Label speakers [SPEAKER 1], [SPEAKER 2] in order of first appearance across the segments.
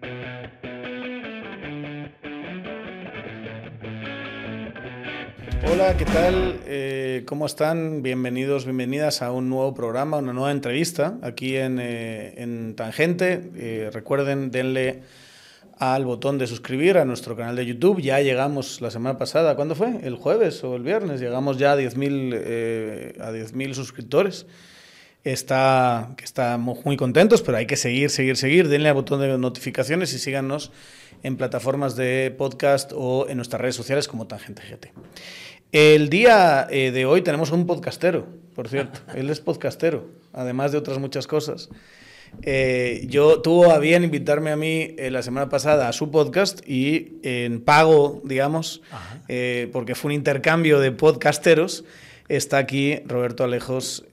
[SPEAKER 1] Hola, ¿qué tal? ¿Cómo están? Bienvenidos, bienvenidas a un nuevo programa, una nueva entrevista aquí en Tangente. Recuerden, denle al botón de suscribir a nuestro canal de YouTube. Ya llegamos la semana pasada, ¿cuándo fue? ¿El jueves o el viernes? Llegamos ya a 10.000 suscriptores. Estamos muy contentos, pero hay que seguir. Denle al botón de notificaciones y síganos en plataformas de podcast o en nuestras redes sociales como Tangente GT. El día de hoy tenemos un podcastero, por cierto. Él es podcastero, además de otras muchas cosas. Tuvo a bien invitarme a mí la semana pasada a su podcast y en pago, digamos, porque fue un intercambio de podcasteros, está aquí Roberto Alejos,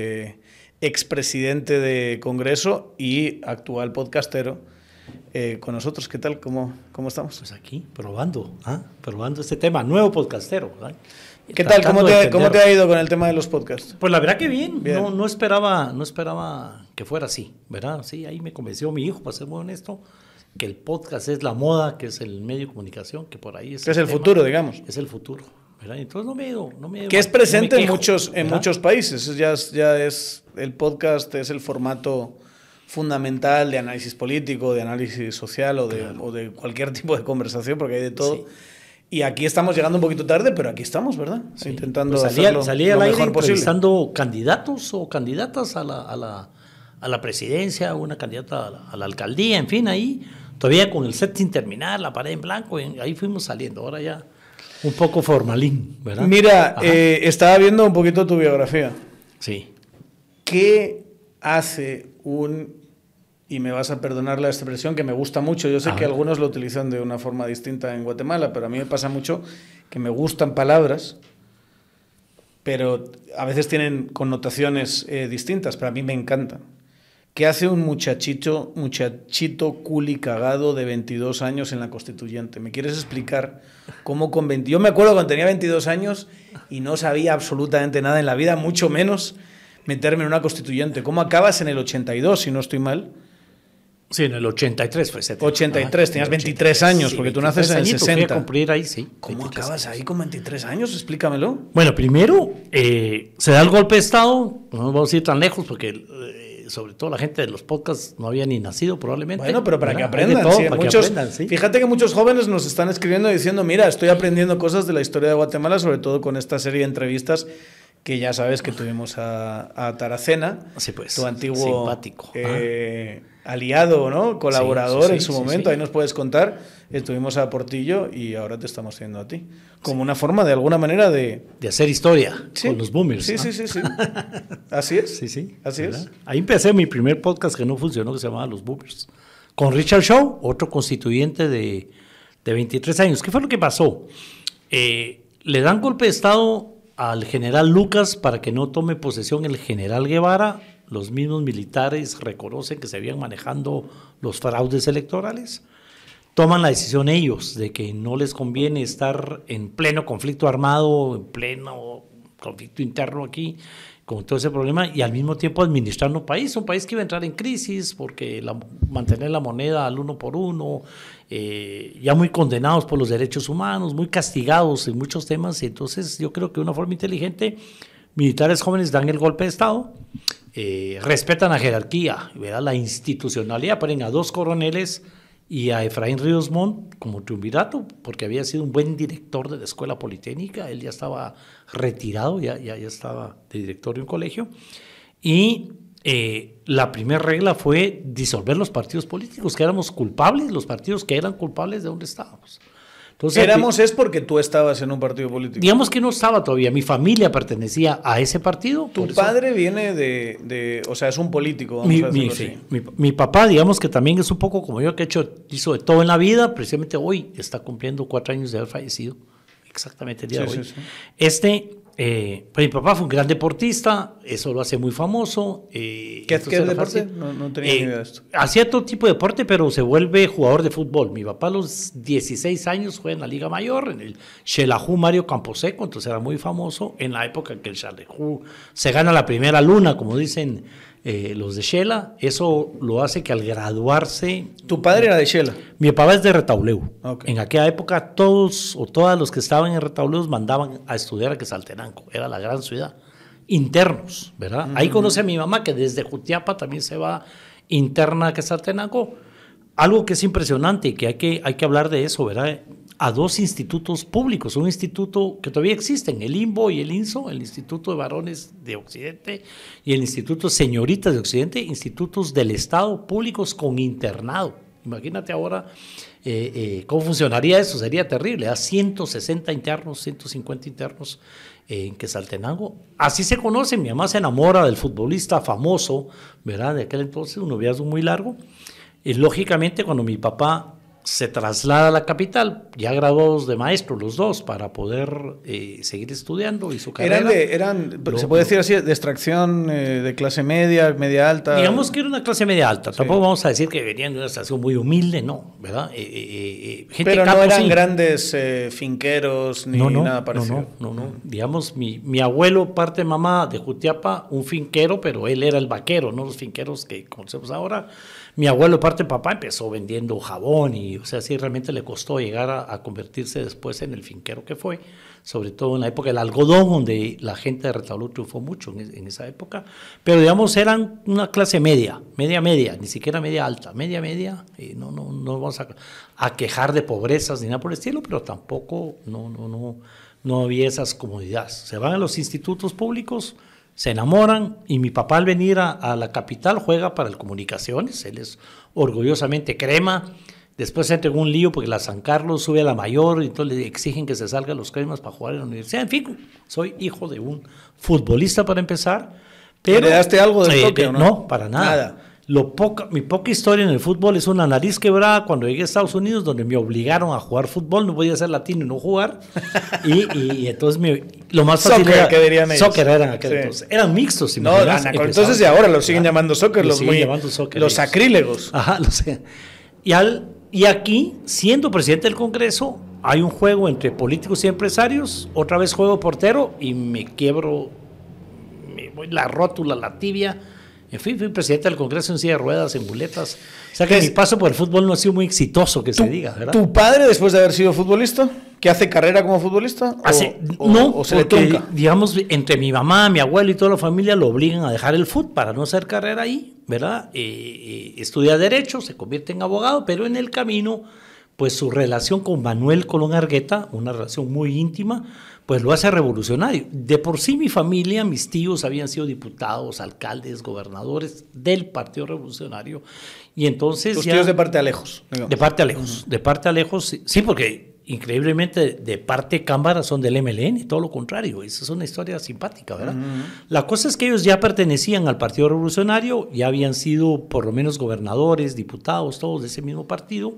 [SPEAKER 1] expresidente de Congreso y actual podcastero, con nosotros. ¿Qué tal? ¿Cómo estamos?
[SPEAKER 2] Pues aquí, probando este tema, nuevo podcastero.
[SPEAKER 1] ¿Qué tal? ¿Cómo te ha ido con el tema de los podcasts?
[SPEAKER 2] Pues la verdad que bien. No esperaba que fuera así, ¿verdad? Sí, ahí me convenció mi hijo, para ser muy honesto, que el podcast es la moda, que es el medio de comunicación, que por ahí es
[SPEAKER 1] el futuro, digamos.
[SPEAKER 2] Es el futuro, ¿verdad? Entonces no me he ido.
[SPEAKER 1] Que es presente en muchos países. Ya es el podcast, es el formato fundamental de análisis político, de análisis social o de cualquier tipo de conversación, porque hay de todo. Sí. Y aquí estamos llegando un poquito tarde, pero aquí estamos, ¿verdad? Sí. Intentando hacerlo
[SPEAKER 2] salí al
[SPEAKER 1] lo
[SPEAKER 2] aire
[SPEAKER 1] mejor posible.
[SPEAKER 2] Entrevistando candidatos o candidatas a la presidencia, una candidata a la alcaldía, en fin, ahí todavía con el set sin terminar, la pared en blanco, ahí fuimos saliendo. Ahora ya un poco formalín, ¿verdad?
[SPEAKER 1] Mira, estaba viendo un poquito tu biografía.
[SPEAKER 2] Sí.
[SPEAKER 1] ¿Qué hace y me vas a perdonar la expresión que me gusta mucho, yo sé que algunos lo utilizan de una forma distinta en Guatemala, pero a mí me pasa mucho que me gustan palabras, pero a veces tienen connotaciones distintas, pero a mí me encantan. ¿Qué hace un muchachito culi cagado de 22 años en la Constituyente? ¿Me quieres explicar cómo con 20? Yo me acuerdo cuando tenía 22 años y no sabía absolutamente nada en la vida, mucho menos meterme en una Constituyente. ¿Cómo acabas en el 82, si no estoy mal?
[SPEAKER 2] Sí, en el 83 fue 70.
[SPEAKER 1] 83, tenías 23 años, porque tú naces en el 60.
[SPEAKER 2] Fui a cumplir ahí, sí.
[SPEAKER 1] ¿Cómo acabas ahí con 23 años? Explícamelo.
[SPEAKER 2] Bueno, primero, se da el golpe de Estado, no nos vamos a ir tan lejos, porque sobre todo la gente de los podcasts no había ni nacido probablemente.
[SPEAKER 1] Bueno, pero para que aprendan. Sí. Fíjate que muchos jóvenes nos están escribiendo diciendo, mira, estoy aprendiendo cosas de la historia de Guatemala, sobre todo con esta serie de entrevistas que ya sabes que tuvimos a Taracena,
[SPEAKER 2] sí, pues,
[SPEAKER 1] tu antiguo
[SPEAKER 2] simpático.
[SPEAKER 1] aliado, ¿no? Colaborador en su momento,
[SPEAKER 2] sí.
[SPEAKER 1] Ahí nos puedes contar. Estuvimos a Portillo y ahora te estamos teniendo a ti. Como una forma, de alguna manera, de
[SPEAKER 2] hacer historia con los boomers.
[SPEAKER 1] Sí. Así es.
[SPEAKER 2] Sí.
[SPEAKER 1] Así
[SPEAKER 2] ¿verdad?
[SPEAKER 1] Es.
[SPEAKER 2] Ahí empecé mi primer podcast que no funcionó, que se llamaba Los Boomers. Con Richard Shaw, otro constituyente de 23 años. ¿Qué fue lo que pasó? Le dan golpe de Estado al general Lucas para que no tome posesión el general Guevara. Los mismos militares reconocen que se habían manejando los fraudes electorales. Toman la decisión ellos de que no les conviene estar en pleno conflicto armado, en pleno conflicto interno aquí, con todo ese problema, y al mismo tiempo administrar un país que iba a entrar en crisis porque mantener la moneda al 1 por 1, ya muy condenados por los derechos humanos, muy castigados en muchos temas. Entonces yo creo que de una forma inteligente, militares jóvenes dan el golpe de Estado, respetan la jerarquía, ¿verdad? La institucionalidad, ponen a 2 coroneles y a Efraín Ríos Montt como triunvirato, porque había sido un buen director de la Escuela Politécnica. Él ya estaba retirado, ya estaba de director de un colegio, y la primera regla fue disolver los partidos políticos, que éramos culpables, los partidos que eran culpables de donde estábamos. Entonces,
[SPEAKER 1] es porque tú estabas en un partido político.
[SPEAKER 2] Digamos que no estaba todavía, mi familia pertenecía a ese partido.
[SPEAKER 1] Tu padre viene o sea, es un político, vamos a decirlo así.
[SPEAKER 2] Mi papá, digamos que también es un poco como yo, que hizo de todo en la vida. Precisamente hoy está cumpliendo 4 años de haber fallecido, exactamente el día de hoy. Sí. Pues mi papá fue un gran deportista, eso lo hace muy famoso.
[SPEAKER 1] ¿Qué deporte? No tenía ni idea de esto.
[SPEAKER 2] Hacía todo tipo de deporte, pero se vuelve jugador de fútbol. Mi papá a los 16 años juega en la Liga Mayor, en el Xelajú Mario Camposeco, entonces era muy famoso en la época en que el Xelajú se gana la primera luna, como dicen los de Shela. Eso lo hace que al graduarse...
[SPEAKER 1] ¿Tu padre era de Shela?
[SPEAKER 2] Mi papá es de Retauleu.
[SPEAKER 1] Okay.
[SPEAKER 2] En aquella época todos o todas los que estaban en Retauleu mandaban a estudiar a Quetzaltenango. Era la gran ciudad. Internos, ¿verdad? Ahí conoce a mi mamá, que desde Jutiapa también se va interna a Quetzaltenango. Algo que es impresionante y que hay que hablar de eso, ¿verdad? A 2 institutos públicos, un instituto que todavía existen, el INBO y el INSO, el Instituto de Varones de Occidente y el Instituto Señoritas de Occidente, institutos del Estado públicos con internado. Imagínate ahora cómo funcionaría eso, sería terrible. 160 internos, 150 internos en Quetzaltenango. Así se conoce, mi mamá se enamora del futbolista famoso, ¿verdad? De aquel entonces, un noviazgo muy largo. Y lógicamente cuando mi papá se traslada a la capital, ya graduados de maestro los dos, para poder seguir estudiando y su carrera.
[SPEAKER 1] Se puede decir así, de extracción de clase media, media alta.
[SPEAKER 2] Digamos que era una clase media alta, sí. Tampoco vamos a decir que venían de una extracción muy humilde, no, ¿verdad?
[SPEAKER 1] Pero no eran grandes finqueros ni nada parecido.
[SPEAKER 2] No. Digamos, mi abuelo, parte de mamá de Jutiapa, un finquero, pero él era el vaquero, no los finqueros que conocemos ahora. Mi abuelo, parte de papá, empezó vendiendo jabón y, o sea, sí, realmente le costó llegar a convertirse después en el finquero que fue, sobre todo en la época del algodón, donde la gente de Retauleu triunfó mucho en esa época. Pero, digamos, eran una clase media, ni siquiera media alta, media, no vamos a quejar de pobrezas ni nada por el estilo, pero tampoco no había esas comodidades. Se van a los institutos públicos, se enamoran y mi papá al venir a la capital juega para el Comunicaciones, él es orgullosamente crema, después entra en un lío porque la San Carlos sube a la mayor y entonces le exigen que se salga los cremas para jugar en la universidad. En fin, soy hijo de un futbolista para empezar. Pero,
[SPEAKER 1] ¿heredaste algo del toque o no?
[SPEAKER 2] No, para nada. Mi poca historia en el fútbol es una nariz quebrada cuando llegué a Estados Unidos, donde me obligaron a jugar fútbol, no podía ser latino y no jugar, y entonces lo más fácil
[SPEAKER 1] soccer, era, que dirían ellos.
[SPEAKER 2] Soccer eran aquel entonces, eran mixtos.
[SPEAKER 1] Entonces y ahora lo siguen llamando soccer, los sacrílegos.
[SPEAKER 2] Ajá, lo sé. Y aquí, siendo presidente del Congreso, hay un juego entre políticos y empresarios, otra vez juego portero y me quiebro, me voy la rótula, la tibia. En fin, fui presidente del Congreso en silla de ruedas, en muletas. O sea que mi paso por el fútbol no ha sido muy exitoso, que se diga, ¿verdad?
[SPEAKER 1] ¿Tu padre, después de haber sido futbolista, que hace carrera como futbolista?
[SPEAKER 2] ¿O se le trunca? Digamos, entre mi mamá, mi abuelo y toda la familia lo obligan a dejar el fútbol para no hacer carrera ahí, ¿verdad? Estudia Derecho, se convierte en abogado, pero en el camino, pues su relación con Manuel Colón Argueta, una relación muy íntima, pues lo hace revolucionario. De por sí mi familia, mis tíos habían sido diputados, alcaldes, gobernadores del Partido Revolucionario. Y entonces
[SPEAKER 1] ¿tus tíos de parte a lejos?
[SPEAKER 2] De parte a lejos. De parte a lejos, sí, porque increíblemente de parte Cámara son del MLN, todo lo contrario. Esa es una historia simpática, ¿verdad? La cosa es que ellos ya pertenecían al Partido Revolucionario, ya habían sido por lo menos gobernadores, diputados, todos de ese mismo partido.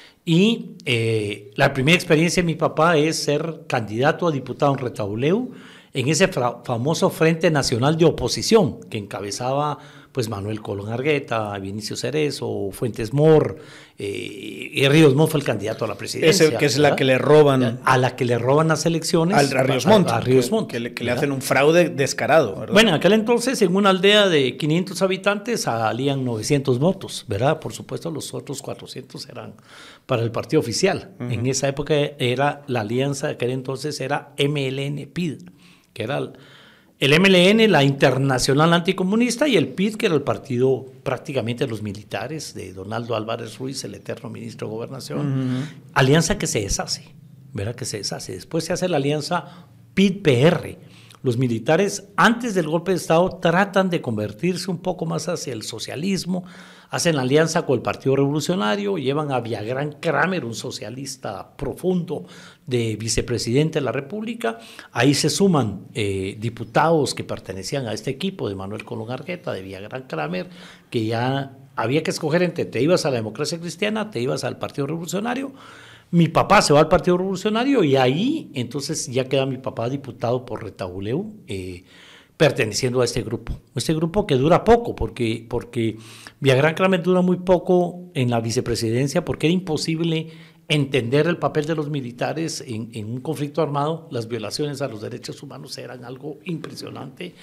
[SPEAKER 2] Y la primera experiencia de mi papá es ser candidato a diputado en Retauleu en ese famoso Frente Nacional de Oposición que encabezaba pues Manuel Colón Argueta, Vinicio Cerezo, Fuentes Mor, y Ríos Montt fue el candidato a la presidencia.
[SPEAKER 1] Que es la que le roban.
[SPEAKER 2] A la que le roban las elecciones.
[SPEAKER 1] A Ríos Montt.
[SPEAKER 2] A Ríos Montt.
[SPEAKER 1] Que le hacen un fraude descarado, ¿verdad?
[SPEAKER 2] Bueno, en aquel entonces, en una aldea de 500 habitantes, salían 900 votos, ¿verdad? Por supuesto, los otros 400 eran para el partido oficial. En esa época era la alianza de aquel entonces era MLN-PID, que era el MLN, la Internacional Anticomunista, y el PID, que era el partido prácticamente de los militares, de Donaldo Álvarez Ruiz, el eterno ministro de Gobernación. Alianza que se deshace, ¿verdad? Que se deshace. Después se hace la alianza PID-PR. Los militares, antes del golpe de Estado, tratan de convertirse un poco más hacia el socialismo, hacen alianza con el Partido Revolucionario, llevan a Villagrán Kramer, un socialista profundo, de vicepresidente de la República. Ahí se suman diputados que pertenecían a este equipo de Manuel Colón Argueta, de Villagrán Kramer, que ya había que escoger entre te ibas a la Democracia Cristiana, te ibas al Partido Revolucionario. Mi papá se va al Partido Revolucionario y ahí entonces ya queda mi papá diputado por Retauleu, perteneciendo a este grupo que dura poco, porque Villagrán Kramer dura muy poco en la vicepresidencia, porque era imposible entender el papel de los militares en un conflicto armado. Las violaciones a los derechos humanos eran algo impresionante,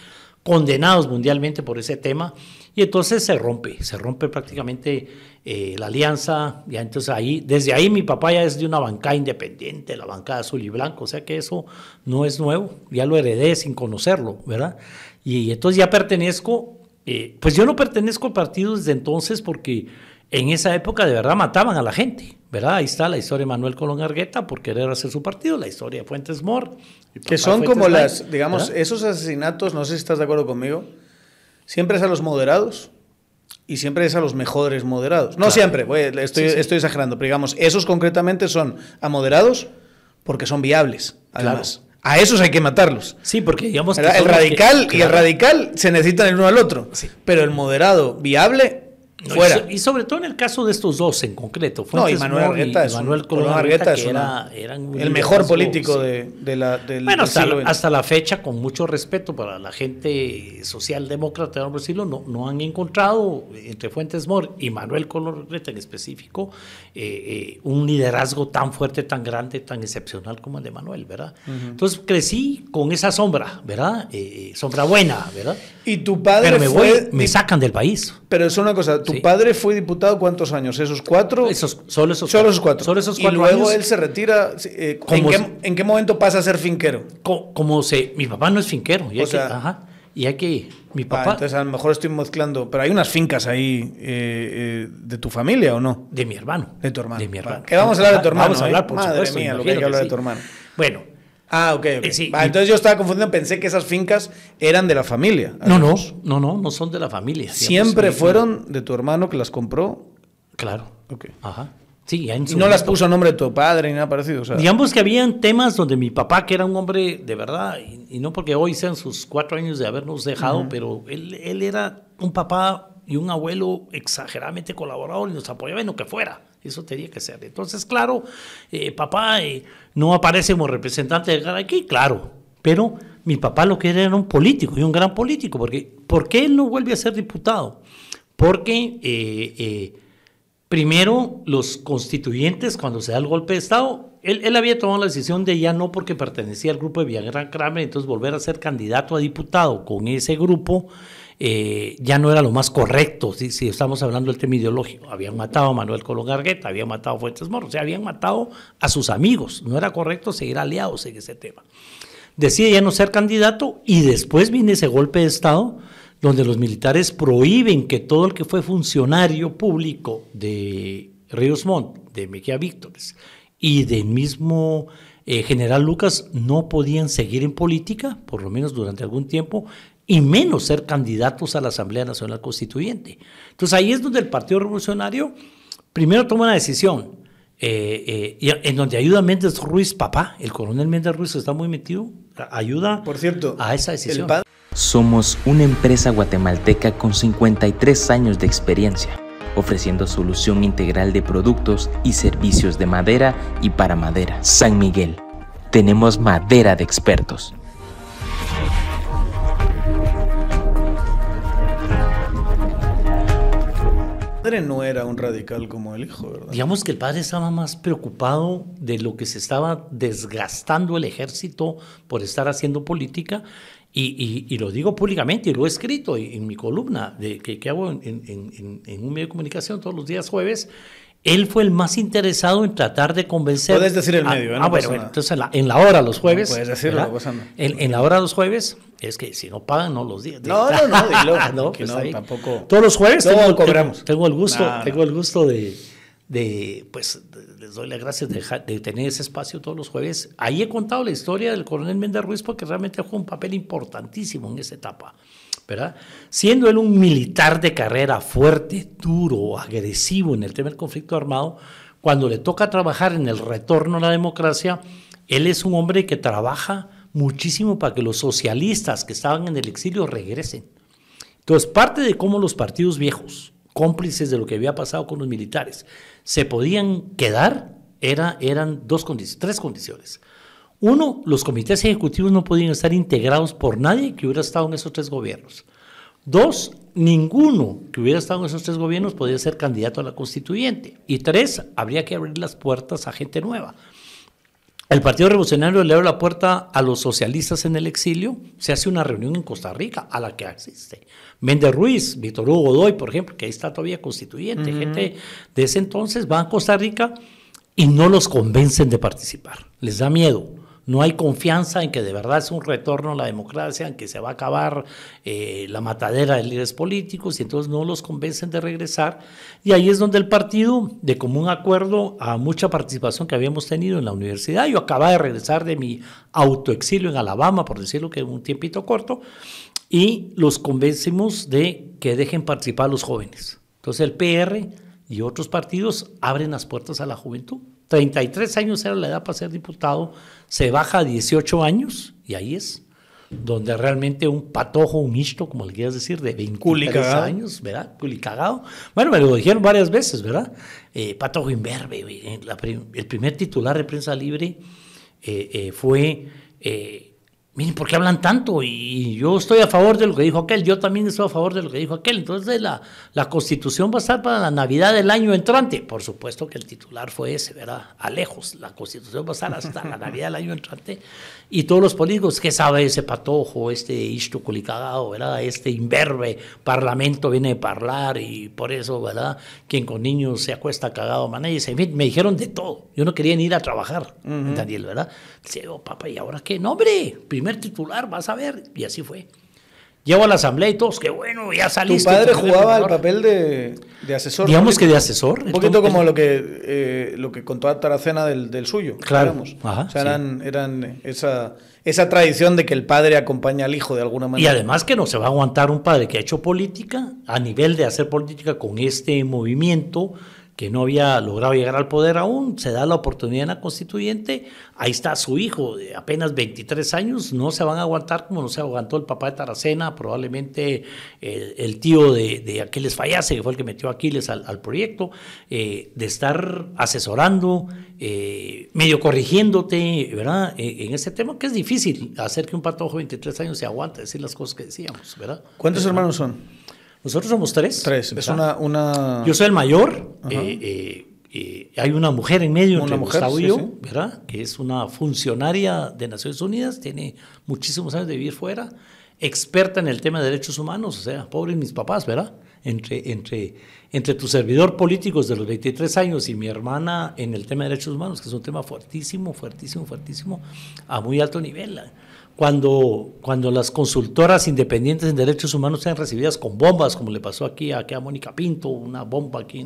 [SPEAKER 2] condenados mundialmente por ese tema, y entonces se rompe prácticamente la alianza, ya entonces desde ahí mi papá ya es de una bancada independiente, la bancada azul y blanco, o sea que eso no es nuevo, ya lo heredé sin conocerlo, ¿verdad? Y entonces ya pertenezco, pues yo no pertenezco al partido desde entonces porque en esa época de verdad mataban a la gente, ¿verdad? Ahí está la historia de Manuel Colón Argueta por querer hacer su partido, la historia de Fuentes Mohr.
[SPEAKER 1] Que son como las, digamos, ¿verdad? Esos asesinatos, no sé si estás de acuerdo conmigo, siempre es a los moderados y siempre es a los mejores moderados. No claro. Siempre, estoy exagerando, pero digamos, esos concretamente son a moderados porque son viables, además. Claro. A esos hay que matarlos.
[SPEAKER 2] Sí, porque digamos
[SPEAKER 1] que el radical y el radical se necesitan el uno al otro, sí. Pero el moderado viable... Fuera.
[SPEAKER 2] Y sobre todo en el caso de estos dos en concreto.
[SPEAKER 1] Fuentes y Manuel Argueta es Manuel Colón Argueta es el mejor político sí. del
[SPEAKER 2] bueno, hasta la fecha, con mucho respeto para la gente socialdemócrata, vamos a decirlo, no han encontrado entre Fuentes Mohr y Manuel Colón Argueta en específico un liderazgo tan fuerte, tan grande, tan excepcional como el de Manuel, ¿verdad? Uh-huh. Entonces crecí con esa sombra, ¿verdad? Sombra buena, ¿verdad?
[SPEAKER 1] Y tu padre
[SPEAKER 2] pero me sacan del país.
[SPEAKER 1] Pero es una cosa, ¿tu padre fue diputado cuántos años? ¿Esos 4?
[SPEAKER 2] Solo esos 4
[SPEAKER 1] y luego años, él se retira. ¿En qué momento pasa a ser finquero?
[SPEAKER 2] Mi papá no es finquero. Mi papá...
[SPEAKER 1] entonces a lo mejor estoy mezclando, pero hay unas fincas ahí de tu familia, ¿o no?
[SPEAKER 2] De mi hermano.
[SPEAKER 1] De tu hermano.
[SPEAKER 2] De mi hermano.
[SPEAKER 1] ¿Qué vamos a hablar de tu hermano?
[SPEAKER 2] Vamos a hablar, por
[SPEAKER 1] Madre
[SPEAKER 2] supuesto,
[SPEAKER 1] mía, lo que hay que hablar de tu hermano.
[SPEAKER 2] Bueno...
[SPEAKER 1] ok. Sí, entonces yo estaba confundiendo, pensé que esas fincas eran de la familia.
[SPEAKER 2] No son de la familia.
[SPEAKER 1] ¿Siempre fueron de tu hermano que las compró?
[SPEAKER 2] Claro.
[SPEAKER 1] Ok.
[SPEAKER 2] Ajá. Sí,
[SPEAKER 1] y no las puso a nombre de tu padre ni nada parecido. O sea.
[SPEAKER 2] Digamos que habían temas donde mi papá, que era un hombre de verdad, y no porque hoy sean sus 4 años de habernos dejado, uh-huh. Pero él era un papá y un abuelo exageradamente colaborador y nos apoyaba en lo que fuera. Eso tenía que ser. Entonces, claro, papá no aparece como representante de aquí, claro, pero mi papá lo que era un político y un gran político. ¿Por qué él no vuelve a ser diputado? Porque primero los constituyentes, cuando se da el golpe de Estado, él había tomado la decisión de ya no porque pertenecía al grupo de Villagrán Kramer, entonces volver a ser candidato a diputado con ese grupo. Ya no era lo más correcto, si estamos hablando del tema ideológico. Habían matado a Manuel Colón Argueta, habían matado a Fuentes Mohr, o sea, habían matado a sus amigos. No era correcto seguir aliados en ese tema. Decide ya no ser candidato y después viene ese golpe de Estado donde los militares prohíben que todo el que fue funcionario público de Ríos Montt, de Mejía Víctores y del mismo general Lucas no podían seguir en política, por lo menos durante algún tiempo, y menos ser candidatos a la Asamblea Nacional Constituyente. Entonces ahí es donde el Partido Revolucionario primero toma una decisión, en donde ayuda Méndez Ruiz, papá, el coronel Méndez Ruiz está muy metido, ayuda
[SPEAKER 1] por cierto,
[SPEAKER 2] a esa decisión.
[SPEAKER 3] Somos una empresa guatemalteca con 53 años de experiencia, ofreciendo solución integral de productos y servicios de madera y para madera. San Miguel, tenemos madera de expertos.
[SPEAKER 1] El padre no era un radical como el hijo, ¿verdad?
[SPEAKER 2] Digamos que el padre estaba más preocupado de lo que se estaba desgastando el ejército por estar haciendo política, y lo digo públicamente, y lo he escrito en mi columna que hago en un medio de comunicación todos los días jueves. Él fue el más interesado en tratar de convencer...
[SPEAKER 1] Puedes decir el medio, ¿eh? No
[SPEAKER 2] bueno, entonces en la hora los jueves...
[SPEAKER 1] No puedes decirlo, no pasa nada.
[SPEAKER 2] En la hora de los jueves, es que si no pagan, no los días.
[SPEAKER 1] No, dilo.
[SPEAKER 2] No,
[SPEAKER 1] pues no, tampoco...
[SPEAKER 2] Todos los jueves
[SPEAKER 1] cobramos.
[SPEAKER 2] Tengo el gusto pues les doy las gracias de tener ese espacio todos los jueves. Ahí he contado la historia del coronel Méndez Ruiz porque realmente jugó un papel importantísimo en esa etapa, ¿verdad? Siendo él un militar de carrera fuerte, duro, agresivo en el tema del conflicto armado, cuando le toca trabajar en el retorno a la democracia, él es un hombre que trabaja muchísimo para que los socialistas que estaban en el exilio regresen. Entonces, parte de cómo los partidos viejos, cómplices de lo que había pasado con los militares, se podían quedar, eran tres condiciones. Uno, los comités ejecutivos no podían estar integrados por nadie que hubiera estado en esos 3 gobiernos. 2, ninguno que hubiera estado en esos 3 gobiernos podía ser candidato a la constituyente. Y 3, habría que abrir las puertas a gente nueva. El Partido Revolucionario le abre la puerta a los socialistas en el exilio. Se hace una reunión en Costa Rica, a la que asiste Méndez Ruiz, Víctor Hugo Godoy, por ejemplo, que ahí está todavía constituyente. Gente de ese entonces van a Costa Rica y no los convencen de participar. Les da miedo. No hay confianza en que de verdad es un retorno a la democracia, en que se va a acabar la matadera de líderes políticos, y entonces no los convencen de regresar. Y ahí es donde el partido, de común acuerdo a mucha participación que habíamos tenido en la universidad, yo acababa de regresar de mi autoexilio en Alabama, por decirlo que un tiempito corto, y los convencimos de que dejen participar a los jóvenes. Entonces el PR y otros partidos abren las puertas a la juventud. 33 años era la edad para ser diputado, se baja a 18 años y ahí es donde realmente un patojo, un misto, como le quieras decir, de 23 años, ¿verdad? Culicagado. Bueno, me lo dijeron varias veces, ¿verdad? Patojo imberbe. El primer titular de Prensa Libre fue... miren, ¿por qué hablan tanto? Y yo estoy a favor de lo que dijo aquel, yo también estoy a favor de lo que dijo aquel. Entonces la Constitución va a estar para la Navidad del año entrante. Por supuesto que el titular fue ese, ¿verdad? A lejos, la Constitución va a estar hasta la Navidad del año entrante. Y todos los políticos, ¿qué sabe ese patojo, este isto culicagado, ¿verdad? Este imberbe, parlamento viene de parlar y por eso, ¿verdad? Quien con niños se acuesta cagado, maná. Y me dijeron de todo. Yo no quería ni ir a trabajar, Daniel, ¿verdad? Dice, oh, papá, ¿y ahora qué? No, hombre, primer titular, vas a ver. Y así fue. Llego a la asamblea y todos, qué bueno, ya saliste.
[SPEAKER 1] ¿Tu padre jugaba el papel de asesor?
[SPEAKER 2] Digamos político, que de asesor.
[SPEAKER 1] Un poquito como lo que contó Taracena del suyo.
[SPEAKER 2] Claro.
[SPEAKER 1] Ajá, o sea, eran esa tradición de que el padre acompaña al hijo de alguna manera.
[SPEAKER 2] Y además que no se va a aguantar un padre que ha hecho política, a nivel de hacer política con este movimiento, que no había logrado llegar al poder aún, se da la oportunidad en la constituyente, ahí está su hijo de apenas 23 años, no se van a aguantar como no se aguantó el papá de Taracena, probablemente el tío de Aquiles Fallase, que fue el que metió a Aquiles al proyecto, de estar asesorando, medio corrigiéndote, ¿verdad? En ese tema que es difícil hacer que un patojo de 23 años se aguante, decir las cosas que decíamos, ¿verdad?
[SPEAKER 1] ¿Cuántos hermanos son?
[SPEAKER 2] Nosotros somos tres.
[SPEAKER 1] Tres. Es una...
[SPEAKER 2] Yo soy el mayor. Hay una mujer en medio entre Gustavo y yo, ¿verdad? Que es una funcionaria de Naciones Unidas, tiene muchísimos años de vivir fuera, experta en el tema de derechos humanos, o sea, pobres mis papás, ¿verdad? Entre tu servidor político de los 23 años y mi hermana en el tema de derechos humanos, que es un tema fuertísimo, a muy alto nivel. Cuando las consultoras independientes en derechos humanos sean recibidas con bombas, como le pasó aquí a Mónica Pinto, una bomba aquí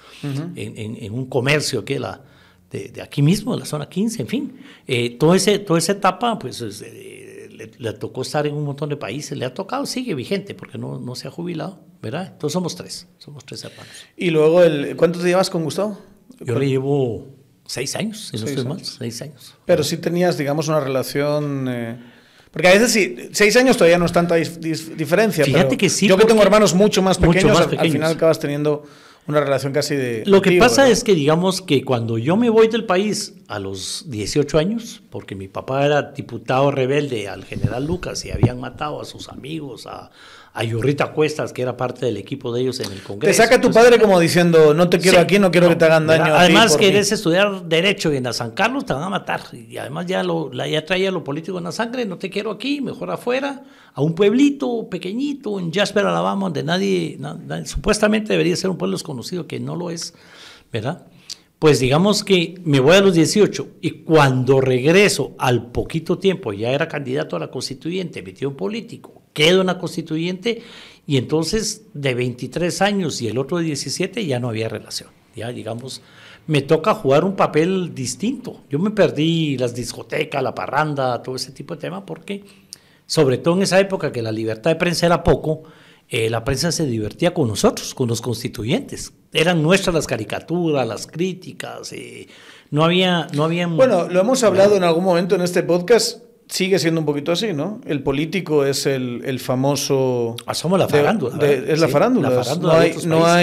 [SPEAKER 2] en un comercio que de aquí mismo, de la zona 15, en fin, toda esa etapa, pues le tocó estar en un montón de países, le ha tocado, sigue vigente, porque no se ha jubilado, ¿verdad? Entonces somos tres hermanos.
[SPEAKER 1] Y luego, ¿cuánto te llevas con Gustavo?
[SPEAKER 2] Yo le llevo 6 años, si no estoy mal, 6 años.
[SPEAKER 1] Pero sí tenías, digamos, una relación... Porque a veces sí, 6 años todavía no es tanta diferencia.
[SPEAKER 2] Fíjate
[SPEAKER 1] pero
[SPEAKER 2] que sí.
[SPEAKER 1] Yo que tengo hermanos mucho más pequeños, al final acabas teniendo una relación casi de...
[SPEAKER 2] Lo que pasa, ¿verdad? Es que digamos que cuando yo me voy del país a los 18 años, porque mi papá era diputado rebelde al general Lucas y habían matado a sus amigos, a Yurrita Cuestas, que era parte del equipo de ellos en el Congreso.
[SPEAKER 1] Te saca tu padre como diciendo, no te quiero aquí, no quiero que te hagan daño.
[SPEAKER 2] Además, querés estudiar Derecho y en la San Carlos te van a matar. Y además ya traía lo político en la sangre, no te quiero aquí, mejor afuera, a un pueblito pequeñito en Jasper, Alabama, donde nadie supuestamente debería ser un pueblo desconocido, que no lo es, ¿verdad? Pues digamos que me voy a los 18 y cuando regreso al poquito tiempo, ya era candidato a la constituyente, metido en político, quedo en la constituyente y entonces de 23 años y el otro de 17 ya no había relación. Ya digamos, me toca jugar un papel distinto. Yo me perdí las discotecas, la parranda, todo ese tipo de temas porque, sobre todo en esa época que la libertad de prensa era poco, la prensa se divertía con nosotros, con los constituyentes. Eran nuestras las caricaturas, las críticas, no había...
[SPEAKER 1] Bueno, lo hemos hablado en algún momento en este podcast, sigue siendo un poquito así, ¿no? El político es el famoso...
[SPEAKER 2] Somos la farándula.
[SPEAKER 1] Es la farándula.
[SPEAKER 2] La farándula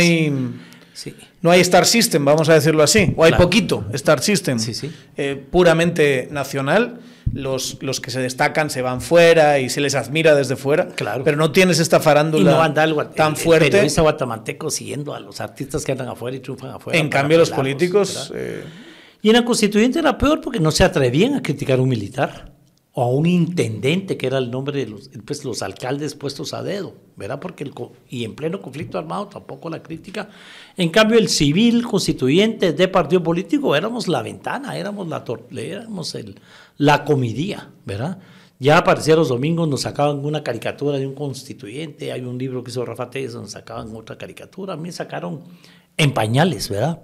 [SPEAKER 1] no hay Star System, vamos a decirlo así, o hay poquito Star System, puramente nacional. Los que se destacan se van fuera y se les admira desde fuera,
[SPEAKER 2] claro.
[SPEAKER 1] Pero no tienes esta farándula
[SPEAKER 2] y no anda algo
[SPEAKER 1] tan fuerte.
[SPEAKER 2] El periodista guatemalteco siguiendo a los artistas que andan afuera y triunfan afuera.
[SPEAKER 1] En cambio, los políticos...
[SPEAKER 2] Y en la constituyente era peor porque no se atrevían a criticar a un militar o a un intendente, que era el nombre de los alcaldes puestos a dedo, ¿verdad? Porque y en pleno conflicto armado tampoco la crítica. En cambio, el civil constituyente de partido político éramos la ventana, éramos la comidía, ¿verdad? Ya aparecía los domingos, nos sacaban una caricatura de un constituyente, hay un libro que hizo Rafa Telles, nos sacaban otra caricatura, a mí me sacaron en pañales, ¿verdad?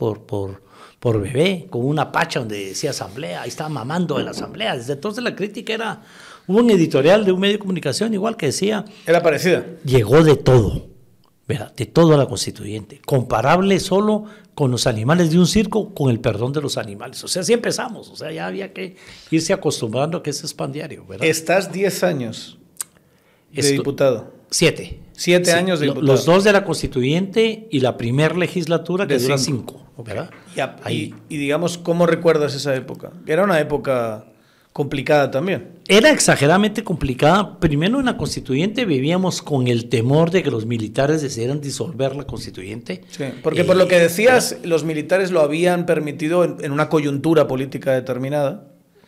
[SPEAKER 2] Por bebé, con una pacha donde decía asamblea, ahí estaba mamando de la asamblea. Desde entonces la crítica era, hubo un editorial de un medio de comunicación igual que decía...
[SPEAKER 1] Era parecida.
[SPEAKER 2] Llegó de todo, ¿verdad? De todo a la constituyente, comparable solo con los animales de un circo, con el perdón de los animales. O sea, así empezamos, o sea, ya había que irse acostumbrando a que es expandiario, ¿verdad?
[SPEAKER 1] Estás 10 años de diputado.
[SPEAKER 2] 7.
[SPEAKER 1] 7 años de diputado.
[SPEAKER 2] Los 2 de la constituyente y la primera legislatura que dura 5. ¿Verdad?
[SPEAKER 1] Y digamos, ¿cómo recuerdas esa época? Era una época complicada también.
[SPEAKER 2] Era exageradamente complicada. Primero en la constituyente vivíamos con el temor de que los militares decidieran disolver la constituyente.
[SPEAKER 1] Sí, porque por lo que decías, los militares lo habían permitido en una coyuntura política determinada.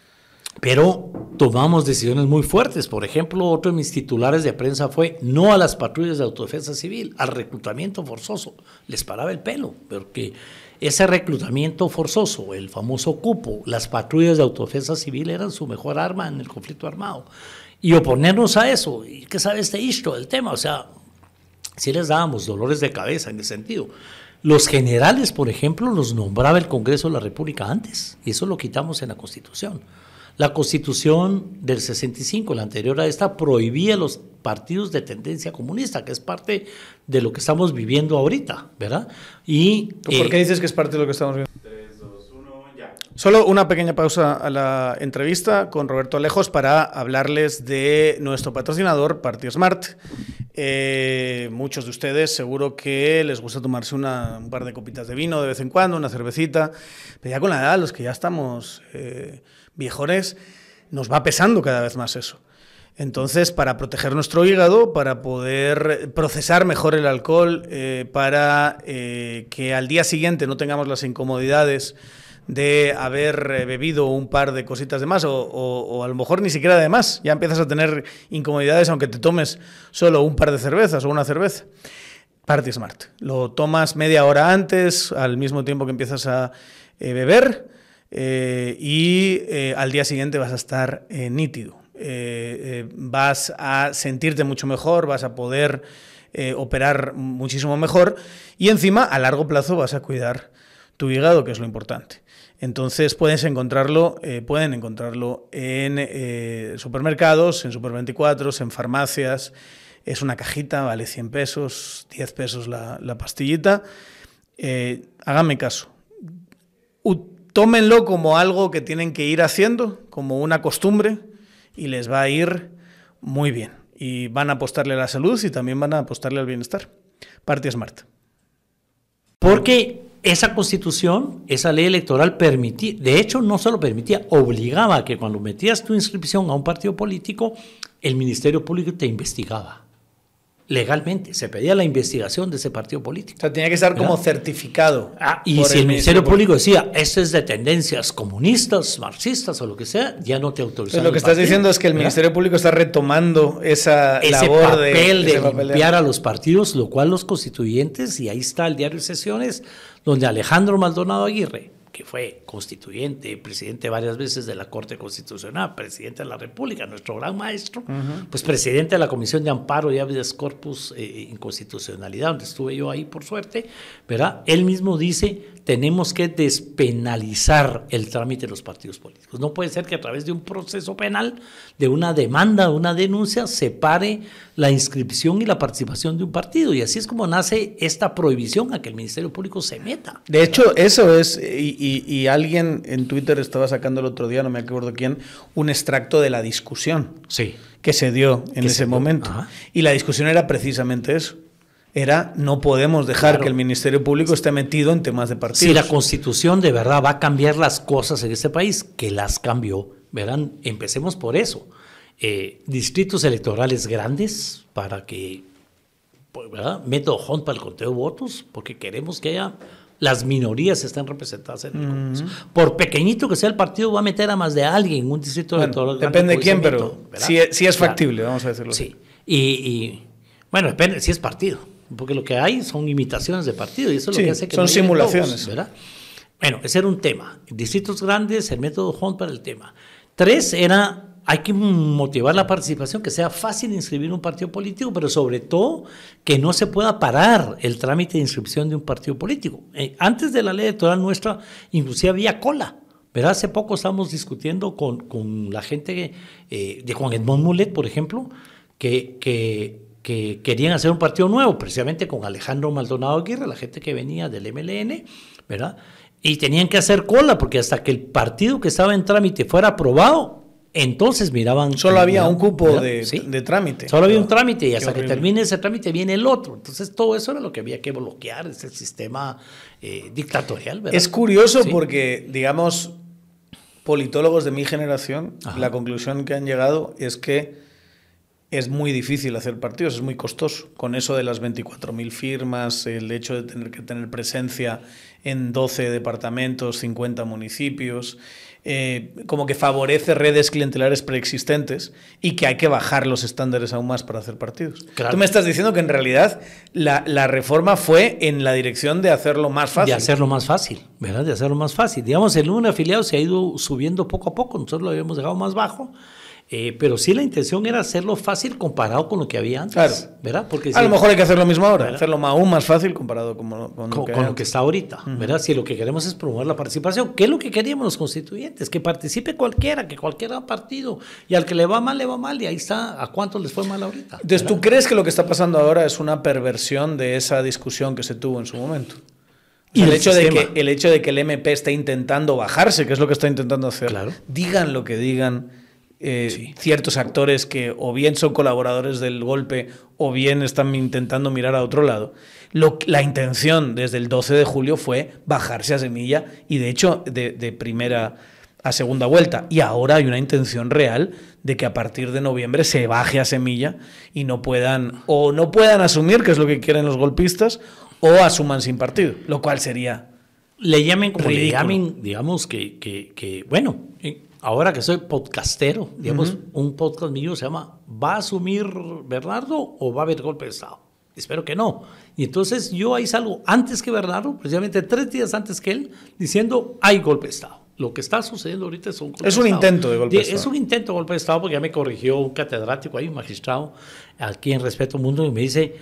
[SPEAKER 2] Pero tomamos decisiones muy fuertes. Por ejemplo, otro de mis titulares de prensa fue no a las patrullas de autodefensa civil, al reclutamiento forzoso. Les paraba el pelo, porque ese reclutamiento forzoso, el famoso cupo, las patrullas de autodefensa civil eran su mejor arma en el conflicto armado. Y oponernos a eso, ¿y qué sabe este istro del tema? O sea, sí les dábamos dolores de cabeza en ese sentido. Los generales, por ejemplo, los nombraba el Congreso de la República antes, y eso lo quitamos en la Constitución. La Constitución del 65, la anterior a esta, prohibía los partidos de tendencia comunista, que es parte de lo que estamos viviendo ahorita, ¿verdad? Y,
[SPEAKER 1] ¿por qué dices que es parte de lo que estamos viviendo? 3, 2, 1, ya. Solo una pequeña pausa a la entrevista con Roberto Alejos para hablarles de nuestro patrocinador, PartySmart. Muchos de ustedes seguro que les gusta tomarse un par de copitas de vino de vez en cuando, una cervecita, pero ya con la edad, los que ya estamos viejores, nos va pesando cada vez más eso. Entonces, para proteger nuestro hígado, para poder procesar mejor el alcohol, para que al día siguiente no tengamos las incomodidades de haber bebido un par de cositas de más o a lo mejor ni siquiera de más, ya empiezas a tener incomodidades aunque te tomes solo un par de cervezas o una cerveza. PartySmart. Lo tomas media hora antes, al mismo tiempo que empiezas a beber y al día siguiente vas a estar nítido. Vas a sentirte mucho mejor, vas a poder operar muchísimo mejor y encima a largo plazo vas a cuidar tu hígado, que es lo importante. Entonces pueden encontrarlo en supermercados, en Super24, en farmacias. Es una cajita, vale 100 pesos, 10 pesos la pastillita. Háganme caso. Tómenlo como algo que tienen que ir haciendo, como una costumbre, y les va a ir muy bien. Y van a apostarle a la salud y también van a apostarle al bienestar. PartySmart.
[SPEAKER 2] Porque esa constitución, esa ley electoral permitía, de hecho no solo permitía, obligaba a que cuando metías tu inscripción a un partido político, el Ministerio Público te investigaba. Legalmente, se pedía la investigación de ese partido político.
[SPEAKER 1] O sea, tenía que estar como certificado.
[SPEAKER 2] Y si el Ministerio Público decía, este es de tendencias comunistas, marxistas o lo que sea, ya no te autorizaban.
[SPEAKER 1] Lo que estás diciendo es que el Ministerio Público está retomando ese labor
[SPEAKER 2] de limpiar a los partidos, lo cual los constituyentes, y ahí está el diario de sesiones, donde Alejandro Maldonado Aguirre, que fue constituyente, presidente varias veces de la Corte Constitucional, presidente de la República, nuestro gran maestro, pues presidente de la Comisión de Amparo y Habeas Corpus Inconstitucionalidad, donde estuve yo ahí por suerte, ¿verdad? Él mismo dice, tenemos que despenalizar el trámite de los partidos políticos. No puede ser que a través de un proceso penal, de una demanda, de una denuncia, separe la inscripción y la participación de un partido. Y así es como nace esta prohibición a que el Ministerio Público se meta.
[SPEAKER 1] De hecho, eso es, y alguien en Twitter estaba sacando el otro día, no me acuerdo quién, un extracto de la discusión que se dio en ese momento. Y la discusión era precisamente eso. Era, no podemos dejar que el Ministerio Público esté metido en temas de partidos.
[SPEAKER 2] Si la Constitución de verdad va a cambiar las cosas en este país, que las cambió, verán, empecemos por eso. Distritos electorales grandes para que, ¿verdad? Método Hunt para el conteo de votos, porque queremos que haya las minorías están representadas en el Congreso. Por pequeñito que sea el partido, va a meter a más de alguien en un distrito electoral.
[SPEAKER 1] Depende de quién, pero sí es factible, vamos a decirlo
[SPEAKER 2] así. Y bueno, depende si es partido, porque lo que hay son imitaciones de partido y eso es lo que hace que
[SPEAKER 1] son simulaciones.
[SPEAKER 2] Todos, ¿verdad? Bueno, ese era un tema. Distritos grandes, el método Hunt para el tema. 3 era... Hay que motivar la participación, que sea fácil inscribir un partido político, pero sobre todo que no se pueda parar el trámite de inscripción de un partido político. Antes de la ley electoral nuestra, inclusive había cola. ¿Verdad? Hace poco estábamos discutiendo con la gente de Juan Edmond Mulet, por ejemplo, que querían hacer un partido nuevo, precisamente con Alejandro Maldonado Aguirre, la gente que venía del MLN, ¿verdad? Y tenían que hacer cola, porque hasta que el partido que estaba en trámite fuera aprobado, entonces miraban...
[SPEAKER 1] Solo había un cupo de trámite.
[SPEAKER 2] Solo había un trámite y hasta que termine ese trámite viene el otro. Entonces todo eso era lo que había que bloquear, ese sistema dictatorial, ¿verdad?
[SPEAKER 1] Es curioso porque, digamos, politólogos de mi generación, la conclusión que han llegado es que es muy difícil hacer partidos, es muy costoso. Con eso de las 24.000 firmas, el hecho de tener que tener presencia en 12 departamentos, 50 municipios... como que favorece redes clientelares preexistentes y que hay que bajar los estándares aún más para hacer partidos. Claro. Tú me estás diciendo que en realidad la reforma fue en la dirección de hacerlo más fácil.
[SPEAKER 2] De hacerlo más fácil, ¿verdad? De hacerlo más fácil. Digamos, el número de afiliados se ha ido subiendo poco a poco, nosotros lo habíamos dejado más bajo, pero sí la intención era hacerlo fácil comparado con lo que había antes, claro. ¿Verdad? Porque
[SPEAKER 1] a lo mejor hay que hacerlo mismo ahora, ¿verdad? Hacerlo aún más fácil comparado con lo
[SPEAKER 2] que está ahorita, ¿verdad? Si lo que queremos es promover la participación, ¿qué es lo que queríamos los constituyentes? Que participe cualquiera, que cualquiera partido, y al que le va mal, y ahí está, ¿a cuántos les fue mal ahorita?
[SPEAKER 1] Entonces, ¿tú crees que lo que está pasando ahora es una perversión de esa discusión que se tuvo en su momento? O sea, el hecho de que el MP esté intentando bajarse, que es lo que está intentando hacer, claro. Digan lo que digan, ciertos actores que o bien son colaboradores del golpe o bien están intentando mirar a otro lado. La intención desde el 12 de julio fue bajarse a Semilla y de hecho de primera a segunda vuelta. Y ahora hay una intención real de que a partir de noviembre se baje a Semilla y no puedan asumir, que es lo que quieren los golpistas, o asuman sin partido, lo cual sería
[SPEAKER 2] le llamen como
[SPEAKER 1] ridículo.
[SPEAKER 2] Le llamen, digamos que bueno, ahora que soy podcastero, digamos, un podcast mío se llama ¿va a asumir Bernardo o va a haber golpe de Estado? Espero que no. Y entonces yo ahí salgo antes que Bernardo, precisamente 3 días antes que él, diciendo hay golpe de Estado. Lo que está sucediendo ahorita es un golpe de Estado.
[SPEAKER 1] Intento de golpe de Estado.
[SPEAKER 2] Es un intento de golpe de Estado porque ya me corrigió un catedrático ahí, un magistrado, aquí en Respeto Mundo, y me dice,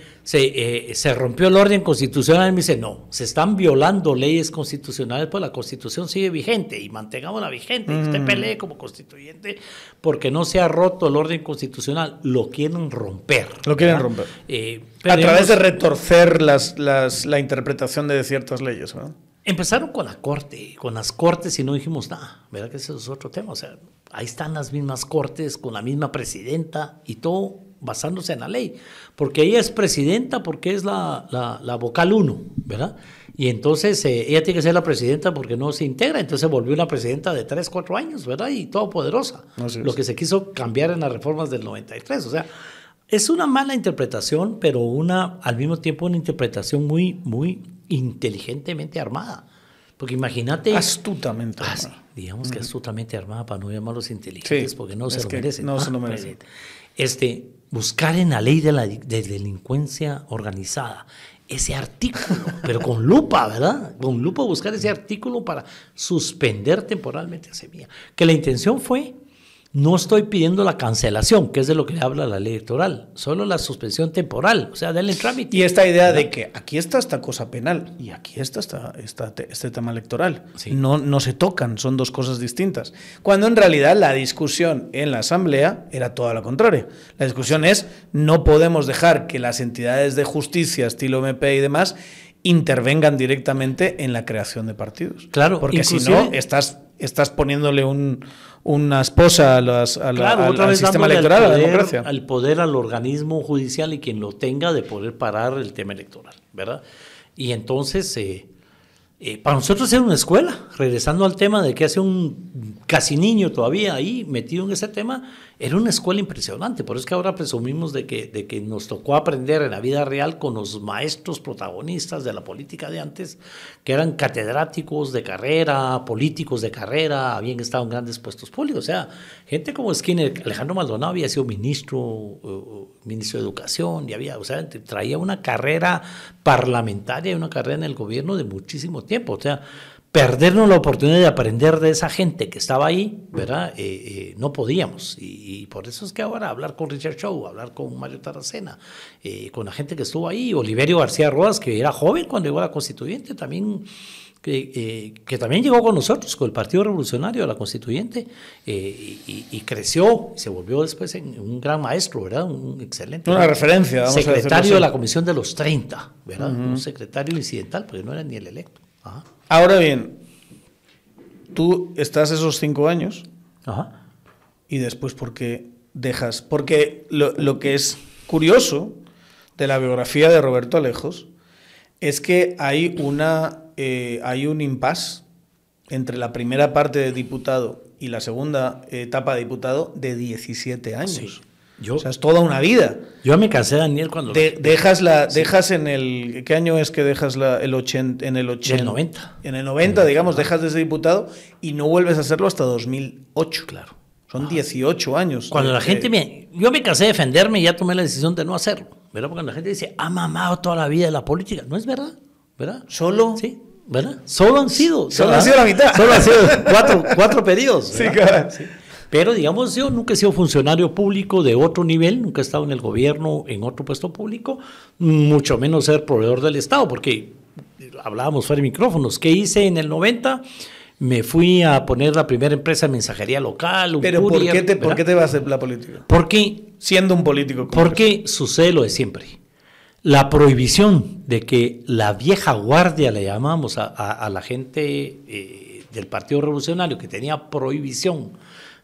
[SPEAKER 2] se rompió el orden constitucional. Y me dice, no, se están violando leyes constitucionales, pues la Constitución sigue vigente y mantengámosla vigente. Usted pelee como constituyente porque no se ha roto el orden constitucional. Lo quieren romper.
[SPEAKER 1] Lo quieren romper. A través de retorcer la interpretación de ciertas leyes, ¿no?
[SPEAKER 2] Empezaron con la Corte, con las Cortes y no dijimos nada, ¿verdad? Que ese es otro tema, o sea, ahí están las mismas Cortes con la misma presidenta y todo basándose en la ley, porque ella es presidenta porque es la vocal 1, ¿verdad? Y entonces ella tiene que ser la presidenta porque no se integra, entonces volvió una presidenta de 3, 4 años, ¿verdad? Y todopoderosa, lo que se quiso cambiar en las reformas del 93, o sea, es una mala interpretación, pero al mismo tiempo una interpretación muy, muy inteligentemente armada. Porque imagínate...
[SPEAKER 1] Astutamente armada.
[SPEAKER 2] Sí, digamos que astutamente armada, para no llamarlos inteligentes, porque no se lo merecen.
[SPEAKER 1] No se lo merecen.
[SPEAKER 2] Buscar en la ley de delincuencia organizada ese artículo, pero con lupa, ¿verdad? Con lupa buscar ese artículo para suspender temporalmente a Semilla. Que la intención fue... No estoy pidiendo la cancelación, que es de lo que habla la ley electoral, solo la suspensión temporal, o sea, denle trámite.
[SPEAKER 1] Y esta idea de que aquí está esta cosa penal y aquí está este tema electoral. Sí. No se tocan, son dos cosas distintas. Cuando en realidad la discusión en la Asamblea era toda la contraria. La discusión es, no podemos dejar que las entidades de justicia, estilo MP y demás, intervengan directamente en la creación de partidos.
[SPEAKER 2] Claro,
[SPEAKER 1] porque si no, estás poniéndole una esposa al sistema electoral, a la democracia.
[SPEAKER 2] Al poder al organismo judicial y quien lo tenga de poder parar el tema electoral, ¿verdad? Y entonces, para nosotros era una escuela, regresando al tema de que hace un casi niño todavía ahí metido en ese tema, Era una escuela impresionante, por eso es que ahora presumimos de que nos tocó aprender en la vida real con los maestros protagonistas de la política de antes, que eran catedráticos de carrera, políticos de carrera, habían estado en grandes puestos públicos. O sea, gente como Skinner, Alejandro Maldonado había sido ministro de Educación, y o sea, traía una carrera parlamentaria y una carrera en el gobierno de muchísimo tiempo. O sea, perdernos la oportunidad de aprender de esa gente que estaba ahí, ¿verdad? No podíamos. Y por eso es que ahora hablar con Richard Shaw, hablar con Mario Taracena, con la gente que estuvo ahí, Oliverio García Rodas, que era joven cuando llegó a la Constituyente, también, que también llegó con nosotros, con el Partido Revolucionario, a la Constituyente, y creció, y se volvió después en un gran maestro, ¿verdad? Un excelente.
[SPEAKER 1] Una referencia, vamos
[SPEAKER 2] secretario de la Comisión de los 30, ¿verdad? Un secretario incidental, porque no era ni el electo. Ajá.
[SPEAKER 1] Ahora bien, tú estás esos 5 años.
[SPEAKER 2] Ajá.
[SPEAKER 1] Y después, ¿por qué dejas? Porque lo que es curioso de la biografía de Roberto Alejos es que hay un impasse entre la primera parte de diputado y la segunda etapa de diputado de 17 años. Sí. O sea, es toda una vida.
[SPEAKER 2] Yo me casé, Daniel, cuando...
[SPEAKER 1] Dejas en el... ¿Qué año es que dejas el 80? En el 80.
[SPEAKER 2] En el 90.
[SPEAKER 1] En el 90, digamos, dejas de ser diputado y no vuelves a hacerlo hasta 2008.
[SPEAKER 2] Claro.
[SPEAKER 1] Son 18 años.
[SPEAKER 2] Cuando la gente... Yo me casé de defenderme y ya tomé la decisión de no hacerlo. ¿Verdad? Porque la gente dice, ha mamado toda la vida de la política. No es verdad. ¿Verdad?
[SPEAKER 1] ¿Solo?
[SPEAKER 2] Sí. ¿Verdad? Solo han sido
[SPEAKER 1] la mitad.
[SPEAKER 2] Solo han sido cuatro periodos.
[SPEAKER 1] Sí, claro.
[SPEAKER 2] Sí. Pero, digamos, yo nunca he sido funcionario público de otro nivel, nunca he estado en el gobierno, en otro puesto público, mucho menos ser proveedor del Estado, porque hablábamos fuera de micrófonos. ¿Qué hice en el 90? Me fui a poner la primera empresa de mensajería local.
[SPEAKER 1] Pero ¿por qué te vas de la política?
[SPEAKER 2] Porque,
[SPEAKER 1] siendo un político.
[SPEAKER 2] Porque sucede lo de siempre. La prohibición de que la vieja guardia, le llamamos a la gente del Partido Revolucionario, que tenía prohibición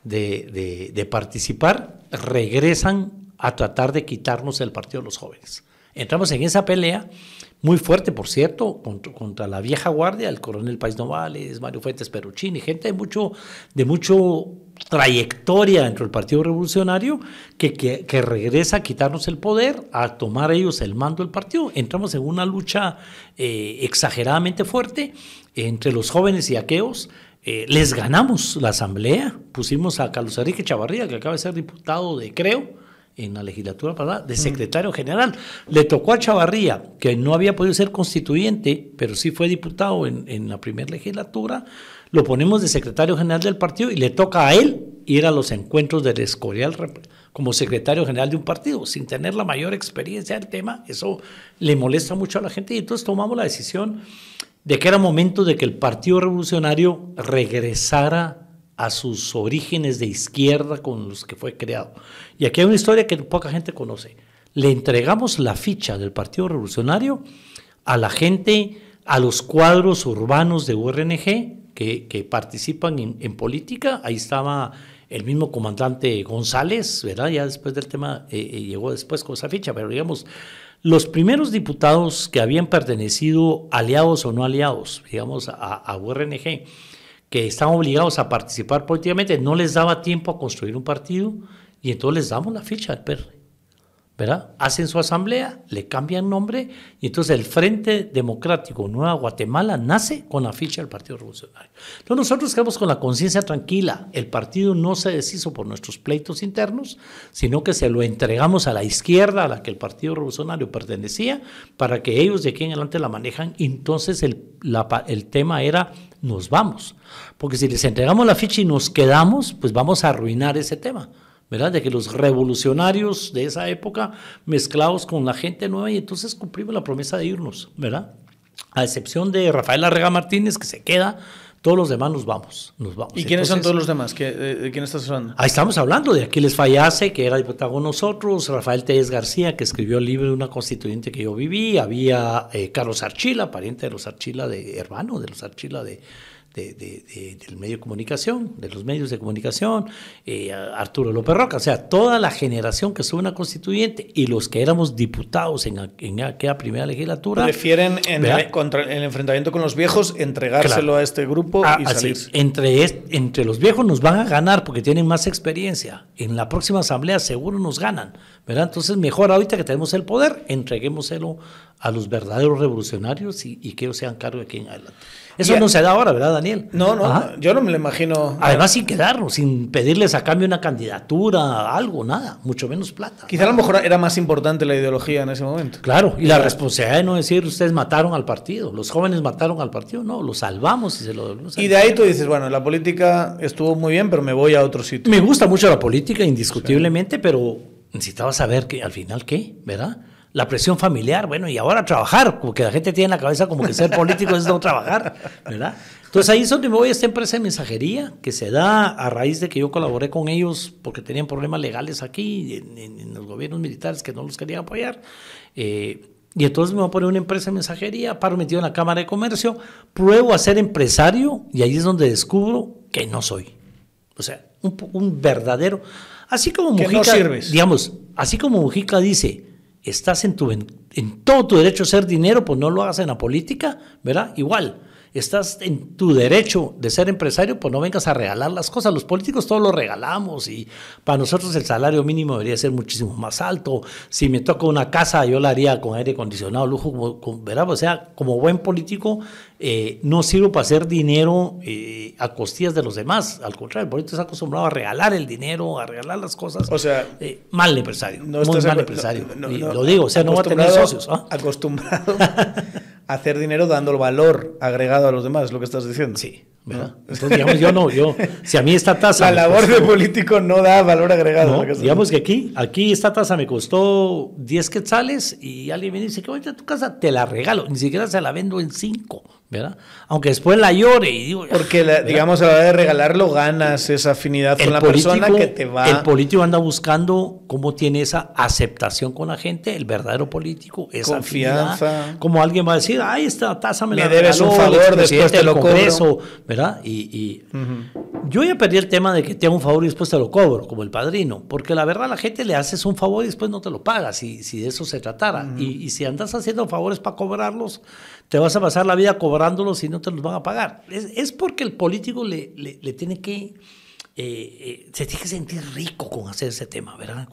[SPEAKER 2] de participar, regresan a tratar de quitarnos el Partido de los Jóvenes. Entramos en esa pelea muy fuerte, por cierto, contra la vieja guardia, el coronel País Novales, Mario Fuentes Peruchini, gente de mucho trayectoria dentro del Partido Revolucionario que regresa a quitarnos el poder, a tomar ellos el mando del partido. Entramos en una lucha exageradamente fuerte entre los jóvenes y aqueos. Les ganamos la asamblea, pusimos a Carlos Enrique Chavarría, que acaba de ser diputado de Creo, en la legislatura pasada, de secretario general. Le tocó a Chavarría, que no había podido ser constituyente, pero sí fue diputado en la primera legislatura, lo ponemos de secretario general del partido y le toca a él ir a los encuentros del Escorial como secretario general de un partido, sin tener la mayor experiencia del tema. Eso le molesta mucho a la gente y entonces tomamos la decisión de que era momento de que el Partido Revolucionario regresara a sus orígenes de izquierda con los que fue creado. Y aquí hay una historia que poca gente conoce. Le entregamos la ficha del Partido Revolucionario a la gente, a los cuadros urbanos de URNG que participan en política. Ahí estaba el mismo comandante González, ¿verdad? Ya después del tema llegó después con esa ficha, pero digamos, los primeros diputados que habían pertenecido, aliados o no aliados, digamos, a URNG, que estaban obligados a participar políticamente, no les daba tiempo a construir un partido y entonces les damos la ficha al PR, ¿verdad? Hacen su asamblea, le cambian nombre y entonces el Frente Democrático Nueva Guatemala nace con la ficha del Partido Revolucionario. Entonces nosotros quedamos con la conciencia tranquila, el partido no se deshizo por nuestros pleitos internos, sino que se lo entregamos a la izquierda a la que el Partido Revolucionario pertenecía para que ellos de aquí en adelante la manejan. Entonces el tema era nos vamos, porque si les entregamos la ficha y nos quedamos, pues vamos a arruinar ese tema, ¿verdad? De que los revolucionarios de esa época mezclados con la gente nueva, y entonces cumplimos la promesa de irnos, ¿verdad? A excepción de Rafael Arrega Martínez, que se queda, todos los demás nos vamos.
[SPEAKER 1] ¿Y quiénes son todos los demás? ¿De quién estás hablando?
[SPEAKER 2] Ahí estamos hablando de Aquiles Fallase, que era diputado con nosotros, Rafael Tellez García, que escribió el libro de una constituyente que yo viví, había Carlos Archila, pariente de los Archila, hermano de los Archila de del medio de comunicación, de los medios de comunicación, Arturo López Roca, o sea, toda la generación que estuvo en la constituyente y los que éramos diputados en aquella primera legislatura.
[SPEAKER 1] Prefieren contra el enfrentamiento con los viejos entregárselo a este grupo y salirse.
[SPEAKER 2] Entre los viejos nos van a ganar porque tienen más experiencia. En la próxima asamblea seguro nos ganan, ¿verdad? Entonces mejor ahorita que tenemos el poder, entreguémoselo a los verdaderos revolucionarios y que ellos sean cargo de aquí en adelante. Eso no se da ahora, ¿verdad, Daniel?
[SPEAKER 1] No, yo no me lo imagino.
[SPEAKER 2] Además, sin quedarnos, sin pedirles a cambio una candidatura, algo, nada, mucho menos plata.
[SPEAKER 1] Quizá a lo mejor era más importante la ideología en ese momento.
[SPEAKER 2] Claro, y la responsabilidad de no decir, ustedes mataron al partido, los jóvenes mataron al partido, no, lo salvamos y se lo devolvemos. Y
[SPEAKER 1] de ahí tú dices, bueno, la política estuvo muy bien, pero me voy a otro sitio.
[SPEAKER 2] Me gusta mucho la política, indiscutiblemente, pero necesitaba saber que al final qué, ¿verdad? La presión familiar, bueno, y ahora trabajar, porque la gente tiene en la cabeza como que ser político es no trabajar, ¿verdad? Entonces ahí es donde me voy a esta empresa de mensajería, que se da a raíz de que yo colaboré con ellos porque tenían problemas legales aquí, en los gobiernos militares que no los querían apoyar, y entonces me voy a poner una empresa de mensajería, paro metido en la Cámara de Comercio, pruebo a ser empresario, y ahí es donde descubro que no soy. O sea, un verdadero... Así como Mujica,
[SPEAKER 1] no sirves.
[SPEAKER 2] Digamos, así como Mujica dice... Estás en todo tu derecho a hacer dinero, pues no lo hagas en la política, ¿verdad? Igual, estás en tu derecho de ser empresario, pues no vengas a regalar las cosas. Los políticos todos lo regalamos y para nosotros el salario mínimo debería ser muchísimo más alto. Si me toca una casa, yo la haría con aire acondicionado, lujo, ¿verdad? O sea, como buen político, no sirvo para hacer dinero a costillas de los demás. Al contrario, el político está acostumbrado a regalar el dinero, a regalar las cosas.
[SPEAKER 1] O sea,
[SPEAKER 2] mal empresario, muy mal empresario. Lo digo, o sea, no va a tener socios.
[SPEAKER 1] Acostumbrado a hacer dinero dando el valor agregado a los demás, es lo que estás diciendo.
[SPEAKER 2] Sí, ¿verdad? Entonces, digamos, si a mí esta tasa...
[SPEAKER 1] La labor de político no da valor agregado.
[SPEAKER 2] No, digamos que aquí esta tasa me costó 10 quetzales y alguien me dice que voy a tu casa, te la regalo, ni siquiera se la vendo en 5, ¿verdad? Aunque después la llore y digo...
[SPEAKER 1] Porque, digamos, a la hora de regalarlo ganas esa afinidad con la persona que te va...
[SPEAKER 2] El político anda buscando cómo tiene esa aceptación con la gente, el verdadero político, esa
[SPEAKER 1] confianza.
[SPEAKER 2] Afinidad, como alguien va a decir, ay, esta tasa me la
[SPEAKER 1] debes
[SPEAKER 2] regaló,
[SPEAKER 1] un favor, después te lo
[SPEAKER 2] cobro, ¿verdad? Y yo ya perdí el tema de que te hago un favor y después te lo cobro, como el padrino, porque la verdad a la gente le haces un favor y después no te lo pagas, si de eso se tratara. Y si andas haciendo favores para cobrarlos, te vas a pasar la vida cobrándolos y no te los van a pagar. Es porque el político le tiene que... se tiene que sentir rico con hacer ese tema, ¿verdad?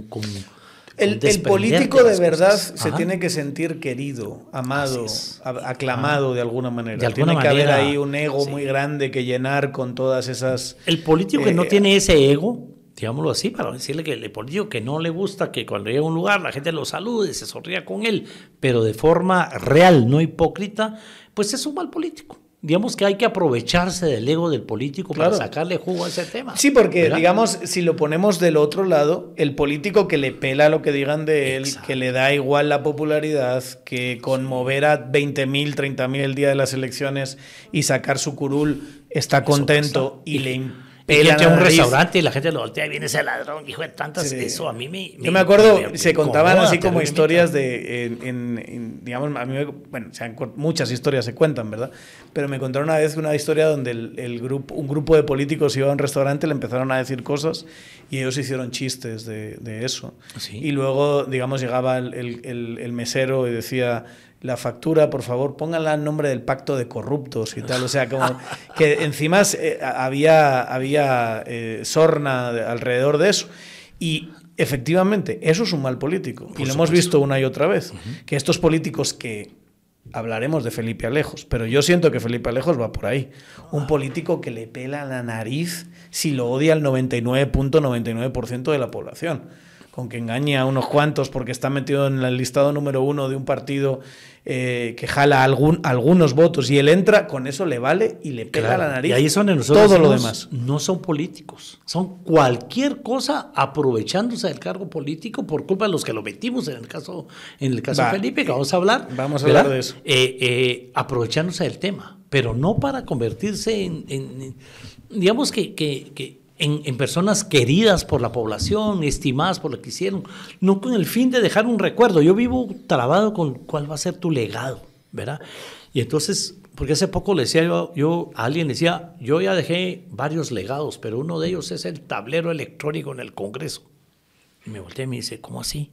[SPEAKER 1] El político de verdad se tiene que sentir querido, amado, aclamado de alguna manera.
[SPEAKER 2] De alguna
[SPEAKER 1] manera.
[SPEAKER 2] Tiene que
[SPEAKER 1] haber ahí un ego muy grande que llenar con todas esas...
[SPEAKER 2] El político que no tiene ese ego, digámoslo así, para decirle que el político que no le gusta que cuando llega a un lugar la gente lo salude, se sonría con él, pero de forma real, no hipócrita, pues es un mal político. Digamos que hay que aprovecharse del ego del político para sacarle jugo a ese tema.
[SPEAKER 1] Sí, porque, ¿verdad? Digamos, si lo ponemos del otro lado, el político que le pela lo que digan de él, que le da igual la popularidad, que con mover a 20.000, 30.000 el día de las elecciones y sacar su curul está contento y le
[SPEAKER 2] entra a un restaurante y la gente lo voltea y viene ese ladrón, hijo de tantas, eso a mí me...
[SPEAKER 1] Yo me acuerdo, se contaban así como historias de, digamos, a mí muchas historias se cuentan, ¿verdad? Pero me contaron una vez una historia donde un grupo de políticos iba a un restaurante, le empezaron a decir cosas y ellos hicieron chistes de eso.
[SPEAKER 2] ¿Sí?
[SPEAKER 1] Y luego, digamos, llegaba el mesero y decía... La factura, por favor, pónganla en nombre del pacto de corruptos y tal. O sea, como que encima había sorna alrededor de eso. Y efectivamente, eso es un mal político. Y lo hemos visto una y otra vez. Que estos políticos que... Hablaremos de Felipe Alejos, pero yo siento que Felipe Alejos va por ahí. Un político que le pela la nariz si lo odia el 99.99% de la población. Con que engañe a unos cuantos porque está metido en el listado número 1 de un partido que jala algunos votos y él entra, con eso le vale y le pega la nariz.
[SPEAKER 2] Y ahí son nosotros
[SPEAKER 1] todo lo demás.
[SPEAKER 2] No son políticos, son cualquier cosa aprovechándose del cargo político por culpa de los que lo metimos en el caso de Felipe, que vamos a hablar.
[SPEAKER 1] Vamos a hablar de eso.
[SPEAKER 2] Aprovechándose del tema, pero no para convertirse en digamos que en personas queridas por la población, estimadas por lo que hicieron, no con el fin de dejar un recuerdo. Yo vivo trabado con cuál va a ser tu legado, ¿verdad? Y entonces Porque hace poco le decía yo a alguien, decía, yo ya dejé varios legados, pero uno de ellos es el tablero electrónico en el Congreso. Y me volteé y me dice, ¿cómo así?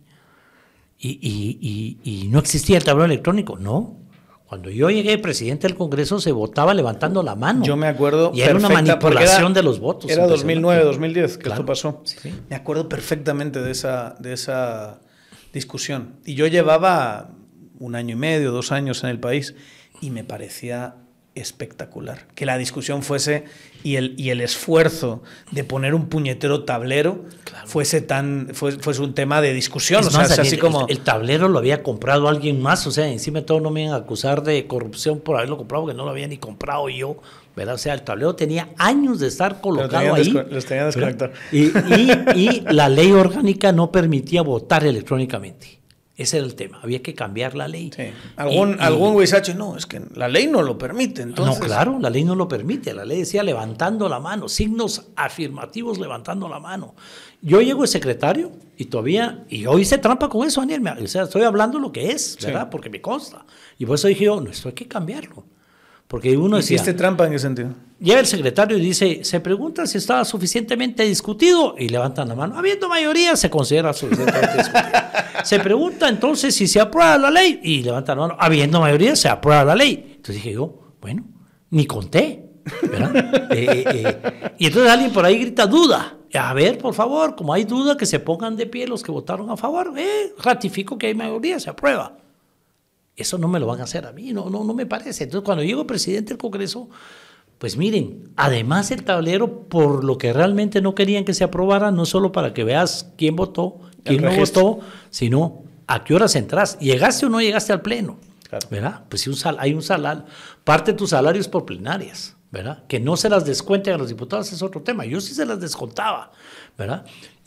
[SPEAKER 2] ¿Y no existía el tablero electrónico? No. Cuando yo llegué presidente del Congreso se votaba levantando la mano.
[SPEAKER 1] Yo me acuerdo.
[SPEAKER 2] Y era una manipulación de los votos.
[SPEAKER 1] Era 2009, 2010 que
[SPEAKER 2] claro,
[SPEAKER 1] esto pasó.
[SPEAKER 2] Sí.
[SPEAKER 1] Me acuerdo perfectamente de esa discusión. Y yo llevaba 1 año y medio, 2 años en el país y me parecía espectacular que la discusión fuese y el esfuerzo de poner un puñetero tablero fuese un tema de discusión.
[SPEAKER 2] Es más, así como el tablero lo había comprado alguien más, o sea, encima de todo no me iban a acusar de corrupción por haberlo comprado, porque no lo había ni comprado yo, ¿verdad? O sea, el tablero tenía años de estar colocado ahí.
[SPEAKER 1] Los tenía desconectados.
[SPEAKER 2] Y la ley orgánica no permitía votar electrónicamente. Ese era el tema, había que cambiar la ley.
[SPEAKER 1] Sí. Algún huizache, no, es que la ley no lo permite. Entonces...
[SPEAKER 2] No, claro, la ley no lo permite. La ley decía levantando la mano, signos afirmativos levantando la mano. Yo llego de secretario y yo hice trampa con eso, Daniel. O sea, estoy hablando lo que es, ¿verdad? Sí. Porque me consta. Y por eso dije yo, no, esto hay que cambiarlo. Porque uno decía...
[SPEAKER 1] ¿Hiciste trampa en qué sentido?
[SPEAKER 2] Llega el secretario y dice, se pregunta si estaba suficientemente discutido, y levantan la mano. Habiendo mayoría, se considera suficientemente discutido. Se pregunta entonces si se aprueba la ley, y levantan la mano. Habiendo mayoría, se aprueba la ley. Entonces dije yo, bueno, ni conté, ¿verdad? Y entonces alguien por ahí grita, duda. A ver, por favor, como hay duda, que se pongan de pie los que votaron a favor. Ratifico que hay mayoría, se aprueba. Eso no me lo van a hacer a mí, no me parece. Entonces, cuando llego presidente del Congreso, pues miren, además el tablero, por lo que realmente no querían que se aprobara, no solo para que veas quién votó, quién no votó, sino a qué horas entras. ¿Llegaste o no llegaste al pleno? Claro. ¿Verdad? Pues si hay un salario, parte de tus salarios por plenarias, ¿verdad? Que no se las descuenten a los diputados es otro tema. Yo sí se las descontaba, ¿verdad?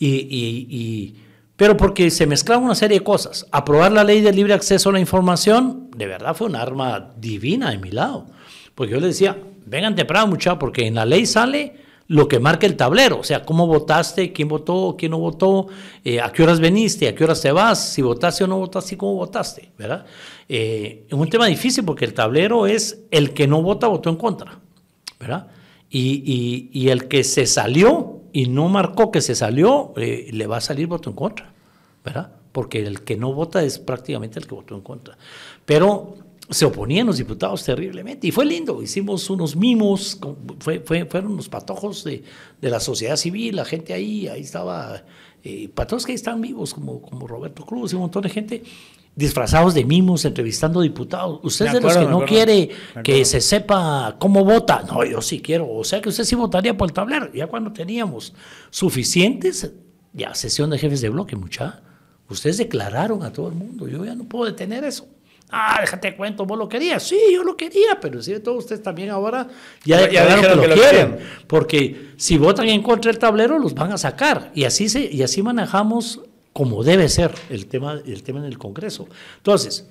[SPEAKER 2] Pero porque se mezclaban una serie de cosas. Aprobar la ley de libre acceso a la información, de verdad fue un arma divina de mi lado. Porque yo les decía, vengan temprano, muchachos, porque en la ley sale lo que marca el tablero. O sea, cómo votaste, quién votó, quién no votó, a qué horas veniste, a qué horas te vas, si votaste o no votaste y cómo votaste, ¿verdad? Es un tema difícil porque el tablero es el que no vota, votó en contra, ¿verdad? Y el que se salió y no marcó que se salió, le va a salir voto en contra, ¿verdad? Porque el que no vota es prácticamente el que votó en contra. Pero se oponían los diputados terriblemente y fue lindo, hicimos unos mimos, fueron unos patojos de la sociedad civil, la gente ahí estaba, patojos que ahí están vivos, como Roberto Cruz y un montón de gente, disfrazados de mimos, entrevistando diputados. Usted es de los que no quiere que se sepa cómo vota. No, yo sí quiero. O sea que usted sí votaría por el tablero. Ya cuando teníamos suficientes, ya sesión de jefes de bloque, mucha. Ustedes declararon a todo el mundo. Yo ya no puedo detener eso. Déjate de cuento, vos lo querías. Sí, yo lo quería, pero sí, todos ustedes también ahora ya declararon que lo quieren. Porque si votan en contra del tablero, los van a sacar. Y así manejamos como debe ser el tema en el Congreso. Entonces,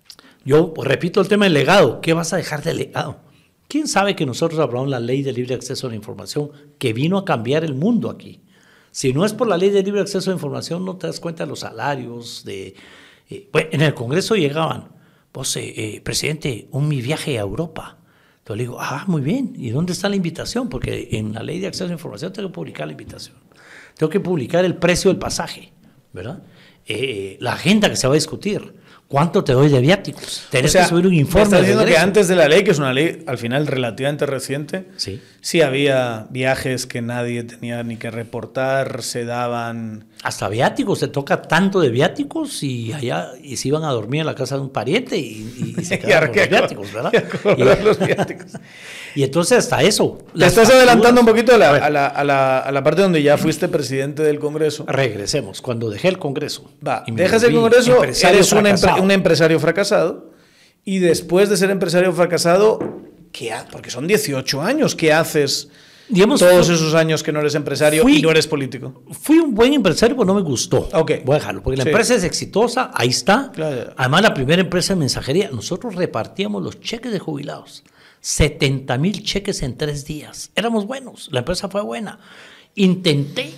[SPEAKER 2] yo repito el tema del legado. ¿Qué vas a dejar de legado? ¿Quién sabe que nosotros aprobamos la ley de libre acceso a la información que vino a cambiar el mundo aquí? Si no es por la ley de libre acceso a la información, no te das cuenta de los salarios. Bueno, en el Congreso llegaban, presidente, mi viaje a Europa. Entonces le digo, muy bien, ¿y dónde está la invitación? Porque en la ley de acceso a la información tengo que publicar la invitación. Tengo que publicar el precio del pasaje, ¿verdad? La agenda que se va a discutir. ¿Cuánto te doy de viáticos? Tenés que subir un informe.
[SPEAKER 1] Estás diciendo que antes de la ley, que es una ley al final relativamente reciente, sí había viajes que nadie tenía ni que reportar, se daban...
[SPEAKER 2] Hasta viáticos, se toca tanto de viáticos y se iban a dormir en la casa de un pariente y se quedaron con los viáticos, ¿verdad?
[SPEAKER 1] Los viáticos.
[SPEAKER 2] Y entonces hasta eso.
[SPEAKER 1] Te estás adelantando un poquito a la parte donde ya fuiste presidente del Congreso.
[SPEAKER 2] Regresemos, cuando dejé el Congreso.
[SPEAKER 1] Dejas el Congreso, eres un empresario fracasado, y después de ser empresario fracasado, porque son 18 años, ¿qué haces todos esos años que no eres empresario y no eres político?
[SPEAKER 2] Fui un buen empresario, pero no me gustó.
[SPEAKER 1] Okay.
[SPEAKER 2] Voy a dejarlo, porque la empresa es exitosa, ahí está.
[SPEAKER 1] Claro.
[SPEAKER 2] Además, la primera empresa de mensajería, nosotros repartíamos los cheques de jubilados. 70,000 cheques en 3 días. Éramos buenos, la empresa fue buena. Intenté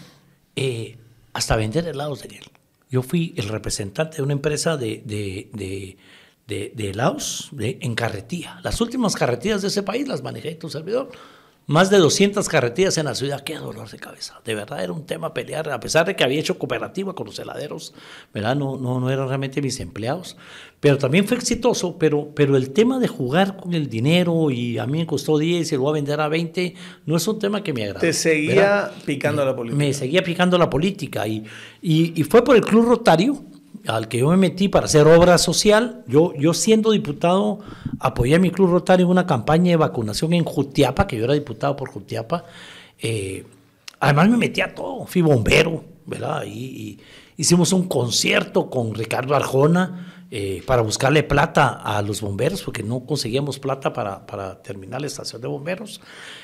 [SPEAKER 2] hasta vender helados, Daniel. Yo fui el representante de una empresa de helados en carretilla. Las últimas carretillas de ese país las manejé tu servidor. Más de 200 carretillas en la ciudad, qué dolor de cabeza. De verdad era un tema pelear, a pesar de que había hecho cooperativa con los heladeros, ¿verdad? No eran realmente mis empleados, pero también fue exitoso, pero el tema de jugar con el dinero y a mí me costó 10 y lo voy a vender a 20, no es un tema que me agrada.
[SPEAKER 1] Te seguía ¿verdad? Picando la política.
[SPEAKER 2] Me seguía picando la política y fue por el Club Rotario al que yo me metí para hacer obra social. Yo siendo diputado apoyé a mi Club Rotario en una campaña de vacunación en Jutiapa, que yo era diputado por Jutiapa. Además me metí a todo, fui bombero, ¿verdad? Y hicimos un concierto con Ricardo Arjona para buscarle plata a los bomberos, porque no conseguíamos plata para terminar la estación de bomberos.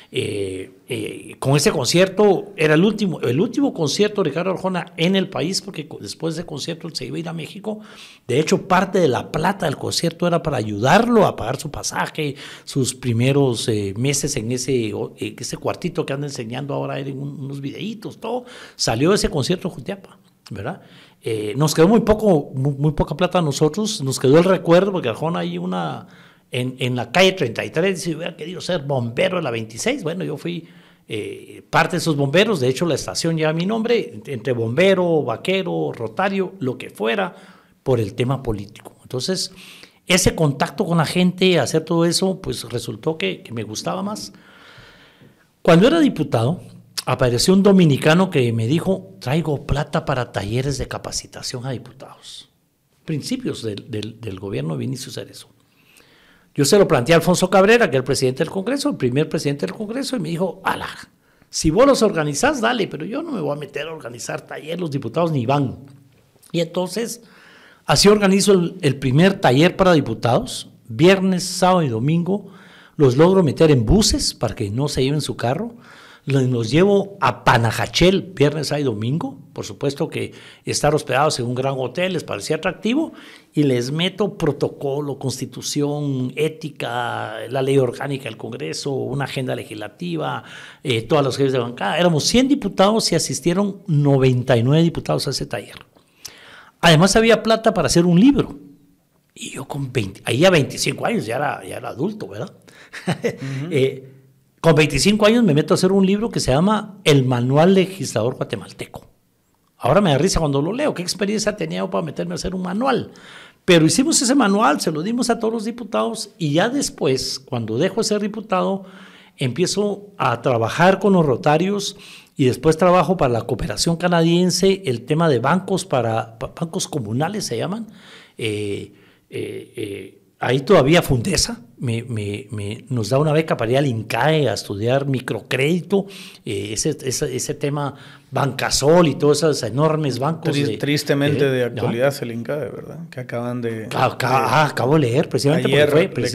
[SPEAKER 2] Con ese concierto, era el último concierto de Ricardo Arjona en el país, porque después de ese concierto él se iba a ir a México. De hecho, parte de la plata del concierto era para ayudarlo a pagar su pasaje, sus primeros meses en ese cuartito que anda enseñando ahora en unos videitos, todo. Salió de ese concierto en Jutiapa, ¿verdad? Nos quedó muy poca plata a nosotros, nos quedó el recuerdo, porque Arjona hay en la calle 33, si hubiera querido ser bombero de la 26, bueno, yo fui parte de esos bomberos, de hecho la estación lleva mi nombre, entre bombero, vaquero, rotario, lo que fuera, por el tema político. Entonces, ese contacto con la gente, hacer todo eso, pues resultó que me gustaba más. Cuando era diputado, apareció un dominicano que me dijo, traigo plata para talleres de capacitación a diputados. Principios del gobierno de Vinicio Cerezo. Yo se lo planteé a Alfonso Cabrera, que es el presidente del Congreso, el primer presidente del Congreso, y me dijo, ala, si vos los organizás, dale, pero yo no me voy a meter a organizar talleres, los diputados ni van. Y entonces, así organizo el primer taller para diputados, viernes, sábado y domingo, los logro meter en buses para que no se lleven su carro. Los llevo a Panajachel, viernes, sábado y domingo. Por supuesto que estar hospedados en un gran hotel les parecía atractivo. Y les meto protocolo, constitución, ética, la ley orgánica del Congreso, una agenda legislativa, todos los jefes de bancada. Éramos 100 diputados y asistieron 99 diputados a ese taller. Además había plata para hacer un libro. Y yo ahí a 25 años ya era adulto, ¿verdad? Uh-huh. Con 25 años me meto a hacer un libro que se llama El Manual Legislador Guatemalteco. Ahora me da risa cuando lo leo. ¿Qué experiencia tenía yo para meterme a hacer un manual? Pero hicimos ese manual, se lo dimos a todos los diputados y ya después, cuando dejo de ser diputado, empiezo a trabajar con los rotarios y después trabajo para la cooperación canadiense, el tema de bancos bancos comunales se llaman. Ahí todavía Fundesa nos da una beca para ir al INCAE a estudiar microcrédito, ese tema Bancasol y todos esos enormes bancos.
[SPEAKER 1] Tristemente de actualidad ¿no? El INCAE, ¿verdad? Que acaban de...
[SPEAKER 2] Acabo de leer, precisamente.
[SPEAKER 1] Ayer
[SPEAKER 2] fue,
[SPEAKER 1] le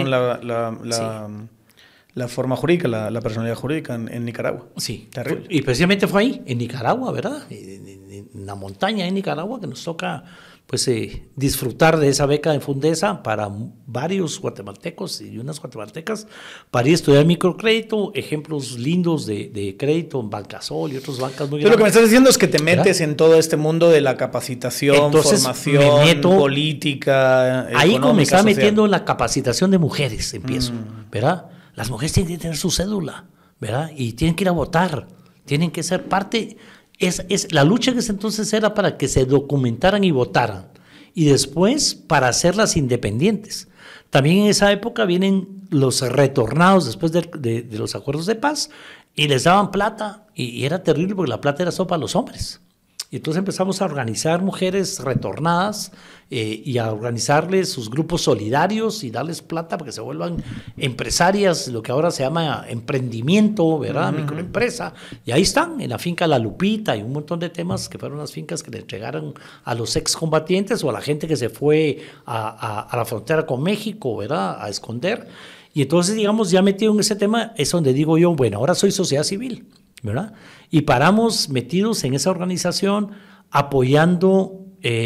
[SPEAKER 1] cancelaron la forma jurídica, la personalidad jurídica en Nicaragua.
[SPEAKER 2] Sí,
[SPEAKER 1] terrible.
[SPEAKER 2] Y precisamente fue ahí, en Nicaragua, ¿verdad? En la montaña en Nicaragua, que nos toca... pues disfrutar de esa beca de Fundesa para varios guatemaltecos y unas guatemaltecas para ir a estudiar microcrédito, ejemplos lindos de crédito en Bancasol y otras bancas muy grandes.
[SPEAKER 1] Lo que me estás diciendo es que te metes en todo este mundo de la capacitación, entonces, formación, política,
[SPEAKER 2] ahí como me estaba metiendo en la capacitación de mujeres, empiezo, ¿verdad? Las mujeres tienen que tener su cédula, ¿verdad? Y tienen que ir a votar, tienen que ser parte... la lucha en ese entonces era para que se documentaran y votaran y después para hacerlas independientes. También en esa época vienen los retornados después de los acuerdos de paz y les daban plata y era terrible porque la plata era solo para los hombres. Y entonces empezamos a organizar mujeres retornadas y a organizarles sus grupos solidarios y darles plata para que se vuelvan empresarias, lo que ahora se llama emprendimiento, ¿verdad? Uh-huh. Microempresa. Y ahí están, en la finca La Lupita y un montón de temas que fueron las fincas que le entregaron a los excombatientes o a la gente que se fue a la frontera con México, ¿verdad? A esconder. Y entonces, digamos, ya metido en ese tema, es donde digo yo, bueno, ahora soy sociedad civil, ¿verdad? Y paramos metidos en esa organización apoyando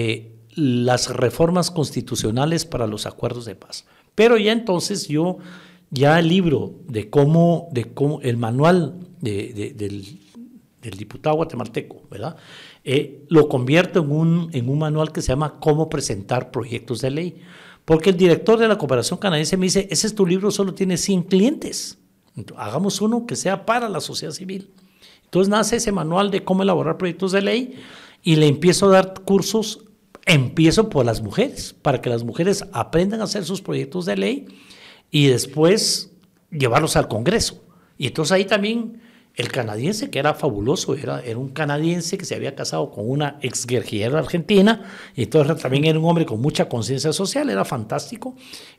[SPEAKER 2] las reformas constitucionales para los acuerdos de paz. Pero ya entonces ya el libro de cómo el manual del diputado guatemalteco, ¿verdad? Lo convierto en un manual que se llama Cómo presentar proyectos de ley, porque el director de la cooperación canadiense me dice, ese es tu libro, solo tiene 100 clientes. Entonces, hagamos uno que sea para la sociedad civil. Entonces nace ese manual de cómo elaborar proyectos de ley y le empiezo a dar cursos, empiezo por las mujeres, para que las mujeres aprendan a hacer sus proyectos de ley y después llevarlos al Congreso. Y entonces ahí también el canadiense, que era fabuloso, era un canadiense que se había casado con una exguerrillera argentina, y entonces también era un hombre con mucha conciencia social, era fantástico,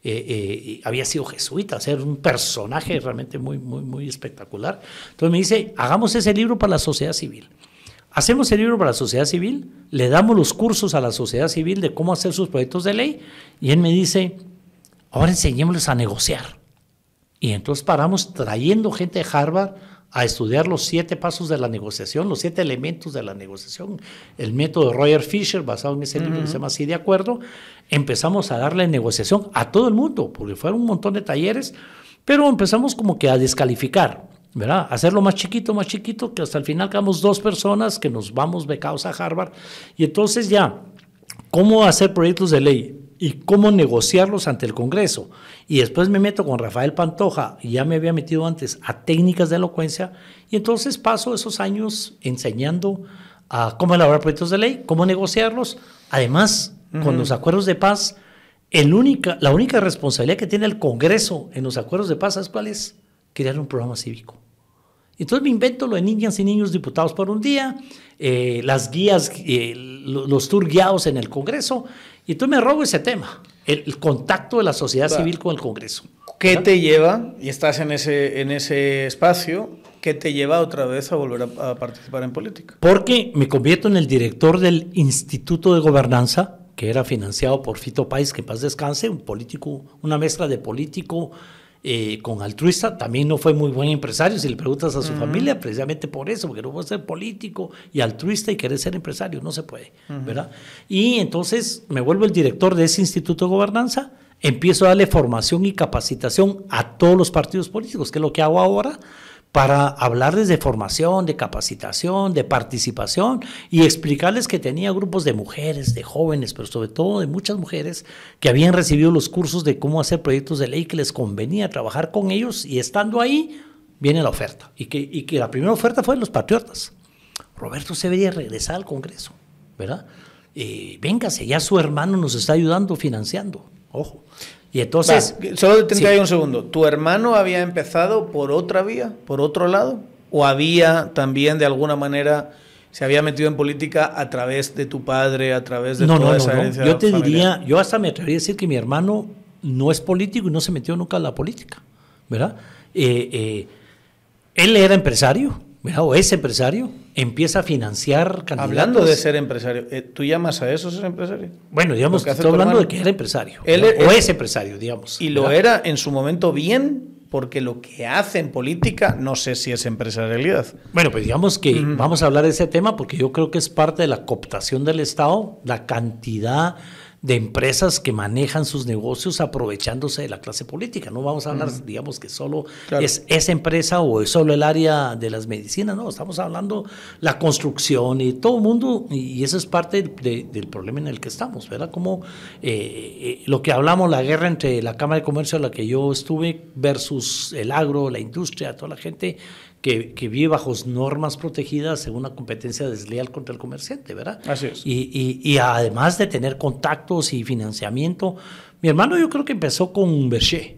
[SPEAKER 2] había sido jesuita, era un personaje realmente muy, muy, muy espectacular. Entonces me dice, hagamos ese libro para la sociedad civil. Hacemos el libro para la sociedad civil, le damos los cursos a la sociedad civil de cómo hacer sus proyectos de ley, y él me dice, ahora enseñémosles a negociar. Y entonces paramos trayendo gente de Harvard a estudiar los 7 pasos de la negociación, los 7 elementos de la negociación, el método de Roger Fisher, basado en ese libro que se llama Así de Acuerdo. Empezamos a darle negociación a todo el mundo, porque fueron un montón de talleres, pero empezamos como que a descalificar, ¿verdad? Hacerlo más chiquito, que hasta el final quedamos 2 personas que nos vamos becados a Harvard. Y entonces ya, ¿cómo hacer proyectos de ley? Y cómo negociarlos ante el Congreso. Y después me meto con Rafael Pantoja, y ya me había metido antes a técnicas de elocuencia, y entonces paso esos años enseñando a cómo elaborar proyectos de ley, cómo negociarlos. Además, con los acuerdos de paz, la única responsabilidad que tiene el Congreso en los acuerdos de paz, ¿sabes cuál es? Crear un programa cívico. Entonces me invento lo de niñas y niños diputados por un día, las guías, los tour guiados en el Congreso, y entonces me robo ese tema, el contacto de la sociedad civil con el Congreso.
[SPEAKER 1] ¿Qué te lleva, y estás en ese espacio, qué te lleva otra vez a volver a participar en política?
[SPEAKER 2] Porque me convierto en el director del Instituto de Gobernanza, que era financiado por Fito Páez, que en paz descanse, un político, una mezcla de político con altruista. También no fue muy buen empresario, si le preguntas a su familia, precisamente por eso, porque no puede ser político y altruista y querer ser empresario, no se puede, ¿verdad? Y entonces me vuelvo el director de ese Instituto de Gobernanza, empiezo a darle formación y capacitación a todos los partidos políticos, que es lo que hago ahora, para hablarles de formación, de capacitación, de participación, y explicarles que tenía grupos de mujeres, de jóvenes, pero sobre todo de muchas mujeres que habían recibido los cursos de cómo hacer proyectos de ley, que les convenía trabajar con ellos, y estando ahí viene la oferta, y que la primera oferta fue de los patriotas. Roberto, se debería regresar al Congreso, ¿verdad? Véngase, ya su hermano nos está ayudando, financiando, ojo. Y entonces...
[SPEAKER 1] Solo detente ahí un segundo. ¿Tu hermano había empezado por otra vía, por otro lado? ¿O había también, de alguna manera, se había metido en política a través de tu padre, a través de toda esa herencia
[SPEAKER 2] Yo te
[SPEAKER 1] familiar?
[SPEAKER 2] diría, yo hasta me atrevería a decir que mi hermano no es político y no se metió nunca en la política, ¿verdad? Él era empresario, ¿verdad? O es empresario, empieza a financiar candidatos.
[SPEAKER 1] Hablando de ser empresario, ¿tú llamas a eso ser empresario?
[SPEAKER 2] Bueno, digamos, estoy hablando de que era empresario, o es empresario, digamos.
[SPEAKER 1] Y lo era en su momento bien, porque lo que hace en política, no sé si es empresarialidad.
[SPEAKER 2] Bueno, pues digamos que vamos a hablar de ese tema, porque yo creo que es parte de la cooptación del Estado, la cantidad de empresas que manejan sus negocios aprovechándose de la clase política. No vamos a hablar, digamos, que solo es esa empresa o es solo el área de las medicinas, no, estamos hablando la construcción y todo el mundo, y eso es parte del problema en el que estamos, ¿verdad? Como lo que hablamos, la guerra entre la Cámara de Comercio a la que yo estuve versus el agro, la industria, toda la gente que vive bajo normas protegidas en una competencia desleal contra el comerciante, ¿verdad?
[SPEAKER 1] Así es.
[SPEAKER 2] Y además de tener contactos y financiamiento, mi hermano yo creo que empezó con Berger.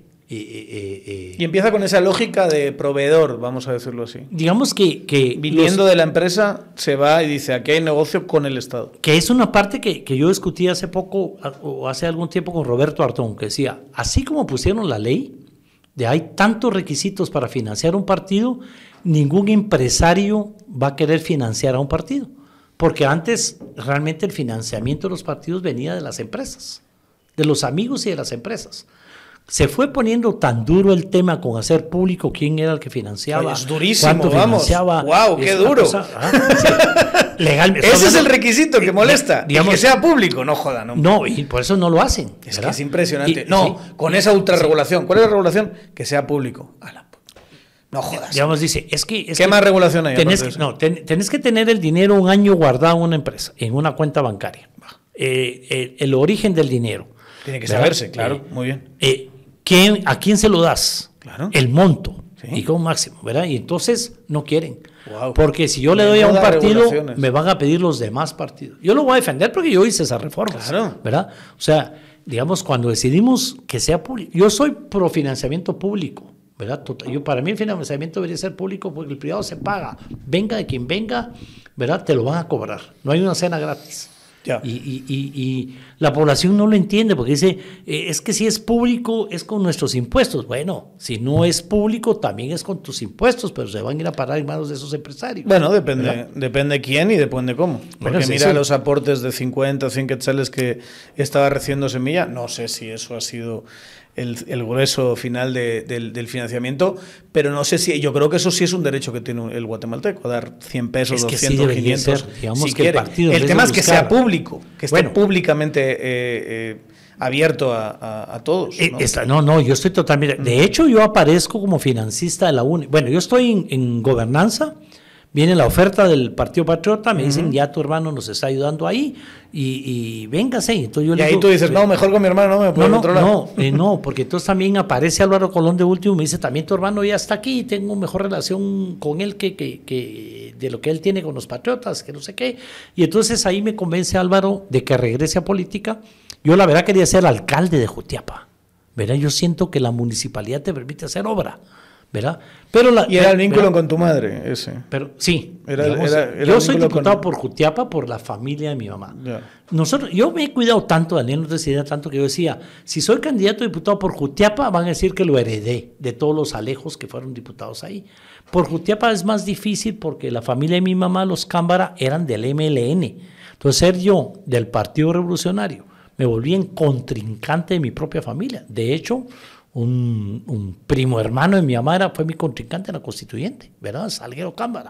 [SPEAKER 1] Y empieza con esa lógica de proveedor, vamos a decirlo así.
[SPEAKER 2] Digamos que
[SPEAKER 1] viniendo de la empresa, se va y dice, aquí hay negocio con el Estado.
[SPEAKER 2] Que es una parte que yo discutí hace poco, o hace algún tiempo con Roberto Artón, que decía, así como pusieron la ley, de hay tantos requisitos para financiar un partido, ningún empresario va a querer financiar a un partido, porque antes realmente el financiamiento de los partidos venía de las empresas, de los amigos y de las empresas. Se fue poniendo tan duro el tema con hacer público quién era el que financiaba.
[SPEAKER 1] Oye, es durísimo, vamos. ¡Wow, qué duro!
[SPEAKER 2] Cosa, sí, legalmente.
[SPEAKER 1] Ese es el requisito que molesta.
[SPEAKER 2] Digamos,
[SPEAKER 1] que sea público, no joda.
[SPEAKER 2] No, y por eso no lo hacen.
[SPEAKER 1] Es que es impresionante. Con
[SPEAKER 2] sí,
[SPEAKER 1] esa ultrarregulación. ¿Cuál es la regulación? Que sea público. No jodas.
[SPEAKER 2] Digamos, dice, ¿qué
[SPEAKER 1] más regulación hay?
[SPEAKER 2] Tenés que tener el dinero un año guardado en una empresa, en una cuenta bancaria. El origen del dinero.
[SPEAKER 1] Tiene que saberse, claro, muy bien.
[SPEAKER 2] ¿A quién se lo das?
[SPEAKER 1] Claro.
[SPEAKER 2] El monto.
[SPEAKER 1] Sí.
[SPEAKER 2] Y con máximo, ¿verdad? Y entonces no quieren.
[SPEAKER 1] Wow.
[SPEAKER 2] Porque si yo le doy a un partido, me van a pedir los demás partidos. Yo lo voy a defender porque yo hice esas reformas,
[SPEAKER 1] claro,
[SPEAKER 2] ¿verdad? O sea, digamos, cuando decidimos que sea público, yo soy pro financiamiento público, ¿verdad? Para mí el financiamiento debería ser público porque el privado se paga. Venga de quien venga, ¿verdad? Te lo van a cobrar. No hay una cena gratis.
[SPEAKER 1] Ya.
[SPEAKER 2] Y la población no lo entiende porque dice, es que si es público es con nuestros impuestos. Bueno, si no es público también es con tus impuestos, pero se van a ir a parar en manos de esos empresarios.
[SPEAKER 1] Bueno, depende quién y depende cómo. Porque
[SPEAKER 2] bueno,
[SPEAKER 1] mira los aportes de 50, 100 quetzales que estaba recibiendo Semilla, no sé si eso ha sido el grueso final del financiamiento, pero no sé si, yo creo que eso sí es un derecho que tiene el guatemalteco, dar 100 pesos,
[SPEAKER 2] es que
[SPEAKER 1] 200,
[SPEAKER 2] sí
[SPEAKER 1] 500,
[SPEAKER 2] ser, digamos
[SPEAKER 1] si
[SPEAKER 2] que
[SPEAKER 1] quiere.
[SPEAKER 2] El partido
[SPEAKER 1] el tema es que sea público, que esté públicamente abierto a todos.
[SPEAKER 2] ¿no? Yo estoy totalmente... De hecho, yo aparezco como financista de la UNE. Bueno, yo estoy en gobernanza. Viene la oferta del Partido Patriota, me dicen, ya tu hermano nos está ayudando ahí, y véngase. Entonces yo
[SPEAKER 1] y ahí digo, tú dices, no, mejor con mi hermano no me puedo controlar.
[SPEAKER 2] No, porque entonces también aparece Álvaro Colón de último, me dice, también tu hermano ya está aquí, tengo mejor relación con él que de lo que él tiene con los patriotas, que no sé qué. Y entonces ahí me convence Álvaro de que regrese a política. Yo la verdad quería ser alcalde de Jutiapa, ¿verdad? Yo siento que la municipalidad te permite hacer obra, ¿verdad?
[SPEAKER 1] Y era el vínculo con tu madre, ese.
[SPEAKER 2] Pero sí,
[SPEAKER 1] era
[SPEAKER 2] yo soy diputado por Jutiapa por la familia de mi mamá. Yeah. Yo me he cuidado tanto, Daniel, no decía tanto que yo decía, si soy candidato a diputado por Jutiapa, van a decir que lo heredé de todos los alejos que fueron diputados ahí. Por Jutiapa es más difícil porque la familia de mi mamá, los Cámbara, eran del MLN. Entonces, ser yo del Partido Revolucionario, me volví en contrincante de mi propia familia. De hecho, un primo hermano de mi mamá fue mi contrincante en la constituyente, ¿verdad? Salguero Cámbara.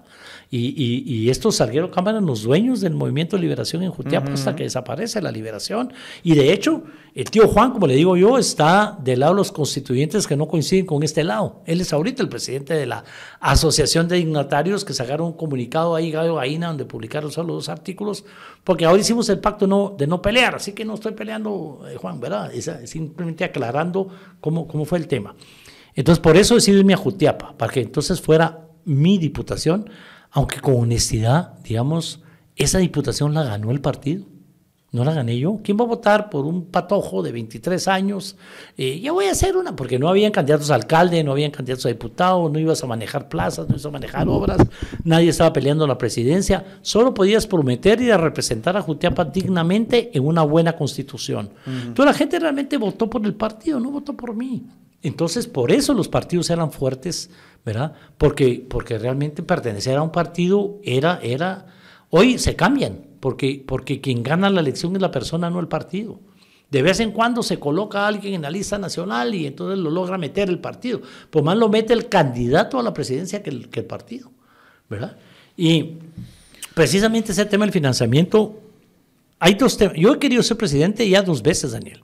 [SPEAKER 2] Y estos Salguero Cámbara, los dueños del movimiento de liberación en Jutiapa, hasta que desaparece la liberación. Y de hecho, el tío Juan, como le digo yo, está del lado de los constituyentes que no coinciden con este lado. Él es ahorita el presidente de la Asociación de Dignatarios, que sacaron un comunicado ahí, Gallo Gallina, donde publicaron solo 2 artículos, porque ahora hicimos el pacto de no pelear, así que no estoy peleando, Juan, ¿verdad? Simplemente aclarando cómo fue el tema. Entonces, por eso decidí irme a Jutiapa, para que entonces fuera mi diputación, aunque con honestidad, digamos, esa diputación la ganó el partido. No la gané yo. ¿Quién va a votar por un patojo de 23 años? Ya voy a hacer una, porque no habían candidatos a alcalde, no habían candidatos a diputado, no ibas a manejar plazas, no ibas a manejar obras, nadie estaba peleando la presidencia, solo podías prometer ir a representar a Jutiapa dignamente en una buena constitución. Entonces la gente realmente votó por el partido, no votó por mí. Entonces, por eso los partidos eran fuertes, ¿verdad? Porque realmente pertenecer a un partido era hoy se cambian. Porque quien gana la elección es la persona, no el partido. De vez en cuando se coloca a alguien en la lista nacional y entonces lo logra meter el partido. Pues más lo mete el candidato a la presidencia que el partido, ¿verdad? Y precisamente ese tema del financiamiento, hay 2 temas. Yo he querido ser presidente ya 2 veces, Daniel.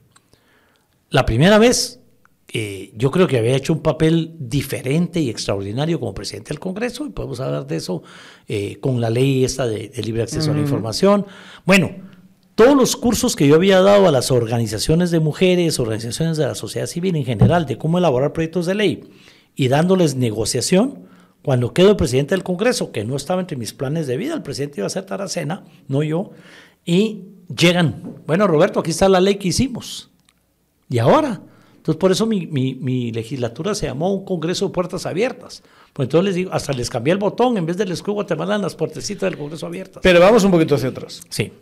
[SPEAKER 2] La primera vez, yo creo que había hecho un papel diferente y extraordinario como presidente del Congreso, y podemos hablar de eso con la ley esta de libre acceso a la información. Bueno, todos los cursos que yo había dado a las organizaciones de mujeres, organizaciones de la sociedad civil en general, de cómo elaborar proyectos de ley, y dándoles negociación, cuando quedo presidente del Congreso, que no estaba entre mis planes de vida, el presidente iba a ser Taracena, no yo, y llegan, bueno, Roberto, aquí está la ley que hicimos, y ahora... Entonces, por eso mi legislatura se llamó un Congreso de Puertas Abiertas. Pues entonces les digo, hasta les cambié el botón, en vez del escudo Guatemala, las puertecitas del Congreso abiertas.
[SPEAKER 1] Pero vamos un poquito hacia atrás.
[SPEAKER 2] Sí.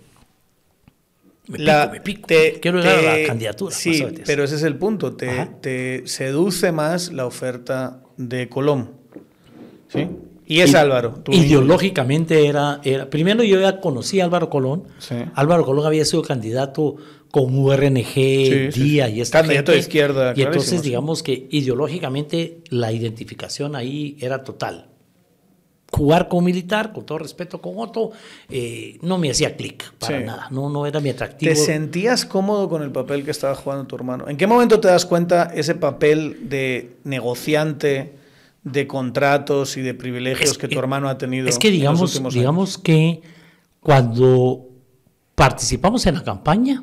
[SPEAKER 2] Me pico. Quiero llegar a la candidatura.
[SPEAKER 1] Sí, pero ese es el punto. Te seduce más la oferta de Colón. ¿Sí? Y es Álvaro.
[SPEAKER 2] Ideológicamente era... Primero yo ya conocí a Álvaro Colón. Sí. Álvaro Colón había sido candidato con URNG, DIA y esta
[SPEAKER 1] candidato de izquierda.
[SPEAKER 2] Y entonces digamos que ideológicamente la identificación ahí era total. Jugar con militar, con todo respeto con Otto, no me hacía clic para nada. No era mi atractivo.
[SPEAKER 1] ¿Te sentías cómodo con el papel que estaba jugando tu hermano? ¿En qué momento te das cuenta ese papel de negociante, de contratos y de privilegios que tu hermano ha tenido?
[SPEAKER 2] Es que digamos que cuando participamos en la campaña,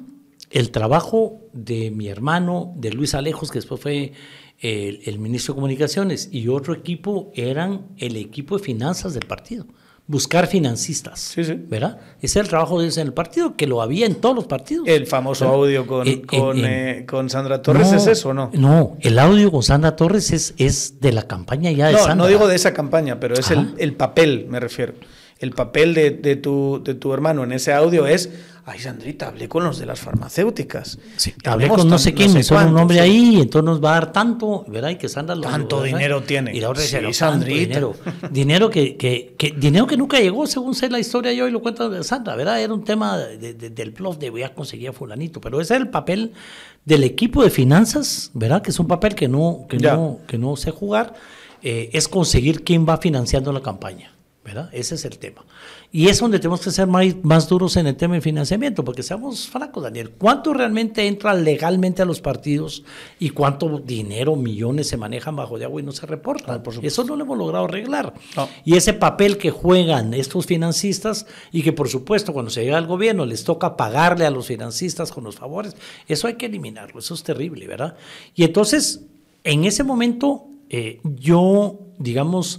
[SPEAKER 2] el trabajo de mi hermano, de Luis Alejos, que después fue el ministro de Comunicaciones, y otro equipo eran el equipo de finanzas del partido. Buscar financistas,
[SPEAKER 1] sí, sí.
[SPEAKER 2] ¿verdad? Ese es el trabajo de ellos en el partido, que lo había en todos los partidos.
[SPEAKER 1] El famoso audio con Sandra Torres, ¿es eso o no?
[SPEAKER 2] No, el audio con Sandra Torres es de la campaña ya de Sandra.
[SPEAKER 1] No digo de esa campaña, pero es el papel, me refiero. El papel de tu hermano en ese audio es: ay, Sandrita, hablé con los de las farmacéuticas.
[SPEAKER 2] Sí, hablé con no sé quién, me suena un nombre ahí, y entonces nos va a dar tanto, ¿verdad? Y que Sandra
[SPEAKER 1] tanto dinero tiene.
[SPEAKER 2] Y la otra dice:
[SPEAKER 1] sí, Sandrita.
[SPEAKER 2] Dinero que nunca llegó, según sé la historia yo y lo cuento de Sandra, ¿verdad? Era un tema del bluff de voy a conseguir a fulanito, pero ese es el papel del equipo de finanzas, ¿verdad? Que es un papel que no sé jugar, es conseguir quién va financiando la campaña, ¿verdad? Ese es el tema. Y es donde tenemos que ser más duros en el tema del financiamiento, porque seamos francos, Daniel, ¿cuánto realmente entra legalmente a los partidos y cuánto dinero, millones se manejan bajo de agua y no se reportan? Eso no lo hemos logrado arreglar. No. Y ese papel que juegan estos financistas y que por supuesto cuando se llega al gobierno les toca pagarle a los financistas con los favores, eso hay que eliminarlo, eso es terrible, ¿verdad? Y entonces, en ese momento, yo, digamos,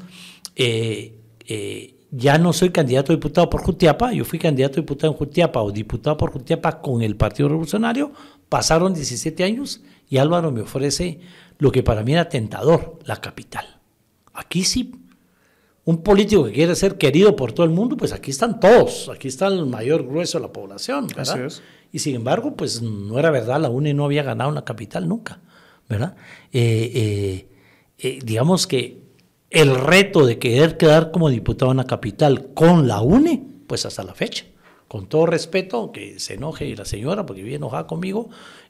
[SPEAKER 2] ya no soy candidato a diputado por Jutiapa, yo fui candidato a diputado en Jutiapa o diputado por Jutiapa con el Partido Revolucionario, pasaron 17 años y Álvaro me ofrece lo que para mí era tentador, la capital. Aquí sí, un político que quiere ser querido por todo el mundo, pues aquí están todos, aquí está el mayor grueso de la población, ¿verdad?
[SPEAKER 1] Así es.
[SPEAKER 2] Y sin embargo, pues no era verdad, la UNE no había ganado en la capital nunca, ¿verdad? Digamos que el reto de querer quedar como diputado en la capital con la UNE, pues hasta la fecha, con todo respeto, que se enoje la señora porque vive enojada conmigo,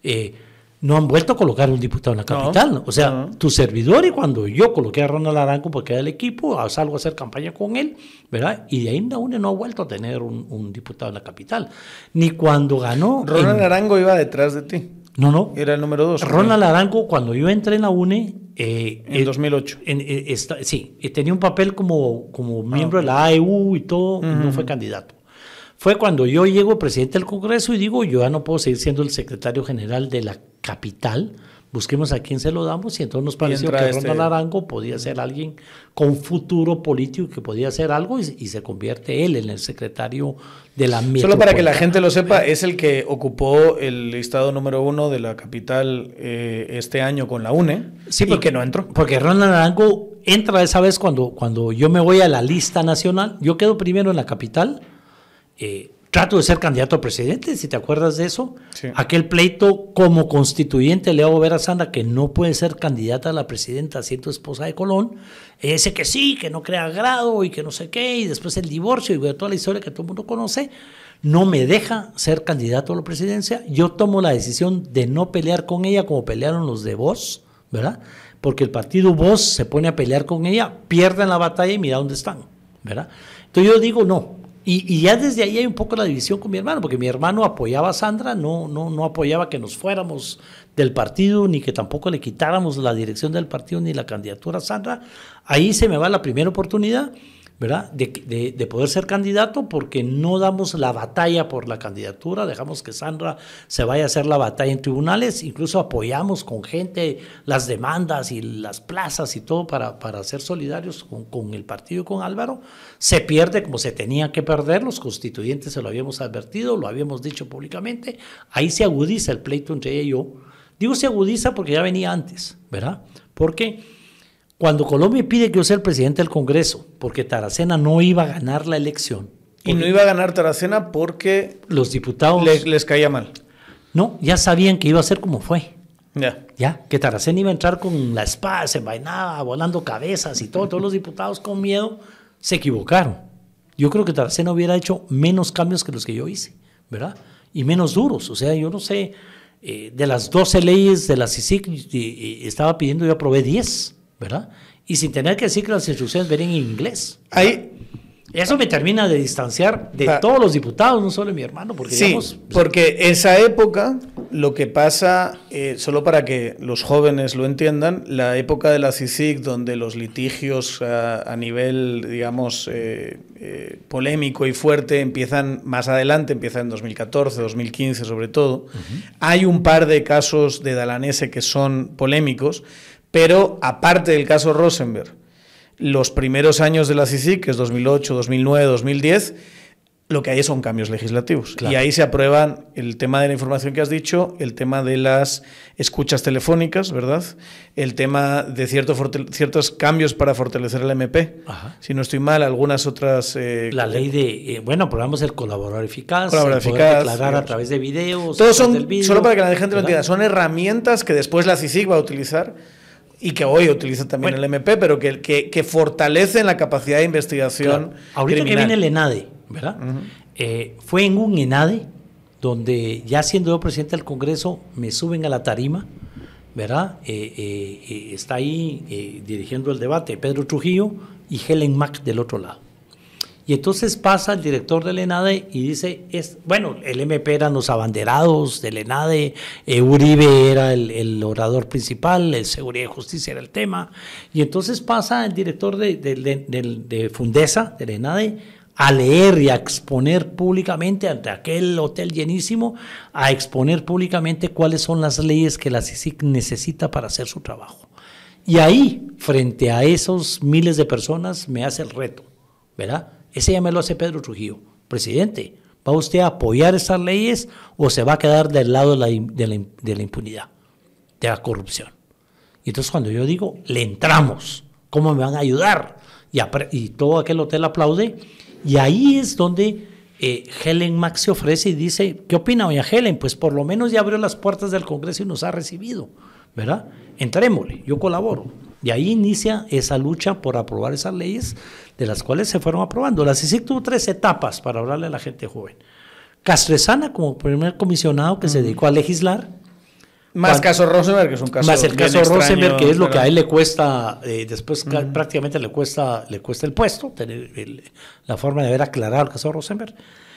[SPEAKER 2] no han vuelto a colocar un diputado en la capital. O sea, tu servidor, y cuando yo coloqué a Ronald Arango porque era el equipo, salgo a hacer campaña con él, ¿verdad? Y de ahí la UNE no ha vuelto a tener un diputado en la capital. Ni cuando ganó...
[SPEAKER 1] Ronald Arango iba detrás de ti.
[SPEAKER 2] No.
[SPEAKER 1] Era el número 2.
[SPEAKER 2] Ronald Arango, cuando yo entré en la UNE...
[SPEAKER 1] en 2008.
[SPEAKER 2] Sí, tenía un papel como miembro de la AEU y todo, y no fue candidato. Fue cuando yo llego presidente del Congreso y digo, yo ya no puedo seguir siendo el secretario general de la capital, busquemos a quién se lo damos, y entonces nos pareció que Ronald Arango podía ser alguien con futuro político que podía hacer algo, y se convierte él en el secretario de la metropolitana.
[SPEAKER 1] Solo para que la gente lo sepa, es el que ocupó el listado número 1 de la capital este año con la UNE,
[SPEAKER 2] sí,
[SPEAKER 1] y que no entró.
[SPEAKER 2] Porque Ronald Arango entra esa vez cuando yo me voy a la lista nacional, yo quedo primero en la capital, trato de ser candidato a presidente, si te acuerdas de eso. Sí. Aquel pleito como constituyente le hago ver a Sandra que no puede ser candidata a la presidenta siendo esposa de Colón. Ella dice que sí, que no crea agrado y que no sé qué, y después el divorcio y toda la historia que todo el mundo conoce. No me deja ser candidato a la presidencia. Yo tomo la decisión de no pelear con ella como pelearon los de Voz, ¿verdad? Porque el partido Voz se pone a pelear con ella, pierden la batalla y mira dónde están, ¿verdad? Entonces yo digo no. Y ya desde ahí hay un poco la división con mi hermano, porque mi hermano apoyaba a Sandra, no apoyaba que nos fuéramos del partido, ni que tampoco le quitáramos la dirección del partido, ni la candidatura a Sandra. Ahí se me va la primera oportunidad, ¿verdad?, de poder ser candidato, porque no damos la batalla por la candidatura, dejamos que Sandra se vaya a hacer la batalla en tribunales, incluso apoyamos con gente las demandas y las plazas y todo para ser solidarios con el partido y con Álvaro. Se pierde como se tenía que perder, los constituyentes se lo habíamos advertido, lo habíamos dicho públicamente, ahí se agudiza el pleito entre ella y yo. Digo se agudiza porque ya venía antes, ¿verdad? Porque cuando Colombia pide que yo sea el presidente del Congreso, porque Taracena no iba a ganar la elección.
[SPEAKER 1] Y no iba a ganar Taracena porque
[SPEAKER 2] los diputados
[SPEAKER 1] les caía mal.
[SPEAKER 2] No, ya sabían que iba a ser como fue.
[SPEAKER 1] Ya,
[SPEAKER 2] que Taracena iba a entrar con la espada, se envainaba, volando cabezas y todo. Todos los diputados con miedo se equivocaron. Yo creo que Taracena hubiera hecho menos cambios que los que yo hice, ¿verdad? Y menos duros. O sea, yo no sé, de las 12 leyes de la CICIC estaba pidiendo, yo aprobé 10. ¿Verdad? Y sin tener que decir que las instrucciones venían en inglés. Eso me termina de distanciar de todos los diputados, no solo de mi hermano. Porque,
[SPEAKER 1] sí, porque esa época lo que pasa, solo para que los jóvenes lo entiendan, la época de la CICIG, donde los litigios a nivel, digamos, polémico y fuerte empiezan más adelante, empiezan en 2014, 2015 sobre todo. Hay un par de casos de Dalanese que son polémicos, pero aparte del caso Rosenberg, los primeros años de la CICIG, que es 2008, 2009, 2010, lo que hay son cambios legislativos. Claro. Y ahí se aprueban el tema de la información que has dicho, el tema de las escuchas telefónicas, ¿verdad? El tema de ciertos cambios para fortalecer el MP. Ajá. Si no estoy mal, algunas otras...
[SPEAKER 2] la ley de... programas del colaborador eficaz,
[SPEAKER 1] poder
[SPEAKER 2] declarar a través de videos.
[SPEAKER 1] Todos son, solo para que la gente lo entienda, son herramientas que después la CICIG va a utilizar y que hoy utiliza también el MP, pero que fortalecen la capacidad de investigación.
[SPEAKER 2] Claro. Ahorita criminal. Que viene el ENADE, ¿verdad? Fue en un ENADE donde, ya siendo yo presidente del Congreso, me suben a la tarima, ¿verdad? Está ahí dirigiendo el debate Pedro Trujillo y Helen Mack del otro lado. Y entonces pasa el director del ENADE y dice, el MP eran los abanderados del ENADE, Uribe era el orador principal, el Seguridad y Justicia era el tema, y entonces pasa el director de Fundesa, del ENADE, a leer y a exponer públicamente ante aquel hotel llenísimo, a exponer públicamente cuáles son las leyes que la CICIG necesita para hacer su trabajo. Y ahí, frente a esos miles de personas, me hace el reto, ¿verdad? Ese ya me lo hace Pedro Trujillo. Presidente, ¿va usted a apoyar esas leyes o se va a quedar del lado de la impunidad, de la corrupción? Y entonces cuando yo digo, le entramos, ¿cómo me van a ayudar? Y todo aquel hotel aplaude. Y ahí es donde Helen Mack se ofrece y dice, ¿qué opina doña Helen? Pues por lo menos ya abrió las puertas del Congreso y nos ha recibido, ¿verdad? Entrémosle, yo colaboro. Y ahí inicia esa lucha por aprobar esas leyes, de las cuales se fueron aprobando. La CICIG tuvo 3 etapas para hablarle a la gente joven. Castresana como primer comisionado que se dedicó a legislar.
[SPEAKER 1] Más caso Rosenberg, que es un caso
[SPEAKER 2] más el caso Rosenberg, que es lo que a él le cuesta, después prácticamente le cuesta el puesto, tener la forma de haber aclarado el caso Rosenberg.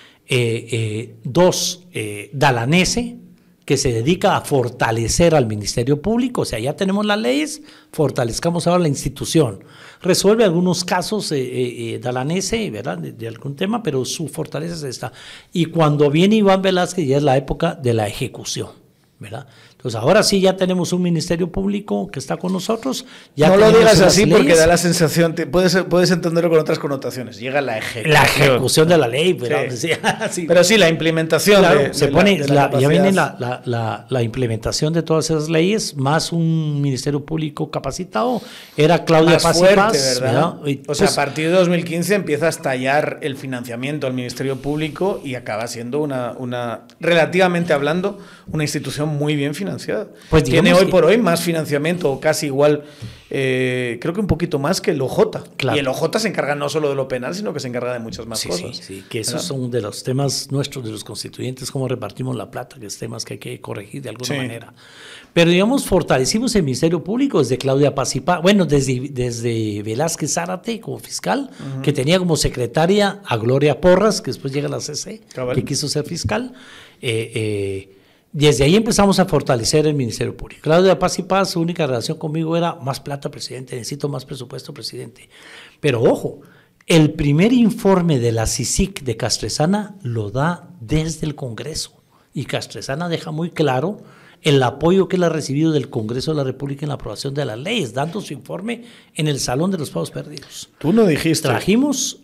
[SPEAKER 2] 2, Dalanese, que se dedica a fortalecer al Ministerio Público, o sea, ya tenemos las leyes, fortalezcamos ahora la institución. Resuelve algunos casos Dalanese, ¿verdad?, de algún tema, pero su fortaleza es esta. Y cuando viene Iván Velázquez, ya es la época de la ejecución, ¿verdad? Entonces, ahora sí ya tenemos un Ministerio Público que está con nosotros. Ya
[SPEAKER 1] no lo digas así leyes, porque da la sensación, puedes entenderlo con otras connotaciones. Llega la ejecución.
[SPEAKER 2] La ejecución de la ley. ¿verdad?
[SPEAKER 1] Sí. Sí. Pero sí, la implementación.
[SPEAKER 2] Claro, ya viene la implementación de todas esas leyes, más un Ministerio Público capacitado. Era Claudia Paz y Paz,
[SPEAKER 1] ¿verdad? O sea, a partir de 2015 empieza a estallar el financiamiento al Ministerio Público y acaba siendo una relativamente hablando, una institución muy bien financiada. Pues tiene hoy por hoy más financiamiento, o casi igual, creo que un poquito más que el OJ. Claro. Y el OJ se encarga no solo de lo penal, sino que se encarga de muchas más cosas.
[SPEAKER 2] Sí, que esos son de los temas nuestros, de los constituyentes, cómo repartimos la plata, que es temas que hay que corregir de alguna manera. Pero digamos, fortalecimos el Ministerio Público desde Claudia Paz y Paz, desde Velázquez Zárate como fiscal, que tenía como secretaria a Gloria Porras, que después llega a la CC, que quiso ser fiscal. Desde ahí empezamos a fortalecer el Ministerio Público. Claudia Paz y Paz, su única relación conmigo era más plata, presidente, necesito más presupuesto, presidente. Pero ojo, el primer informe de la CICIG de Castresana lo da desde el Congreso. Y Castresana deja muy claro el apoyo que él ha recibido del Congreso de la República en la aprobación de las leyes, dando su informe en el Salón de los Pagos Perdidos.
[SPEAKER 1] Tú no dijiste.
[SPEAKER 2] Trajimos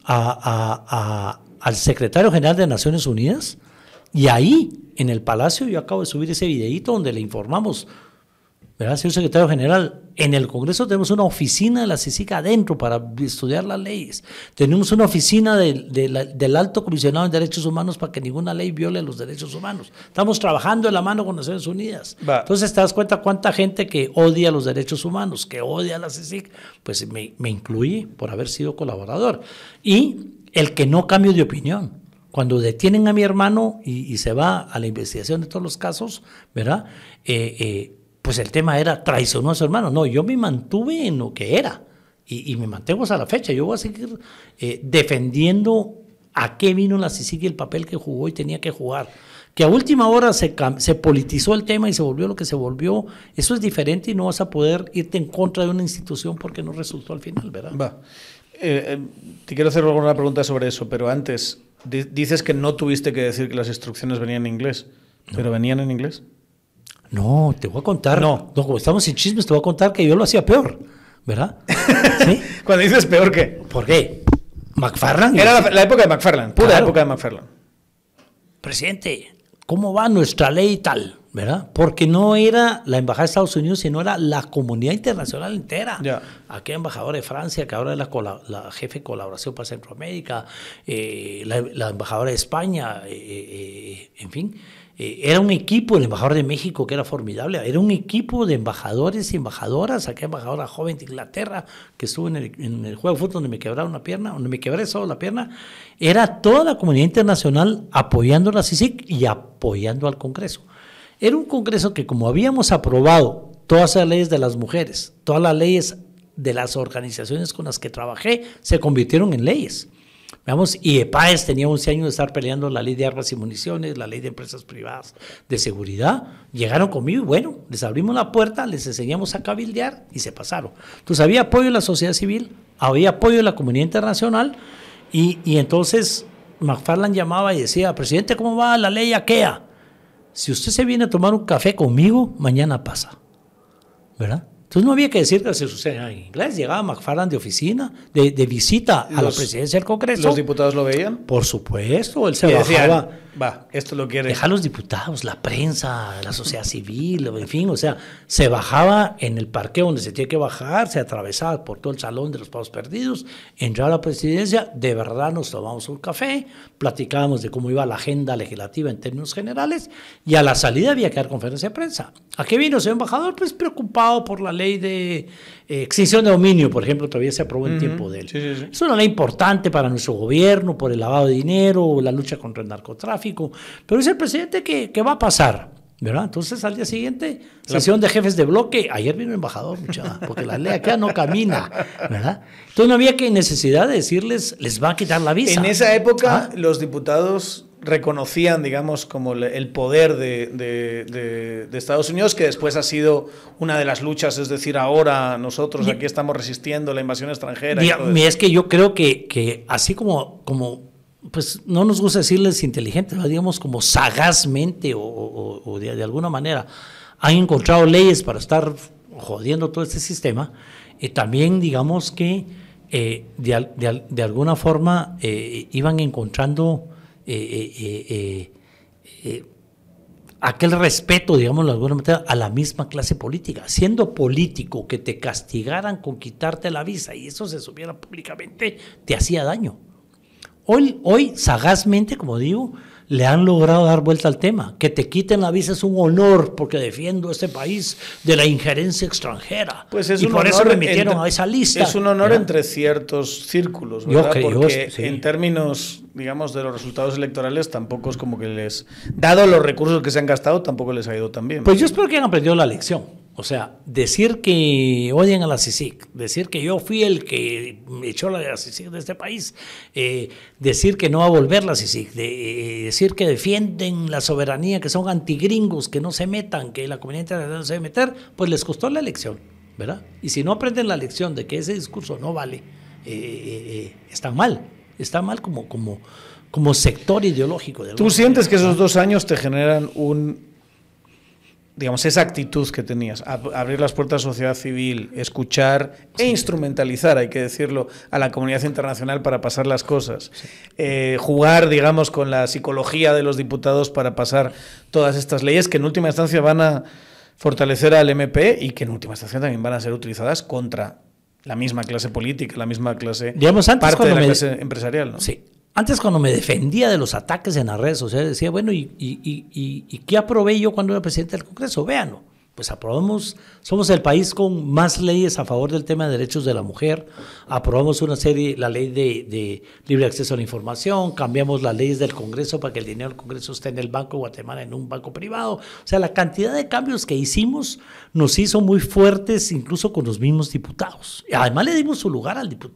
[SPEAKER 2] al secretario general de Naciones Unidas. Y ahí, en el Palacio, yo acabo de subir ese videíto donde le informamos, ¿verdad, señor secretario general? En el Congreso tenemos una oficina de la CICIG adentro para estudiar las leyes. Tenemos una oficina del Alto Comisionado en Derechos Humanos para que ninguna ley viole los derechos humanos. Estamos trabajando de la mano con Naciones Unidas. Entonces te das cuenta cuánta gente que odia los derechos humanos, que odia a la CICIG, pues me incluye por haber sido colaborador. Y el que no cambio de opinión. Cuando detienen a mi hermano y se va a la investigación de todos los casos, ¿verdad? Pues el tema era traicionó a su hermano. No, yo me mantuve en lo que era y me mantengo hasta la fecha. Yo voy a seguir defendiendo a qué vino la CICIG y el papel que jugó y tenía que jugar. Que a última hora se politizó el tema y se volvió lo que se volvió, eso es diferente y no vas a poder irte en contra de una institución porque no resultó al final, ¿verdad?
[SPEAKER 1] Va. Te quiero hacer alguna pregunta sobre eso, pero antes, dices que no tuviste que decir que las instrucciones venían en inglés, ¿pero venían en inglés?
[SPEAKER 2] No, te voy a contar. No, como estamos sin chismes, te voy a contar que yo lo hacía peor, ¿verdad? ¿Sí?
[SPEAKER 1] Cuando dices peor, ¿qué?
[SPEAKER 2] ¿Por qué? McFarland.
[SPEAKER 1] Era la época de McFarland, pura época de McFarland.
[SPEAKER 2] Presidente, ¿cómo va nuestra ley y tal? ¿Verdad? Porque no era la embajada de Estados Unidos, sino era la comunidad internacional entera.
[SPEAKER 1] Ya.
[SPEAKER 2] Aquel embajador de Francia, que ahora es la jefe de colaboración para Centroamérica, la embajadora de España, en fin. Era un equipo, el embajador de México, que era formidable, era un equipo de embajadores y embajadoras, aquella embajadora joven de Inglaterra, que estuvo en el juego de fútbol donde me quebraron una pierna, donde me quebré solo la pierna, era toda la comunidad internacional apoyando a la CICIG y apoyando al Congreso. Era un Congreso que, como habíamos aprobado todas las leyes de las mujeres, todas las leyes de las organizaciones con las que trabajé, se convirtieron en leyes. Veamos, y EPAES tenía 11 años de estar peleando la ley de armas y municiones, la ley de empresas privadas de seguridad. Llegaron conmigo y bueno, les abrimos la puerta, les enseñamos a cabildear y se pasaron. Entonces había apoyo de la sociedad civil, había apoyo de la comunidad internacional y entonces McFarland llamaba y decía, presidente, ¿cómo va la ley aquella? Si usted se viene a tomar un café conmigo, mañana pasa, ¿verdad? Entonces no había que decir que se sucedía en inglés. Llegaba McFarland de oficina, de visita a la presidencia del Congreso.
[SPEAKER 1] ¿Los diputados lo veían?
[SPEAKER 2] Por supuesto, él se
[SPEAKER 1] bajaba. Va, esto lo quiere.
[SPEAKER 2] Deja a los diputados, la prensa, la sociedad civil, en fin, o sea, se bajaba en el parqueo donde se tiene que bajar, se atravesaba por todo el salón de los pagos perdidos, entraba a la presidencia, de verdad nos tomamos un café, platicábamos de cómo iba la agenda legislativa en términos generales, y a la salida había que dar conferencia de prensa. ¿A qué vino, señor embajador? Pues preocupado por la ley de extinción de dominio, por ejemplo, todavía se aprobó en tiempo de él.
[SPEAKER 1] Sí.
[SPEAKER 2] Es una ley importante para nuestro gobierno, por el lavado de dinero, la lucha contra el narcotráfico, pero es el presidente que va a pasar, ¿verdad? Entonces al día siguiente, sesión de jefes de bloque, ayer vino el embajador, porque la ley acá no camina, ¿verdad? Entonces no había que necesidad de decirles, les va a quitar la visa.
[SPEAKER 1] En esa época los diputados reconocían, digamos, como el poder de Estados Unidos, que después ha sido una de las luchas, es decir, ahora nosotros aquí estamos resistiendo la invasión extranjera.
[SPEAKER 2] Es que yo creo que así como pues no nos gusta decirles inteligentes, digamos como sagazmente o de alguna manera han encontrado leyes para estar jodiendo todo este sistema, también digamos que de alguna forma iban encontrando aquel respeto, digamos de alguna manera, a la misma clase política. Siendo político, que te castigaran con quitarte la visa y eso se supiera públicamente, te hacía daño. Hoy, sagazmente, como digo, le han logrado dar vuelta al tema. Que te quiten la visa es un honor porque defiendo este país de la injerencia extranjera.
[SPEAKER 1] Pues es
[SPEAKER 2] y
[SPEAKER 1] un
[SPEAKER 2] por
[SPEAKER 1] honor
[SPEAKER 2] eso me metieron a esa lista.
[SPEAKER 1] Es un honor, ¿verdad?, entre ciertos círculos, ¿verdad? Porque
[SPEAKER 2] sí,
[SPEAKER 1] en términos, digamos, de los resultados electorales, tampoco es como que dado los recursos que se han gastado, tampoco les ha ido tan bien.
[SPEAKER 2] Pues yo espero que hayan aprendido la lección. O sea, decir que odian a la CICIG, decir que yo fui el que echó la CICIG de este país, decir que no va a volver la CICIG, decir que defienden la soberanía, que son antigringos, que no se metan, que la comunidad internacional no se debe meter, pues les costó la elección, ¿verdad? Y si no aprenden la lección de que ese discurso no vale, está mal como sector ideológico.
[SPEAKER 1] ¿Tú sientes que esos 2 años te generan digamos, esa actitud que tenías, abrir las puertas a la sociedad civil, escuchar e instrumentalizar, hay que decirlo, a la comunidad internacional para pasar las cosas, jugar, digamos, con la psicología de los diputados para pasar todas estas leyes que en última instancia van a fortalecer al MP y que en última instancia también van a ser utilizadas contra la misma clase política, la misma clase,
[SPEAKER 2] digamos, antes
[SPEAKER 1] parte de la clase empresarial, ¿no?
[SPEAKER 2] Sí. Antes, cuando me defendía de los ataques en las redes sociales, decía, bueno, ¿y qué aprobé yo cuando era presidente del Congreso? Véanlo. Pues aprobamos, somos el país con más leyes a favor del tema de derechos de la mujer, aprobamos la ley de libre acceso a la información, cambiamos las leyes del Congreso para que el dinero del Congreso esté en el Banco de Guatemala, en un banco privado. O sea, la cantidad de cambios que hicimos nos hizo muy fuertes, incluso con los mismos diputados. Y además le dimos su lugar al diputado.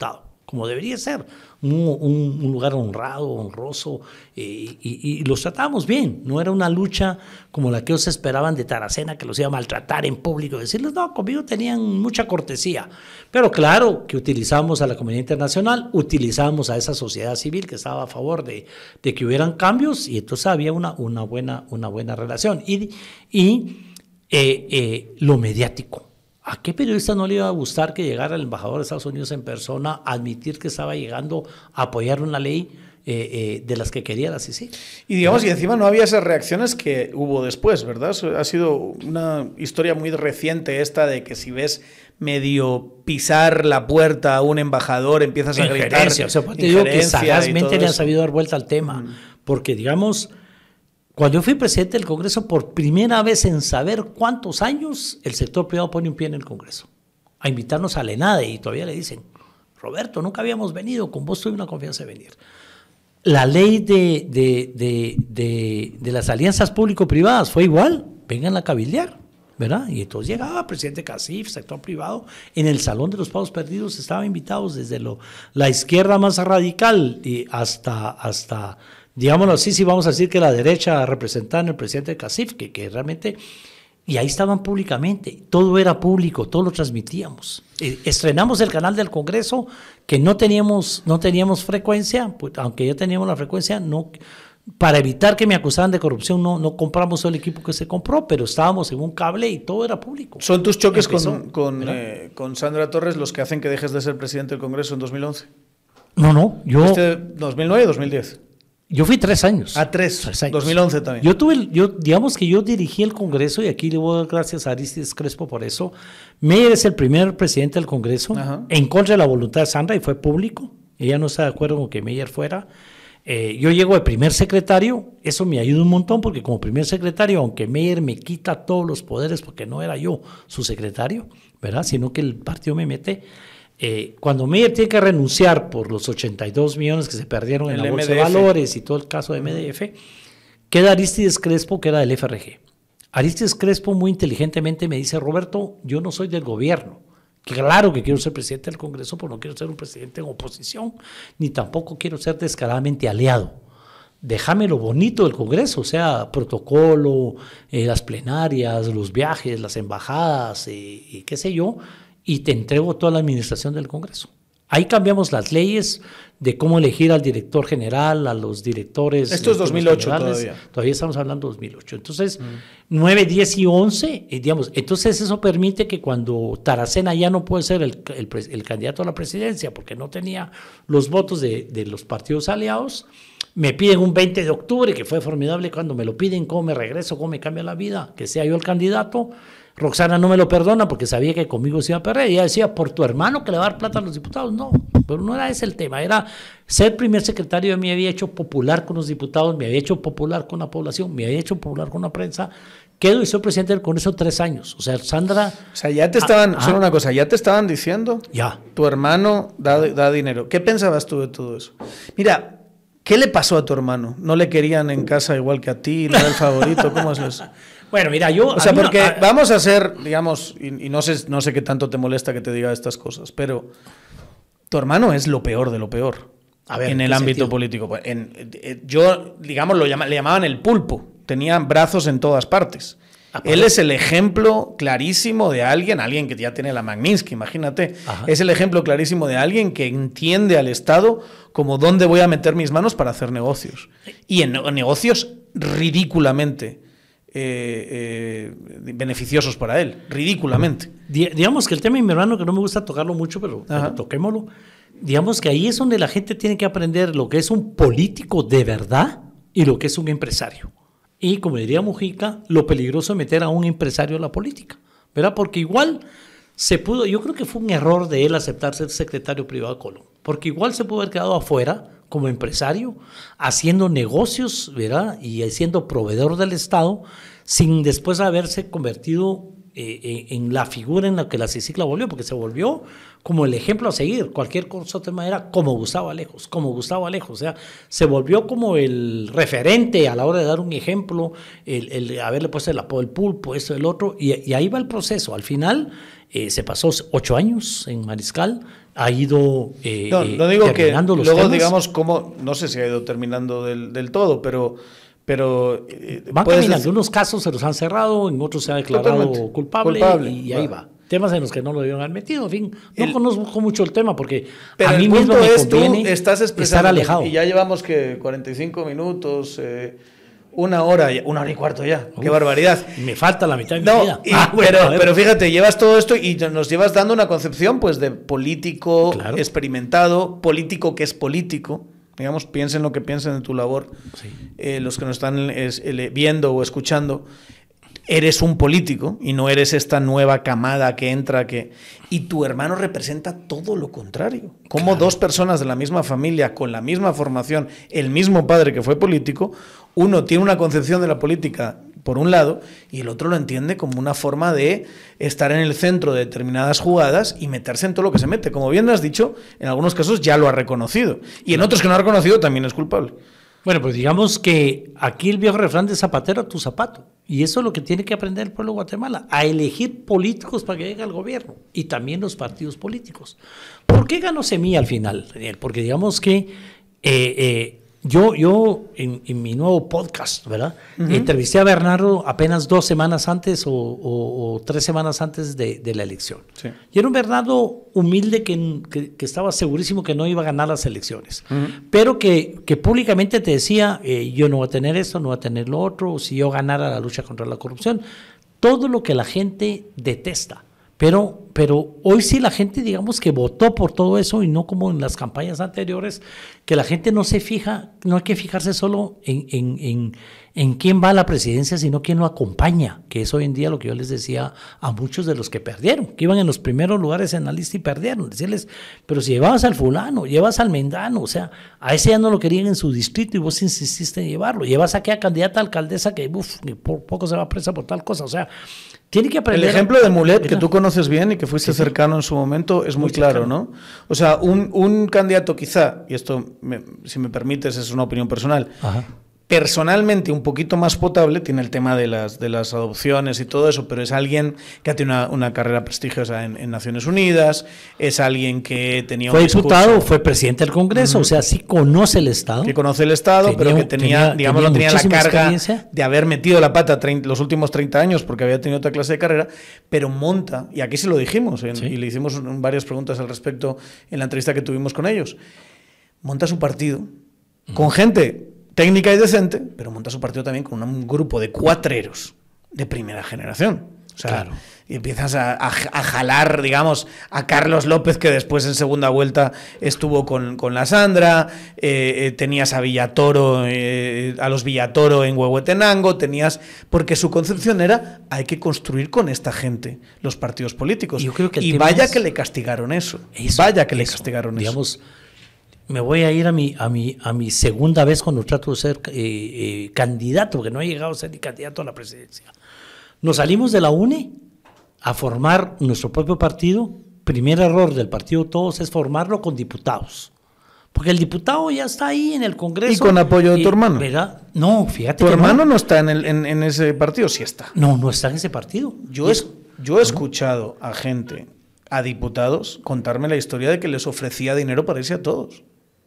[SPEAKER 2] como debería ser, un lugar honrado, honroso, y los tratábamos bien. No era una lucha como la que ellos esperaban de Taracena, que los iba a maltratar en público, decirles, no, conmigo tenían mucha cortesía. Pero claro que utilizamos a la comunidad internacional, utilizamos a esa sociedad civil que estaba a favor de que hubieran cambios, y entonces había una buena relación. Y lo mediático. ¿A qué periodista no le iba a gustar que llegara el embajador de Estados Unidos en persona a admitir que estaba llegando a apoyar una ley de las que quería la CICIG?
[SPEAKER 1] Y digamos, y encima no había esas reacciones que hubo después, ¿verdad? Ha sido una historia muy reciente esta de que si ves medio pisar la puerta a un embajador, empiezas a gritar.
[SPEAKER 2] O sea, te digo que sagazmente le han sabido dar vuelta al tema, porque digamos... Cuando yo fui presidente del Congreso, por primera vez en saber cuántos años, el sector privado pone un pie en el Congreso. A invitarnos a la ENADE, y todavía le dicen, Roberto, nunca habíamos venido, con vos tuve una confianza de venir. La ley de las alianzas público-privadas fue igual, vengan a cabildear, ¿verdad? Y entonces llegaba el presidente CACIF, sector privado, en el Salón de los Pagos Perdidos estaban invitados desde la izquierda más radical y hasta digámoslo así, si vamos a decir que la derecha representada en el presidente CACIF, que realmente, y ahí estaban públicamente, todo era público, todo lo transmitíamos. Estrenamos el canal del Congreso, que no teníamos frecuencia, pues, aunque ya teníamos la frecuencia, no, para evitar que me acusaran de corrupción, no compramos todo el equipo que se compró, pero estábamos en un cable y todo era público.
[SPEAKER 1] ¿Son tus choques con Sandra Torres los que hacen que dejes de ser presidente del Congreso en 2011?
[SPEAKER 2] No, yo...
[SPEAKER 1] ¿2009 o 2010?
[SPEAKER 2] Yo fui 3 años.
[SPEAKER 1] 3 años. 2011 también.
[SPEAKER 2] Digamos que yo dirigí el Congreso, y aquí le voy a dar gracias a Aristides Crespo por eso. Meyer es el primer presidente del Congreso, en contra de la voluntad de Sandra, y fue público. Ella no está de acuerdo con que Meyer fuera. Yo llego de primer secretario, eso me ayuda un montón, porque como primer secretario, aunque Meyer me quita todos los poderes, porque no era yo su secretario, ¿verdad? Sino que el partido me mete... cuando Meyer tiene que renunciar por los 82 millones que se perdieron en la Bolsa de Valores y todo el caso de MDF, queda Aristides Crespo, que era del FRG. Aristides Crespo muy inteligentemente me dice, Roberto, yo no soy del gobierno. Claro que quiero ser presidente del Congreso, pero no quiero ser un presidente en oposición, ni tampoco quiero ser descaradamente aliado. Déjame lo bonito del Congreso, o sea, protocolo, las plenarias, los viajes, las embajadas, y qué sé yo, y te entrego toda la administración del Congreso. Ahí cambiamos las leyes de cómo elegir al director general, a los directores.
[SPEAKER 1] Esto es 2008 todavía.
[SPEAKER 2] Todavía estamos hablando de 2008. Entonces, 9, 10 y 11, digamos, entonces eso permite que cuando Taracena ya no puede ser el candidato a la presidencia porque no tenía los votos de los partidos aliados, me piden un 20 de octubre, que fue formidable cuando me lo piden, cómo me regreso, cómo me cambia la vida, que sea yo el candidato. Roxana no me lo perdona porque sabía que conmigo se iba a perder. Ella decía, por tu hermano que le va a dar plata a los diputados. No, pero no era ese el tema. Era ser primer secretario, me había hecho popular con los diputados, me había hecho popular con la población, me había hecho popular con la prensa. Quedo y soy presidente del Congreso 3 años. O sea, Sandra...
[SPEAKER 1] O sea, ya te estaban, solo una cosa, ya te estaban diciendo,
[SPEAKER 2] ya,
[SPEAKER 1] tu hermano da dinero. ¿Qué pensabas tú de todo eso? Mira, ¿qué le pasó a tu hermano? ¿No le querían en casa igual que a ti? ¿No era el favorito? ¿Cómo es eso?
[SPEAKER 2] Bueno, mira, yo...
[SPEAKER 1] O sea, porque vamos a ser, digamos, y no sé qué tanto te molesta que te diga estas cosas, pero tu hermano es lo peor de lo peor en el ámbito político. Yo, digamos, le llamaban el pulpo. Tenía brazos en todas partes. Él es el ejemplo clarísimo de alguien que ya tiene la Magnitsky, imagínate. Ajá. Es el ejemplo clarísimo de alguien que entiende al Estado como dónde voy a meter mis manos para hacer negocios. Y en negocios ridículamente beneficiosos para él, ridículamente.
[SPEAKER 2] Digamos que el tema de mi hermano, que no me gusta tocarlo mucho, pero toquémoslo, digamos que ahí es donde la gente tiene que aprender lo que es un político de verdad y lo que es un empresario. Y como diría Mujica, lo peligroso es meter a un empresario a la política, ¿verdad? Porque igual se pudo, yo creo que fue un error de él aceptar ser secretario privado de Colón, porque igual se pudo haber quedado afuera como empresario, haciendo negocios, ¿verdad? Y siendo proveedor del Estado, sin después haberse convertido en la figura en la que la CICIG la volvió, porque se volvió como el ejemplo a seguir. Cualquier consorte era como Gustavo Alejos, o sea, se volvió como el referente a la hora de dar un ejemplo, el haberle puesto el apodo del pulpo, esto, el otro, y ahí va el proceso. Al final se pasó 8 años en Mariscal, ha ido
[SPEAKER 1] no digo que
[SPEAKER 2] los
[SPEAKER 1] luego
[SPEAKER 2] temas.
[SPEAKER 1] Digamos como, no sé si ha ido terminando del todo, pero
[SPEAKER 2] van caminando. Unos casos se los han cerrado, en otros se ha declarado culpable y ahí va. Temas en los que no lo debieron haber metido. En fin, no conozco mucho el tema porque a mí mismo me conviene estar alejado.
[SPEAKER 1] Y ya llevamos que 45 minutos, 1 hora y cuarto ya. ¡Qué barbaridad!
[SPEAKER 2] Me falta la mitad de mi vida.
[SPEAKER 1] Pero fíjate, llevas todo esto y nos llevas dando una concepción pues de político experimentado, político que es político. Digamos, piensen lo que piensen de tu labor, los que nos están viendo o escuchando. Eres un político y no eres esta nueva camada que entra, y tu hermano representa todo lo contrario. Como 2 personas de la misma familia, con la misma formación, el mismo padre que fue político, uno tiene una concepción de la política por un lado y el otro lo entiende como una forma de estar en el centro de determinadas jugadas y meterse en todo lo que se mete. Como bien has dicho, en algunos casos ya lo ha reconocido y en otros que no ha reconocido también es culpable.
[SPEAKER 2] Bueno, pues digamos que aquí el viejo refrán de zapatero a tu zapato. Y eso es lo que tiene que aprender el pueblo de Guatemala, a elegir políticos para que llegue al gobierno y también los partidos políticos. ¿Por qué ganó Semilla al final, Daniel? Porque digamos que yo en mi nuevo podcast, ¿verdad? Entrevisté a Bernardo apenas 2 semanas antes o 3 semanas antes de la elección. Sí. Y era un Bernardo humilde que estaba segurísimo que no iba a ganar las elecciones, pero que públicamente te decía, yo no voy a tener esto, no voy a tener lo otro, si yo ganara la lucha contra la corrupción, todo lo que la gente detesta. Pero hoy sí la gente, digamos, que votó por todo eso y no como en las campañas anteriores, que la gente no se fija, no hay que fijarse solo en quién va a la presidencia, sino quién lo acompaña, que es hoy en día lo que yo les decía a muchos de los que perdieron, que iban en los primeros lugares en la lista y perdieron. Decirles, pero si llevabas al fulano, llevas al mendano, o sea, a ese ya no lo querían en su distrito y vos insististe en llevarlo. Llevas a aquella candidata a alcaldesa que por poco se va presa por tal cosa, o sea, tiene que aprender.
[SPEAKER 1] El ejemplo de Mulet, que tú conoces bien y que fuiste cercano en su momento, es muy claro, ¿no? O sea, un candidato quizá, y esto, si me permites, es una opinión personal, personalmente un poquito más potable, tiene el tema de las adopciones y todo eso, pero es alguien que ha tenido una carrera prestigiosa en Naciones Unidas, es alguien que tenía
[SPEAKER 2] fue diputado, fue presidente del Congreso, o sea, sí conoce el Estado.
[SPEAKER 1] Que conoce el Estado, pero que tenía la carga de haber metido la pata los últimos 30 años porque había tenido otra clase de carrera, pero monta, y aquí se lo dijimos, y le hicimos varias preguntas al respecto en la entrevista que tuvimos con ellos, monta su partido con gente técnica y decente, pero monta su partido también con un grupo de cuatreros de primera generación. O sea, y empiezas a jalar, digamos, a Carlos López, que después en segunda vuelta estuvo con la Sandra, tenías a Villatoro, a los Villatoro en Huehuetenango, porque su concepción era, hay que construir con esta gente los partidos políticos.
[SPEAKER 2] Yo creo que
[SPEAKER 1] y vaya que le castigaron eso. Vaya que le castigaron
[SPEAKER 2] digamos,
[SPEAKER 1] eso.
[SPEAKER 2] Me voy a ir a mi segunda vez cuando trato de ser candidato, porque no he llegado a ser ni candidato a la presidencia. Nos salimos de la UNE a formar nuestro propio partido. Primer error del partido Todos es formarlo con diputados. Porque el diputado ya está ahí en el Congreso.
[SPEAKER 1] Y con apoyo de tu hermano.
[SPEAKER 2] ¿Verdad? No, fíjate.
[SPEAKER 1] ¿Tu hermano no está en ese partido? Sí está.
[SPEAKER 2] No está en ese partido.
[SPEAKER 1] Yo he escuchado a gente, a diputados, contarme la historia de que les ofrecía dinero para irse a Todos.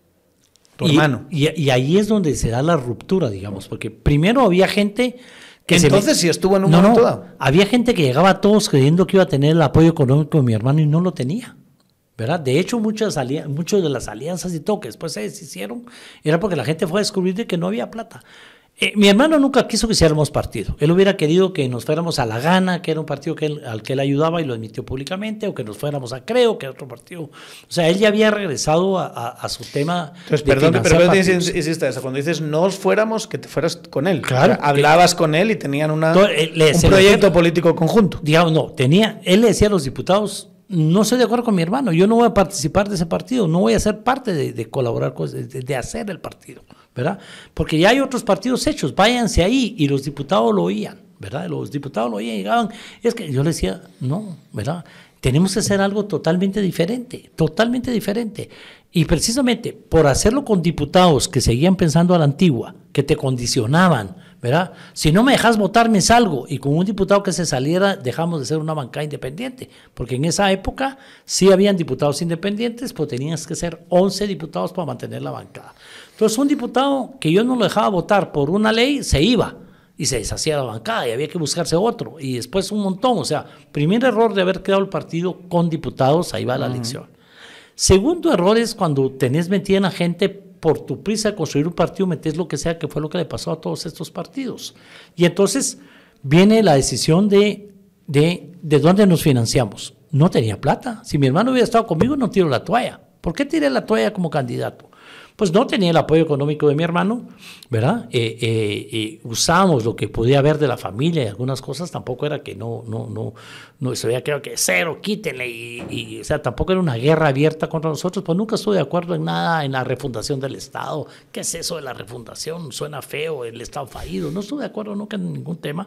[SPEAKER 1] Tu hermano.
[SPEAKER 2] Y ahí es donde se da la ruptura, digamos, porque primero había gente que
[SPEAKER 1] entonces sí estuvo en un momento dado.
[SPEAKER 2] Había gente que llegaba a Todos creyendo que iba a tener el apoyo económico de mi hermano y no lo tenía, ¿verdad? De hecho, muchas de las alianzas y todo que después se deshicieron era porque la gente fue a descubrir que no había plata. Mi hermano nunca quiso que hiciéramos partido. Él hubiera querido que nos fuéramos a La Gana, que era un partido al que él ayudaba y lo admitió públicamente, o que nos fuéramos a Creo, que era otro partido. O sea, él ya había regresado a su tema.
[SPEAKER 1] Entonces, perdón, pero hiciste eso. Cuando dices nos fuéramos, que te fueras con él.
[SPEAKER 2] Claro.
[SPEAKER 1] O sea, hablabas con él y tenían un proyecto político conjunto.
[SPEAKER 2] Digamos, él le decía a los diputados, no estoy de acuerdo con mi hermano, yo no voy a participar de ese partido, no voy a ser parte de colaborar, de hacer el partido, ¿verdad? Porque ya hay otros partidos hechos, váyanse ahí, y los diputados lo oían, ¿verdad? Los diputados lo oían y llegaban, es que yo les decía, no, ¿verdad? Tenemos que hacer algo totalmente diferente, y precisamente por hacerlo con diputados que seguían pensando a la antigua, que te condicionaban, ¿verdad? Si no me dejas votar, me salgo. Y con un diputado que se saliera, dejamos de ser una bancada independiente. Porque en esa época sí habían diputados independientes, pero tenías que ser 11 diputados para mantener la bancada. Entonces, un diputado que yo no lo dejaba votar por una ley, se iba y se deshacía la bancada y había que buscarse otro. Y después un montón. O sea, primer error de haber creado el partido con diputados, ahí va la elección. Segundo error es cuando tenés metida en la gente por tu prisa de construir un partido, metes lo que sea, que fue lo que le pasó a todos estos partidos. Y entonces viene la decisión de dónde nos financiamos. No tenía plata. Si mi hermano hubiera estado conmigo, no tiro la toalla. ¿Por qué tiré la toalla como candidato? Pues no tenía el apoyo económico de mi hermano, ¿verdad? Usábamos lo que podía haber de la familia y algunas cosas, tampoco era que no se había quedado que cero, quítenle, o sea, tampoco era una guerra abierta contra nosotros, pues nunca estuve de acuerdo en nada en la refundación del Estado. ¿Qué es eso de la refundación? Suena feo, el Estado fallido, no estuve de acuerdo nunca en ningún tema.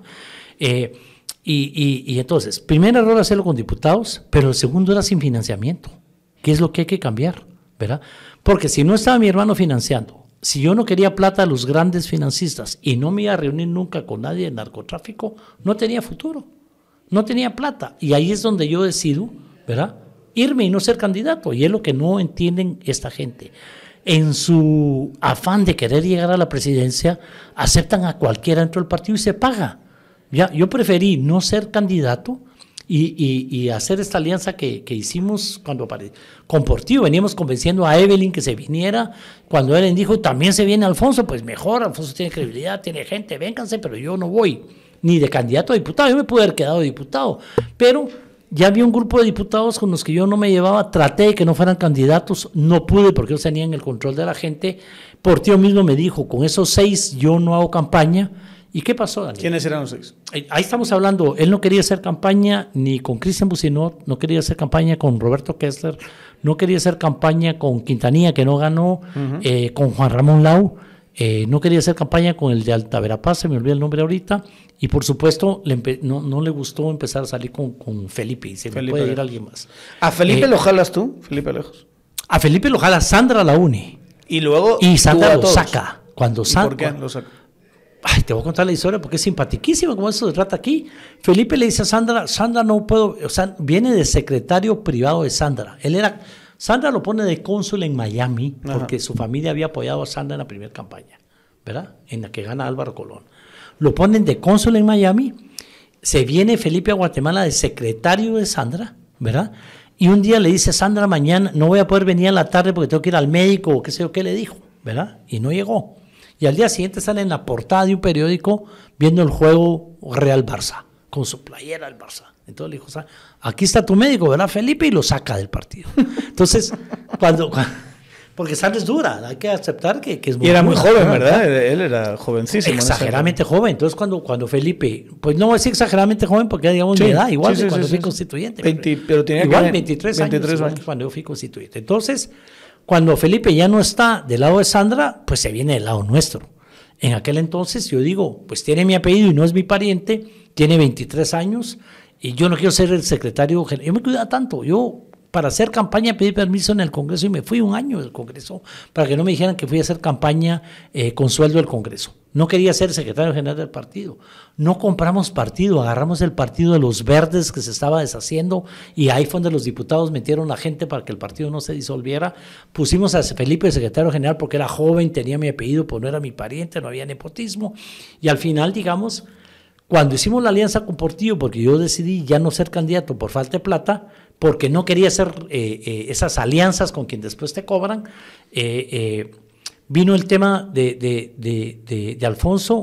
[SPEAKER 2] Y entonces, primer error hacerlo con diputados, pero el segundo era sin financiamiento, que es lo que hay que cambiar, ¿verdad? Porque si no estaba mi hermano financiando, si yo no quería plata a los grandes financistas y no me iba a reunir nunca con nadie de narcotráfico, no tenía futuro, no tenía plata. Y ahí es donde yo decido, ¿verdad?, irme y no ser candidato. Y es lo que no entienden esta gente. En su afán de querer llegar a la presidencia, aceptan a cualquiera dentro del partido y se paga. Ya, yo preferí no ser candidato y hacer esta alianza que hicimos cuando con Portillo. Veníamos convenciendo a Evelyn que se viniera. Cuando Evelyn dijo, también se viene Alfonso, pues mejor, Alfonso tiene credibilidad, tiene gente, vénganse, pero yo no voy ni de candidato a diputado. Yo me pude haber quedado diputado, pero ya había un grupo de diputados con los que yo no me llevaba, traté de que no fueran candidatos, no pude porque ellos tenían el control de la gente. Portillo mismo me dijo, con esos 6 yo no hago campaña. ¿Y qué pasó, Daniel?
[SPEAKER 1] ¿Quiénes eran los 6?
[SPEAKER 2] Ahí estamos hablando, él no quería hacer campaña ni con Cristian Bucinot, no quería hacer campaña con Roberto Kessler, no quería hacer campaña con Quintanilla, que no ganó, con Juan Ramón Lau, no quería hacer campaña con el de Alta Verapaz, se me olvida el nombre ahorita, y por supuesto no le gustó empezar a salir con Felipe, y se me puede ir alguien más.
[SPEAKER 1] ¿A Felipe lo jalas tú, Felipe Alejos?
[SPEAKER 2] A Felipe lo jala Sandra, la une.
[SPEAKER 1] Y luego
[SPEAKER 2] y Sandra lo saca.
[SPEAKER 1] ¿Por qué lo saca?
[SPEAKER 2] Ay, te voy a contar la historia porque es simpatiquísima, como eso se trata aquí. Felipe le dice a Sandra no puedo, o sea, viene de secretario privado de Sandra. Sandra lo pone de cónsul en Miami porque su familia había apoyado a Sandra en la primera campaña, ¿verdad? En la que gana Álvaro Colón. Lo ponen de cónsul en Miami, se viene Felipe a Guatemala de secretario de Sandra, ¿verdad? Y un día le dice a Sandra, mañana no voy a poder venir a la tarde porque tengo que ir al médico o qué sé yo qué le dijo, ¿verdad? Y no llegó. Y al día siguiente sale en la portada de un periódico viendo el juego Real Barça, con su playera del Barça. Entonces le dijo, aquí está tu médico, ¿verdad, Felipe? Y lo saca del partido. Entonces, porque Sandra es dura, hay que aceptar que es muy
[SPEAKER 1] Y era muy joven, ¿verdad? Él era jovencísimo.
[SPEAKER 2] Exageradamente joven. Entonces, cuando Felipe, pues no voy a decir exageradamente joven porque digamos mi edad, igual que cuando fui constituyente.
[SPEAKER 1] Pero tenía
[SPEAKER 2] igual 23 años cuando yo fui constituyente. Entonces, cuando Felipe ya no está del lado de Sandra, pues se viene del lado nuestro. En aquel entonces yo digo, pues tiene mi apellido y no es mi pariente, tiene 23 años y yo no quiero ser el secretario general. Yo me cuidaba tanto, yo para hacer campaña pedí permiso en el Congreso y me fui 1 año del Congreso para que no me dijeran que fui a hacer campaña con sueldo del Congreso. No quería ser secretario general del partido. No compramos partido, agarramos el partido de los verdes que se estaba deshaciendo y ahí fue donde los diputados metieron a gente para que el partido no se disolviera. Pusimos a Felipe de secretario general porque era joven, tenía mi apellido, pues no era mi pariente, no había nepotismo. Y al final, digamos, cuando hicimos la alianza con Portillo, porque yo decidí ya no ser candidato por falta de plata, porque no quería hacer esas alianzas con quien después te cobran, vino el tema de Alfonso.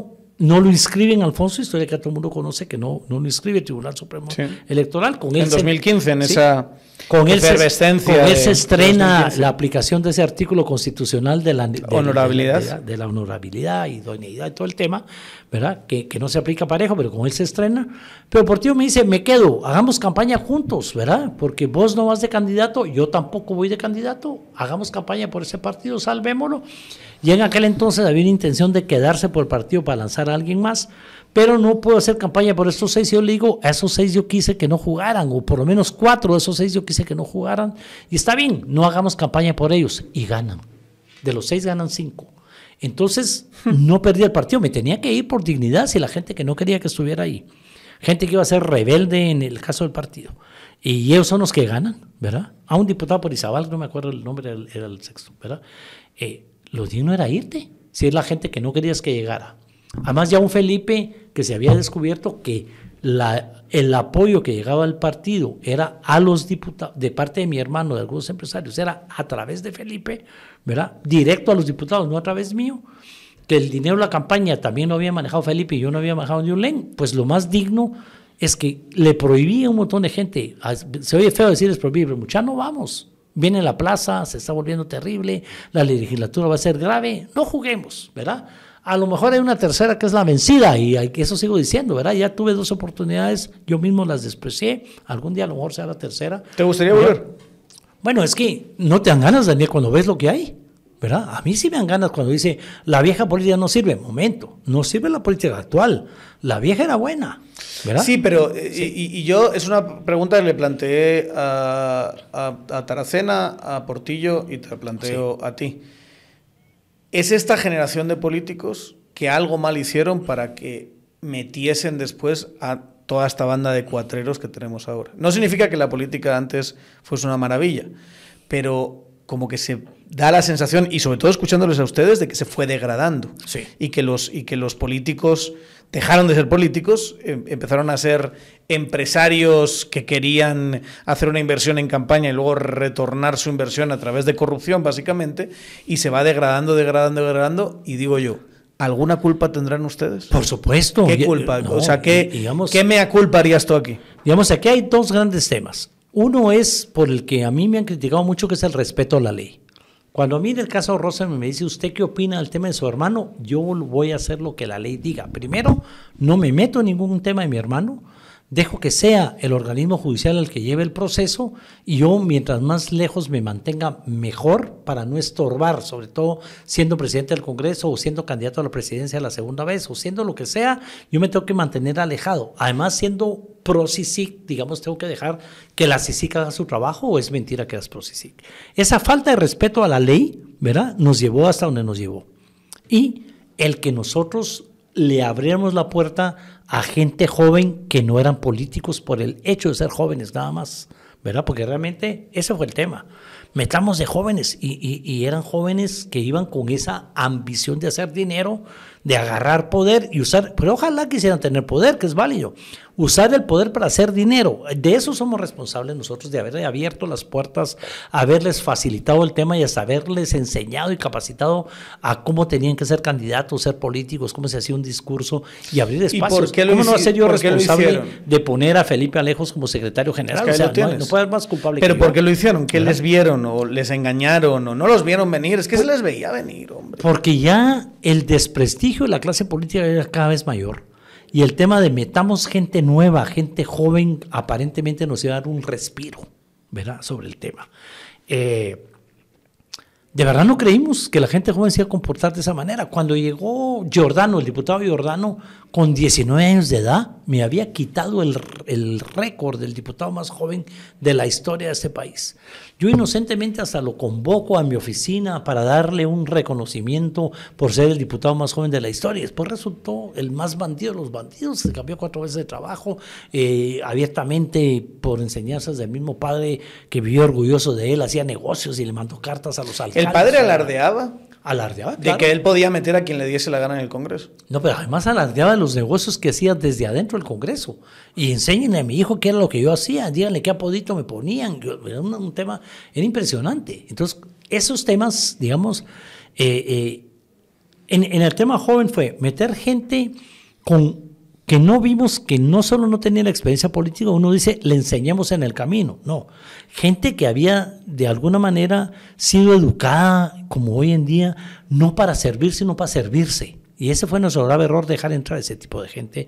[SPEAKER 2] no lo inscriben, Alfonso, historia que todo el mundo conoce, que no lo inscribe el Tribunal Supremo Electoral. Con
[SPEAKER 1] en 2015, en esa efervescencia.
[SPEAKER 2] Con él se estrena la aplicación de ese artículo constitucional de la
[SPEAKER 1] honorabilidad.
[SPEAKER 2] De la honorabilidad, idoneidad y todo el tema, ¿verdad? Que no se aplica parejo, pero con él se estrena. Pero Portillo me dice, me quedo, hagamos campaña juntos, ¿verdad? Porque vos no vas de candidato, yo tampoco voy de candidato, hagamos campaña por ese partido, salvémoslo. Y en aquel entonces había una intención de quedarse por el partido para lanzar a alguien más, pero no puedo hacer campaña por estos 6. Yo le digo, a esos 6 yo quise que no jugaran, o por lo menos 4 de esos 6 yo quise que no jugaran, y está bien, no hagamos campaña por ellos, y ganan. De los 6 ganan 5. Entonces, no perdí el partido, me tenía que ir por dignidad si la gente que no quería que estuviera ahí. Gente que iba a ser rebelde en el caso del partido. Y ellos son los que ganan, ¿verdad? A un diputado por Izabal, no me acuerdo el nombre, era el sexto, ¿verdad? Lo digno era irte, si es la gente que no querías que llegara. Además, ya un Felipe que se había descubierto que el apoyo que llegaba al partido era a los diputados, de parte de mi hermano, de algunos empresarios, era a través de Felipe, ¿verdad? Directo a los diputados, no a través mío. Que el dinero de la campaña también lo había manejado Felipe y yo no había manejado ni un len. Pues lo más digno es que le prohibí a un montón de gente. Se oye feo decirles prohibir, pero muchachos, no vamos. Viene la plaza, se está volviendo terrible, la legislatura va a ser grave, no juguemos, ¿verdad? A lo mejor hay una tercera que es la vencida, y eso sigo diciendo, ¿verdad? Ya tuve 2 oportunidades, yo mismo las desprecié, algún día a lo mejor sea la tercera.
[SPEAKER 1] ¿Te gustaría volver?
[SPEAKER 2] Bueno, es que no te dan ganas, Daniel, cuando ves lo que hay, ¿verdad? A mí sí me dan ganas cuando dice, la vieja política no sirve. Momento, no sirve la política actual, la vieja era buena, ¿verdad?
[SPEAKER 1] Sí, pero y yo, es una pregunta que le planteé a Taracena, a Portillo, y te la planteo a ti. ¿Es esta generación de políticos que algo mal hicieron para que metiesen después a toda esta banda de cuatreros que tenemos ahora? No significa que la política antes fuese una maravilla, pero como que se da la sensación, y sobre todo escuchándoles a ustedes, de que se fue degradando.
[SPEAKER 2] Sí.
[SPEAKER 1] Y que los políticos dejaron de ser políticos, empezaron a ser empresarios que querían hacer una inversión en campaña y luego retornar su inversión a través de corrupción, básicamente, y se va degradando, y digo yo, ¿alguna culpa tendrán ustedes?
[SPEAKER 2] Por supuesto.
[SPEAKER 1] ¿Qué culpa? No, o sea, ¿qué mea culpa harías tú aquí?
[SPEAKER 2] Digamos, aquí hay 2 grandes temas. Uno es por el que a mí me han criticado mucho, que es el respeto a la ley. Cuando a mí en el caso de Rosa me dice, ¿usted qué opina del tema de su hermano? Yo voy a hacer lo que la ley diga. Primero, no me meto en ningún tema de mi hermano, dejo que sea el organismo judicial el que lleve el proceso, y yo, mientras más lejos me mantenga, mejor, para no estorbar, sobre todo siendo presidente del Congreso o siendo candidato a la presidencia la segunda vez o siendo lo que sea, yo me tengo que mantener alejado. Además, siendo pro-CICIG, digamos, tengo que dejar que la CICIG haga su trabajo, o es mentira que es pro-CICIG. Esa falta de respeto a la ley, ¿verdad?, nos llevó hasta donde nos llevó. Y el que nosotros le abriéramos la puerta a gente joven que no eran políticos por el hecho de ser jóvenes nada más, ¿verdad? Porque realmente ese fue el tema. Metamos de jóvenes y eran jóvenes que iban con esa ambición de hacer dinero, de agarrar poder y usar, pero ojalá quisieran tener poder, que es válido, usar el poder para hacer dinero. De eso somos responsables nosotros, de haberle abierto las puertas, haberles facilitado el tema y hasta haberles enseñado y capacitado a cómo tenían que ser candidatos, ser políticos, cómo se hacía un discurso y abrir espacios.
[SPEAKER 1] ¿Y por qué
[SPEAKER 2] ¿Cómo no va a ser yo responsable de poner a Felipe Alejos como secretario general?
[SPEAKER 1] Es que
[SPEAKER 2] o sea, no puede haber más culpable
[SPEAKER 1] pero
[SPEAKER 2] que yo.
[SPEAKER 1] ¿por qué lo hicieron? ¿Qué les vieron o les engañaron o no los vieron venir? Es que se les veía venir, hombre.
[SPEAKER 2] Porque ya el desprestigio de la clase política era cada vez mayor. Y el tema de metamos gente nueva, gente joven, aparentemente nos iba a dar un respiro, ¿verdad?, sobre el tema. De verdad no creímos que la gente joven se iba a comportar de esa manera. Cuando llegó Giordano, el diputado Giordano, con 19 años de edad, me había quitado el récord del diputado más joven de la historia de este país. Yo inocentemente hasta lo convoco a mi oficina para darle un reconocimiento por ser el diputado más joven de la historia. Después resultó el más bandido de los bandidos, se cambió 4 veces de trabajo, abiertamente por enseñanzas del mismo padre que vivió orgulloso de él, hacía negocios y le mandó cartas a los alcaldes.
[SPEAKER 1] ¿El padre alardeaba?
[SPEAKER 2] Alardeaba,
[SPEAKER 1] claro, de que él podía meter a quien le diese la gana en el Congreso.
[SPEAKER 2] No, pero además alardeaba de los negocios que hacía desde adentro del Congreso. Y enséñenle a mi hijo qué era lo que yo hacía, díganle qué apodito me ponían. Era un tema, era impresionante. Entonces, esos temas, digamos, en el tema joven fue meter gente que no vimos, que no solo no tenía la experiencia política, uno dice, le enseñamos en el camino. No, gente que había de alguna manera sido educada, como hoy en día, no para servir, sino para servirse. Y ese fue nuestro grave error, dejar entrar ese tipo de gente.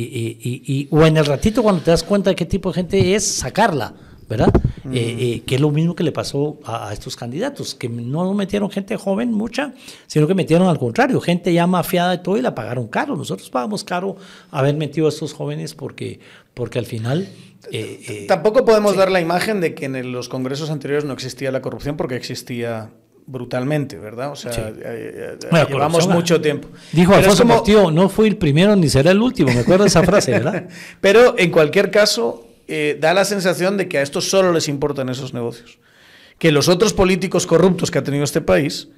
[SPEAKER 2] O en el ratito, cuando te das cuenta de qué tipo de gente es, sacarla, ¿verdad? Que es lo mismo que le pasó a estos candidatos, que no metieron gente joven, mucha, sino que metieron al contrario, gente ya mafiada y todo, y la pagaron caro. Nosotros pagamos caro haber metido a estos jóvenes porque al final...
[SPEAKER 1] Tampoco podemos dar la imagen de que en los congresos anteriores no existía la corrupción, porque existía brutalmente, ¿verdad? O sea, sí. Llevamos mucho tiempo.
[SPEAKER 2] Dijo Alfonso Portillo, no fui el primero ni será el último, me acuerdo de esa frase, ¿verdad?
[SPEAKER 1] Pero en cualquier caso... da la sensación de que a estos solo les importan esos negocios. Que los otros políticos corruptos que ha tenido este país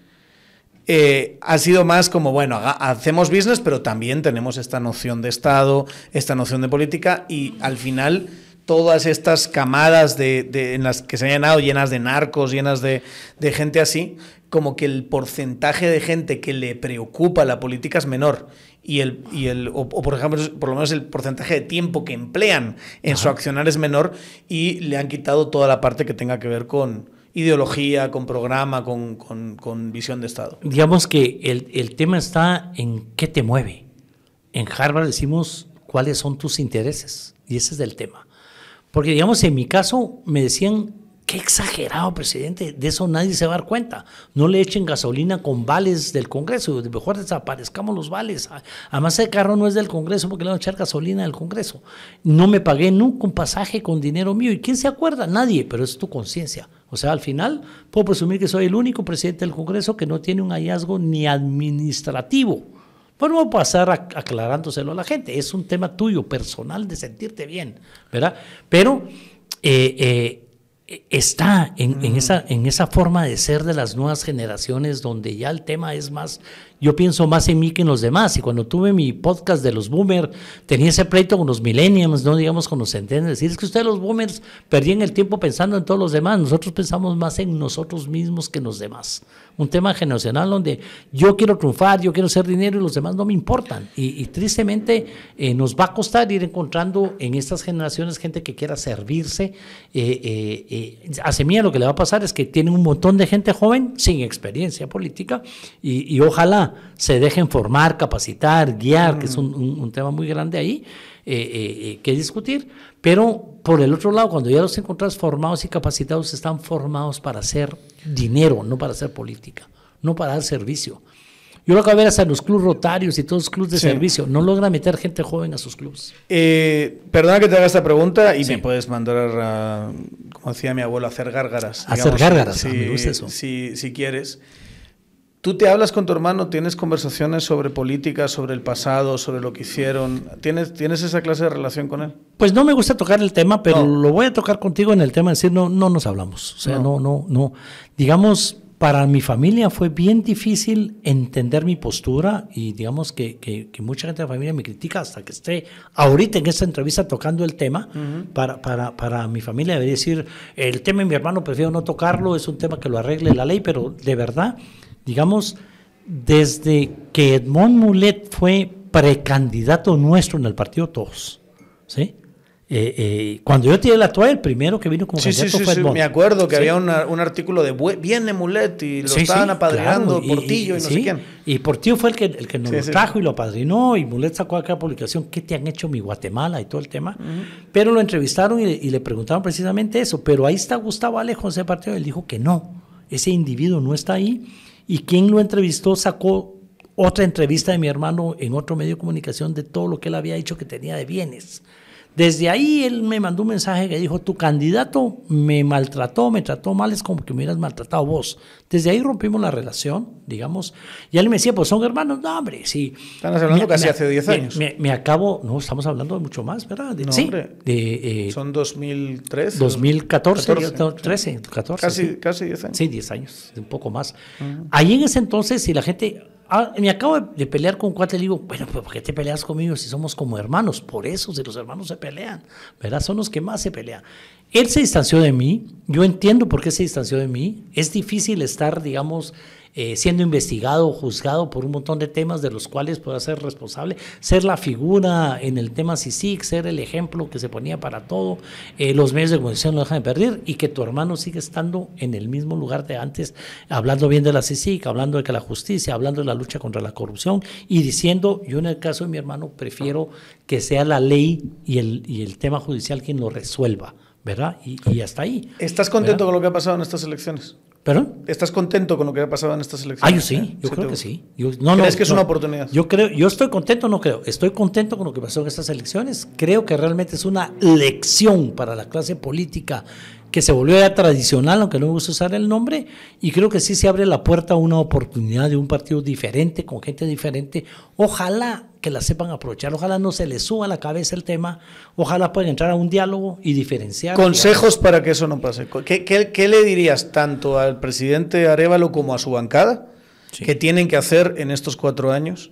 [SPEAKER 1] ha sido más como, bueno, hacemos business, pero también tenemos esta noción de Estado, esta noción de política, y al final todas estas camadas en las que se han llenado, llenas de narcos, llenas de gente así, como que el porcentaje de gente que le preocupa la política es menor. O por ejemplo, por lo menos el porcentaje de tiempo que emplean en su accionar es menor, y le han quitado toda la parte que tenga que ver con ideología, con programa, con visión de Estado.
[SPEAKER 2] Digamos que el tema está en qué te mueve. En Harvard decimos cuáles son tus intereses, y ese es el tema. Porque, digamos, en mi caso me decían, qué exagerado, presidente, de eso nadie se va a dar cuenta. No le echen gasolina con vales del Congreso, mejor desaparezcamos los vales. Además, el carro no es del Congreso porque le van a echar gasolina del Congreso. No me pagué nunca un pasaje con dinero mío. ¿Y quién se acuerda? Nadie, pero es tu conciencia. O sea, al final, puedo presumir que soy el único presidente del Congreso que no tiene un hallazgo ni administrativo. Pues no voy a pasar aclarándoselo a la gente. Es un tema tuyo, personal, de sentirte bien, ¿verdad? Pero está en esa forma de ser de las nuevas generaciones, donde ya el tema es más, yo pienso más en mí que en los demás. Y cuando tuve mi podcast de los boomers, tenía ese pleito con los millennials, no digamos con los centennials, decir, es que ustedes los boomers perdían el tiempo pensando en todos los demás, nosotros pensamos más en nosotros mismos que en los demás. Un tema generacional donde yo quiero triunfar, yo quiero hacer dinero y los demás no me importan. Y tristemente nos va a costar ir encontrando en estas generaciones gente que quiera servirse. A Semilla lo que le va a pasar es que tienen un montón de gente joven sin experiencia política, y ojalá se dejen formar, capacitar, guiar, que es un tema muy grande ahí que discutir. Pero por el otro lado, cuando ya los encontrás formados y capacitados, están formados para hacer dinero, no para hacer política, no para dar servicio. Yo lo acabo de ver hasta en los clubes rotarios y todos los clubes de servicio. No logra meter gente joven a sus clubes.
[SPEAKER 1] Perdona que te haga esta pregunta, y me puedes mandar, como decía mi abuelo, a hacer gárgaras.
[SPEAKER 2] Hacer gárgaras, me gusta eso.
[SPEAKER 1] Si quieres. ¿Tú te hablas con tu hermano? ¿Tienes conversaciones sobre política, sobre el pasado, sobre lo que hicieron? ¿Tienes esa clase de relación con él?
[SPEAKER 2] Pues no me gusta tocar el tema, pero lo voy a tocar contigo en el tema de decir, no nos hablamos. O sea, no. Digamos, para mi familia fue bien difícil entender mi postura, y digamos que mucha gente de la familia me critica hasta que esté ahorita en esta entrevista tocando el tema. Para mi familia debería decir, el tema de mi hermano prefiero no tocarlo, es un tema que lo arregle la ley, pero de verdad, digamos, desde que Edmond Mulet fue precandidato nuestro en el partido Todos, ¿sí? Cuando yo tiré la toalla, el primero que vino como candidato fue Edmond.
[SPEAKER 1] Me acuerdo que había un artículo de viene Mulet y lo estaban apadrinando, claro, Portillo y no sé quién.
[SPEAKER 2] Y Portillo fue el que nos lo trajo y lo apadrinó, y Mulet sacó acá la publicación, ¿qué te han hecho mi Guatemala? Y todo el tema. Pero lo entrevistaron y le preguntaron precisamente eso. Pero ahí está Gustavo Alejo de ese partido, él dijo que no, ese individuo no está ahí. Y quien lo entrevistó sacó otra entrevista de mi hermano en otro medio de comunicación de todo lo que él había dicho que tenía de bienes. Desde ahí él me mandó un mensaje que dijo, tu candidato me trató mal, es como que me hubieras maltratado vos. Desde ahí rompimos la relación, digamos. Y él me decía, pues son hermanos. No, hombre, sí.
[SPEAKER 1] Están hablando casi hace 10 años.
[SPEAKER 2] No, estamos hablando de mucho más, ¿verdad?
[SPEAKER 1] Hombre. Son 2003.
[SPEAKER 2] 2014, 13, 14.
[SPEAKER 1] Casi 10 años.
[SPEAKER 2] Sí, 10 años, un poco más. Ahí en ese entonces, si la gente... me acabo de pelear con un cuate, le digo, bueno, pues ¿por qué te peleas conmigo si somos como hermanos? Por eso, si los hermanos se pelean, ¿verdad? Son los que más se pelean. Él se distanció de mí, yo entiendo por qué se distanció de mí. Es difícil estar, digamos, siendo investigado o juzgado por un montón de temas de los cuales pueda ser responsable, ser la figura en el tema CICIG, ser el ejemplo que se ponía para todo, los medios de comunicación lo dejan de perder y que tu hermano sigue estando en el mismo lugar de antes, hablando bien de la CICIG, hablando de que la justicia, hablando de la lucha contra la corrupción y diciendo, yo en el caso de mi hermano prefiero que sea la ley y el tema judicial quien lo resuelva, ¿verdad? Y hasta ahí.
[SPEAKER 1] ¿Estás contento, ¿verdad?, con lo que ha pasado en estas elecciones?
[SPEAKER 2] ¿Perdón?
[SPEAKER 1] ¿Estás contento con lo que ha pasado en estas elecciones?
[SPEAKER 2] Yo sí, yo creo que sí.
[SPEAKER 1] ¿Crees que es una oportunidad?
[SPEAKER 2] Yo estoy contento, estoy contento con lo que pasó en estas elecciones. Creo que realmente es una lección para la clase política que se volvió ya tradicional, aunque no me gusta usar el nombre, y creo que sí se abre la puerta a una oportunidad de un partido diferente, con gente diferente. Ojalá que la sepan aprovechar, ojalá no se les suba a la cabeza el tema, ojalá puedan entrar a un diálogo y diferenciar.
[SPEAKER 1] Consejos para que eso no pase. ¿Qué le dirías tanto al presidente Arévalo como a su bancada que tienen que hacer en estos 4 años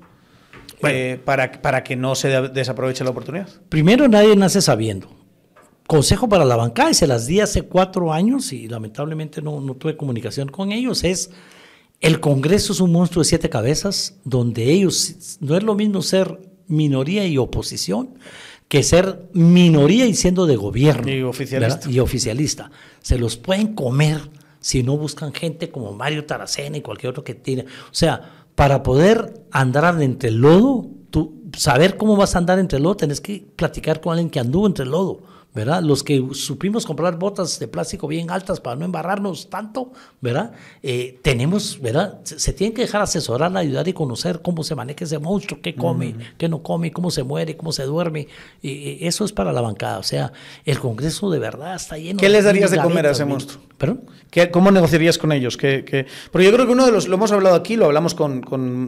[SPEAKER 1] para que no se desaproveche la oportunidad?
[SPEAKER 2] Primero, nadie nace sabiendo. Consejo para la bancada, y se las di hace 4 años y lamentablemente no tuve comunicación con ellos, es el Congreso es un monstruo de 7 cabezas, donde ellos, no es lo mismo ser minoría y oposición que ser minoría y siendo de gobierno.
[SPEAKER 1] Y oficialista.
[SPEAKER 2] ¿verdad? Y oficialista. Se los pueden comer si no buscan gente como Mario Taracena y cualquier otro que tiene. O sea, para poder andar entre el lodo, saber cómo vas a andar entre el lodo, tenés que platicar con alguien que anduvo entre el lodo, ¿verdad? Los que supimos comprar botas de plástico bien altas para no embarrarnos tanto, ¿verdad? Tenemos, ¿verdad? Se tienen que dejar asesorar, ayudar y conocer cómo se maneja ese monstruo, qué come, qué no come, cómo se muere, cómo se duerme. Eso es para la bancada. O sea, el Congreso de verdad está lleno.
[SPEAKER 1] ¿Qué les darías de comer a ese monstruo?
[SPEAKER 2] ¿Perdón?
[SPEAKER 1] ¿Cómo negociarías con ellos? Porque yo creo que uno de los, lo hemos hablado aquí, lo hablamos con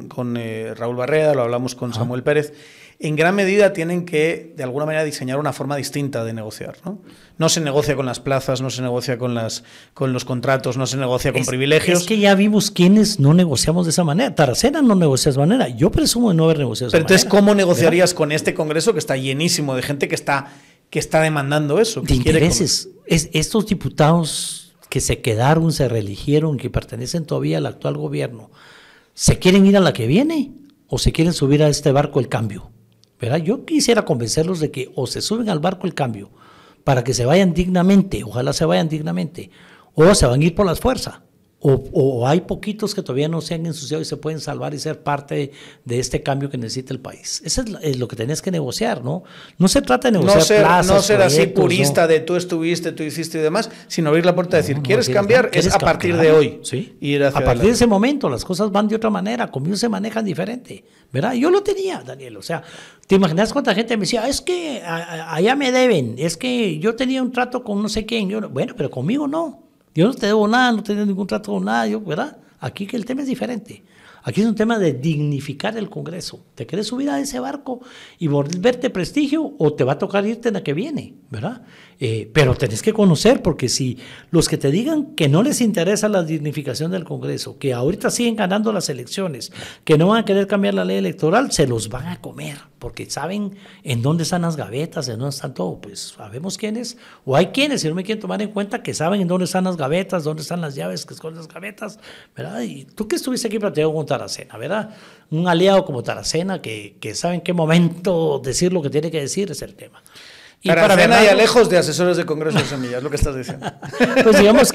[SPEAKER 1] Raúl Barreda, lo hablamos con Samuel Pérez. En gran medida tienen que, de alguna manera, diseñar una forma distinta de negociar, ¿no? No se negocia con las plazas, no se negocia con los contratos, no se negocia con privilegios.
[SPEAKER 2] Es que ya vimos quienes no negociamos de esa manera. Taracena no negocia de esa manera. Yo presumo de no haber negociado de esa manera.
[SPEAKER 1] Pero entonces, ¿cómo negociarías con este Congreso que está llenísimo de gente que está demandando eso?
[SPEAKER 2] De intereses. Estos diputados que se quedaron, se reeligieron, que pertenecen todavía al actual gobierno, ¿se quieren ir a la que viene o se quieren subir a este barco el cambio? ¿Verdad? Yo quisiera convencerlos de que o se suben al barco el cambio para que se vayan dignamente, ojalá se vayan dignamente, o se van a ir por las fuerzas, o hay poquitos que todavía no se han ensuciado y se pueden salvar y ser parte de este cambio que necesita el país. Eso es lo que tenés que negociar, ¿no? No se trata de negociar plazas,
[SPEAKER 1] no ser así purista,
[SPEAKER 2] ¿no?,
[SPEAKER 1] de tú estuviste, tú hiciste y demás, sino abrir la puerta y decir, ¿quieres cambiar? Es a partir de hoy.
[SPEAKER 2] Sí.
[SPEAKER 1] Ir hacia
[SPEAKER 2] a partir de ese momento las cosas van de otra manera, conmigo se manejan diferente, ¿verdad? Yo lo tenía, Daniel, o sea, ¿te imaginas cuánta gente me decía, es que allá me deben, es que yo tenía un trato con no sé quién? Bueno, pero conmigo no. Yo no te debo nada, no tengo ningún trato con nada, ¿verdad? Aquí que el tema es diferente. Aquí es un tema de dignificar el Congreso. ¿Te quieres subir a ese barco y volverte prestigio o te va a tocar irte en la que viene, ¿verdad? Pero tenés que conocer, porque si los que te digan que no les interesa la dignificación del Congreso, que ahorita siguen ganando las elecciones, que no van a querer cambiar la ley electoral, se los van a comer, porque saben en dónde están las gavetas, en dónde están todo. Pues sabemos quiénes, o hay quienes, si no me quieren tomar en cuenta, que saben en dónde están las gavetas, dónde están las llaves que esconden las gavetas, ¿verdad? Y tú que estuviste aquí platicando con Taracena, ¿verdad? Un aliado como Taracena que sabe en qué momento decir lo que tiene que decir es el tema.
[SPEAKER 1] Y Taracena y Alejos de asesores de Congreso de Semillas, es lo que estás diciendo.
[SPEAKER 2] Pues digamos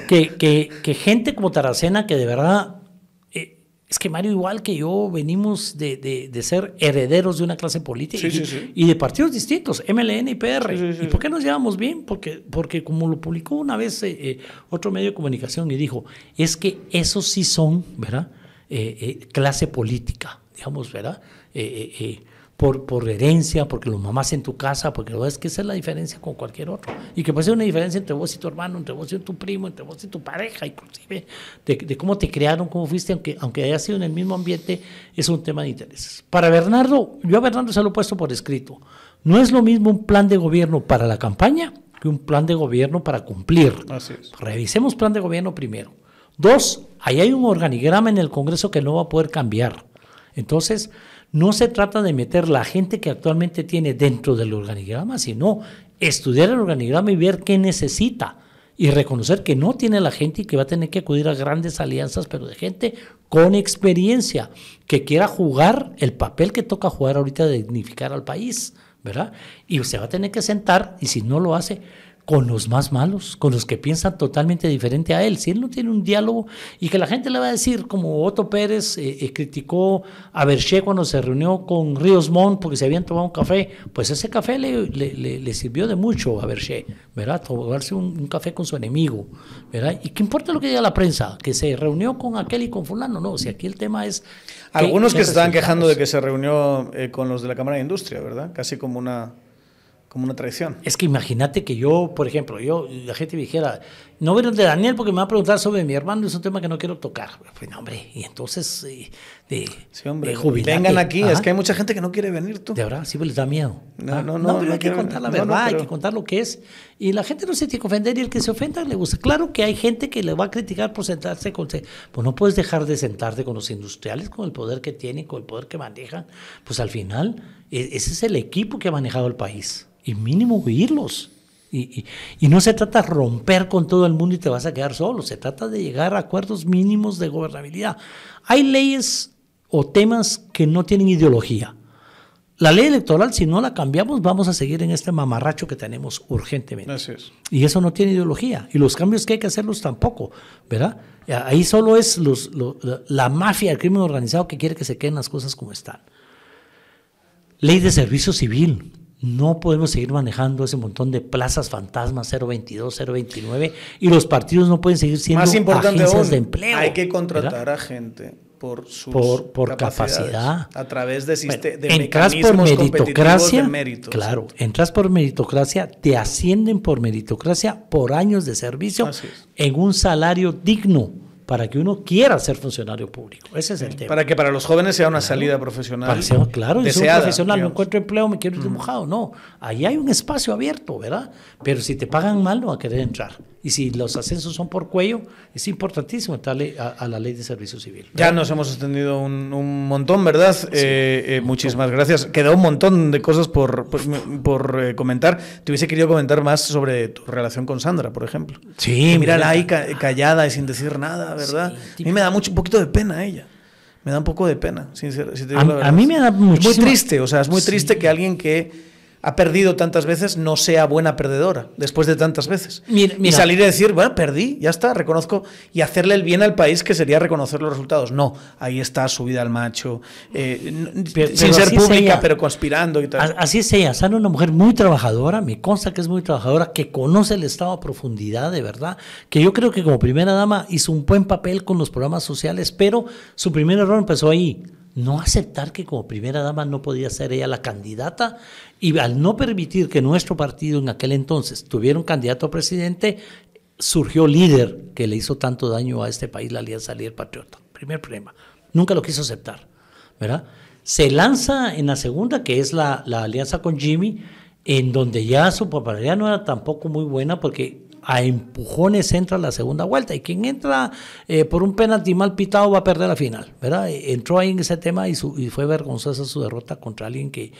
[SPEAKER 2] que gente como Taracena, que de verdad, es que Mario, igual que yo, venimos de ser herederos de una clase política y de partidos distintos, MLN y PR. ¿Y por qué nos llevamos bien? Porque como lo publicó una vez otro medio de comunicación y dijo, es que esos sí son, ¿verdad? Clase política, digamos, ¿verdad? Por herencia, porque los mamás en tu casa, porque es que esa es la diferencia con cualquier otro. Y que puede ser una diferencia entre vos y tu hermano, entre vos y tu primo, entre vos y tu pareja, inclusive, de cómo te crearon, cómo fuiste, aunque haya sido en el mismo ambiente, es un tema de intereses. Para Bernardo, yo a Bernardo se lo he puesto por escrito. No es lo mismo un plan de gobierno para la campaña que un plan de gobierno para cumplir.
[SPEAKER 1] Así es.
[SPEAKER 2] Revisemos plan de gobierno primero. 2, ahí hay un organigrama en el Congreso que no va a poder cambiar. Entonces, no se trata de meter la gente que actualmente tiene dentro del organigrama, sino estudiar el organigrama y ver qué necesita. y reconocer que no tiene la gente y que va a tener que acudir a grandes alianzas, pero de gente con experiencia, que quiera jugar el papel que toca jugar ahorita de dignificar al país, ¿verdad? Y se va a tener que sentar, y si no lo hace, con los más malos, con los que piensan totalmente diferente a él. Si él no tiene un diálogo, y que la gente le va a decir, como Otto Pérez criticó a Berché cuando se reunió con Ríos Montt porque se habían tomado un café, pues ese café le sirvió de mucho a Berché, ¿verdad? Tomarse un café con su enemigo, ¿verdad? ¿Y qué importa lo que diga la prensa? Que se reunió con aquel y con fulano, no, si aquí el tema es...
[SPEAKER 1] Algunos que se estaban quejando de que se reunió con los de la Cámara de Industria, ¿verdad? Casi como una traición.
[SPEAKER 2] Es que imagínate que yo, por ejemplo, la gente me dijera, no voy de Daniel porque me va a preguntar sobre mi hermano, es un tema que no quiero tocar. Pues no, hombre, y entonces
[SPEAKER 1] sí, hombre,
[SPEAKER 2] jubilate.
[SPEAKER 1] Vengan aquí, es que hay mucha gente que no quiere venir, tú.
[SPEAKER 2] De verdad, sí, pues les da miedo.
[SPEAKER 1] No,
[SPEAKER 2] pero hay que contar la verdad, hay que contar lo que es. Y la gente no se tiene que ofender, y el que se ofenda le gusta. Claro que hay gente que le va a criticar por sentarse con... Pues no puedes dejar de sentarte con los industriales, con el poder que tienen, con el poder que manejan. Pues al final, ese es el equipo que ha manejado el país. Y mínimo oírlos. Y no se trata de romper con todo el mundo y te vas a quedar solo. Se trata de llegar a acuerdos mínimos de gobernabilidad. Hay leyes o temas que no tienen ideología. La ley electoral, si no la cambiamos, vamos a seguir en este mamarracho que tenemos urgentemente.
[SPEAKER 1] Así es.
[SPEAKER 2] Y eso no tiene ideología. Y los cambios que hay que hacerlos tampoco, ¿verdad? Ahí solo es la mafia, el crimen organizado que quiere que se queden las cosas como están. Ley de servicio civil. No podemos seguir manejando ese montón de plazas fantasmas 022, 029 y los partidos no pueden seguir siendo
[SPEAKER 1] más importante
[SPEAKER 2] agencias
[SPEAKER 1] aún,
[SPEAKER 2] de empleo.
[SPEAKER 1] Hay que contratar, ¿verdad?, a gente por sus
[SPEAKER 2] capacidad.
[SPEAKER 1] A través de
[SPEAKER 2] entras por meritocracia,
[SPEAKER 1] de mérito.
[SPEAKER 2] Claro, entras por meritocracia, te ascienden por meritocracia por años de servicio en un salario digno, para que uno quiera ser funcionario público. Ese es el tema.
[SPEAKER 1] Para que para los jóvenes sea una salida profesional.
[SPEAKER 2] Claro, yo soy un profesional, no encuentro empleo, me quiero ir de mojado. No, ahí hay un espacio abierto, ¿verdad? Pero si te pagan mal, no va a querer entrar. Y si los ascensos son por cuello, es importantísimo entrarle a la ley de servicio civil, ¿verdad?
[SPEAKER 1] Ya nos hemos extendido un montón, ¿verdad? Sí, muchísimas gracias. Queda un montón de cosas por comentar. Te hubiese querido comentar más sobre tu relación con Sandra, por ejemplo.
[SPEAKER 2] Sí.
[SPEAKER 1] Mírala ahí callada y sin decir nada, ¿verdad? Sí, a mí me da un poquito de pena ella. Me da un poco de pena, si te digo la verdad.
[SPEAKER 2] A mí me da muchísimo.
[SPEAKER 1] Es muy triste, o sea, es muy triste que alguien que ha perdido tantas veces no sea buena perdedora después de tantas veces. Mira. Y salir y decir, bueno, perdí, ya está, reconozco, y hacerle el bien al país, que sería reconocer los resultados. No, ahí está subida al macho, sin ser pública, pero conspirando y tal.
[SPEAKER 2] Así es ella, Sandra, una mujer muy trabajadora, me consta que es muy trabajadora, que conoce el Estado a profundidad, de verdad, que yo creo que como primera dama hizo un buen papel con los programas sociales, pero su primer error empezó ahí. No aceptar que como primera dama no podía ser ella la candidata, y al no permitir que nuestro partido en aquel entonces tuviera un candidato a presidente, surgió líder que le hizo tanto daño a este país, la Alianza Líder Patriota. Primer problema, nunca lo quiso aceptar, ¿verdad? Se lanza en la segunda, que es la alianza con Jimmy, en donde ya su popularidad no era tampoco muy buena, porque a empujones entra la segunda vuelta, y quien entra por un penalti mal pitado va a perder la final, ¿verdad? Entró ahí en ese tema y fue vergonzosa su derrota contra alguien que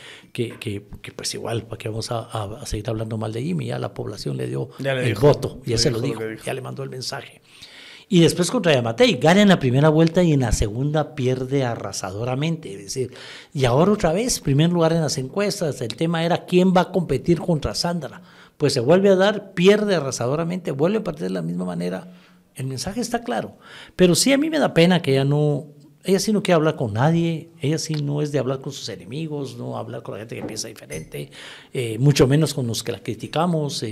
[SPEAKER 2] pues igual, ¿para qué vamos a seguir hablando mal de Jimmy? Ya la población le dio el voto, ya se lo dijo, ya le mandó el mensaje. Y después contra Yamatei, gana en la primera vuelta y en la segunda pierde arrasadoramente. Es decir, y ahora otra vez, primer lugar en las encuestas, el tema era quién va a competir contra Sandra. Pues se vuelve a dar, pierde arrasadoramente, vuelve a partir de la misma manera. El mensaje está claro. Pero sí, a mí me da pena que ella sí no quiere hablar con nadie, ella sí no es de hablar con sus enemigos, no hablar con la gente que piensa diferente, mucho menos con los que la criticamos.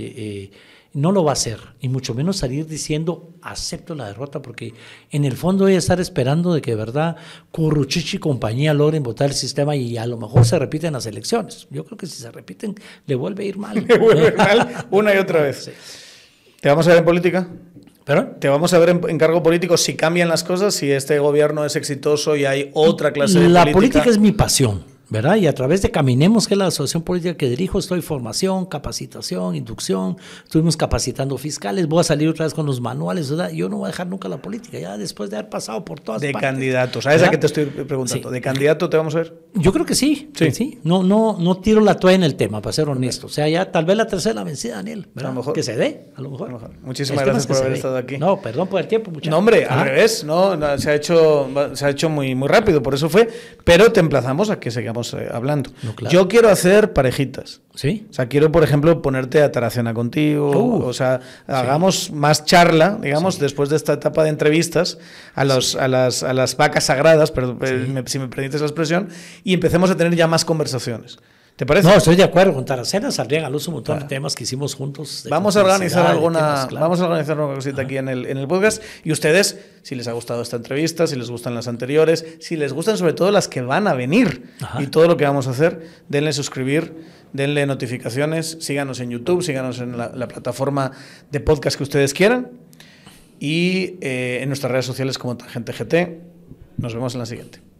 [SPEAKER 2] No lo va a hacer, y mucho menos salir diciendo acepto la derrota, porque en el fondo ella estar esperando de que de verdad Curruchichi y compañía logren votar el sistema y a lo mejor se repiten las elecciones. Yo creo que si se repiten le vuelve a ir mal.
[SPEAKER 1] Le vuelve a ir mal una y otra vez. Sí. ¿Te vamos a ver en política?
[SPEAKER 2] ¿Perdón?
[SPEAKER 1] ¿Te vamos a ver en cargo político si cambian las cosas, si este gobierno es exitoso y hay otra clase de política?
[SPEAKER 2] La política es mi pasión. ¿verdad? Y a través de Caminemos, que es la asociación política que dirijo, estoy formación, capacitación, inducción, estuvimos capacitando fiscales, voy a salir otra vez con los manuales, ¿verdad? Yo no voy a dejar nunca la política, ya después de haber pasado por todas
[SPEAKER 1] de
[SPEAKER 2] partes.
[SPEAKER 1] Candidatos, a esa que te estoy preguntando,
[SPEAKER 2] Sí.
[SPEAKER 1] ¿de candidato te vamos a ver?
[SPEAKER 2] Yo creo que sí, sí. No tiro la toalla en el tema, para ser honesto. O sea, ya tal vez la tercera la vencida, Daniel, ¿verdad?
[SPEAKER 1] A lo mejor.
[SPEAKER 2] Que se dé, a lo mejor.
[SPEAKER 1] Muchísimas gracias por haber estado aquí.
[SPEAKER 2] No, perdón por el tiempo, muchachos.
[SPEAKER 1] No, hombre, al revés, no, se ha hecho muy, muy rápido, por eso fue, pero te emplazamos a que sigamos hablando.
[SPEAKER 2] No, claro.
[SPEAKER 1] Yo quiero hacer parejitas.
[SPEAKER 2] Sí.
[SPEAKER 1] O sea, quiero, por ejemplo, ponerte a Taracena contigo, o sea, hagamos más charla, digamos, después de esta etapa de entrevistas a las vacas sagradas, pero si me permites la expresión, y empecemos a tener ya más conversaciones. ¿Te parece?
[SPEAKER 2] No, estoy de acuerdo con Taracena, saldrían a luz un montón de temas que hicimos juntos.
[SPEAKER 1] Vamos a organizar una cosita aquí en el podcast, y ustedes, si les ha gustado esta entrevista, si les gustan las anteriores, si les gustan sobre todo las que van a venir y todo lo que vamos a hacer, denle suscribir, denle notificaciones, síganos en YouTube, síganos en la plataforma de podcast que ustedes quieran, y en nuestras redes sociales como Tangente GT. Nos vemos en la siguiente.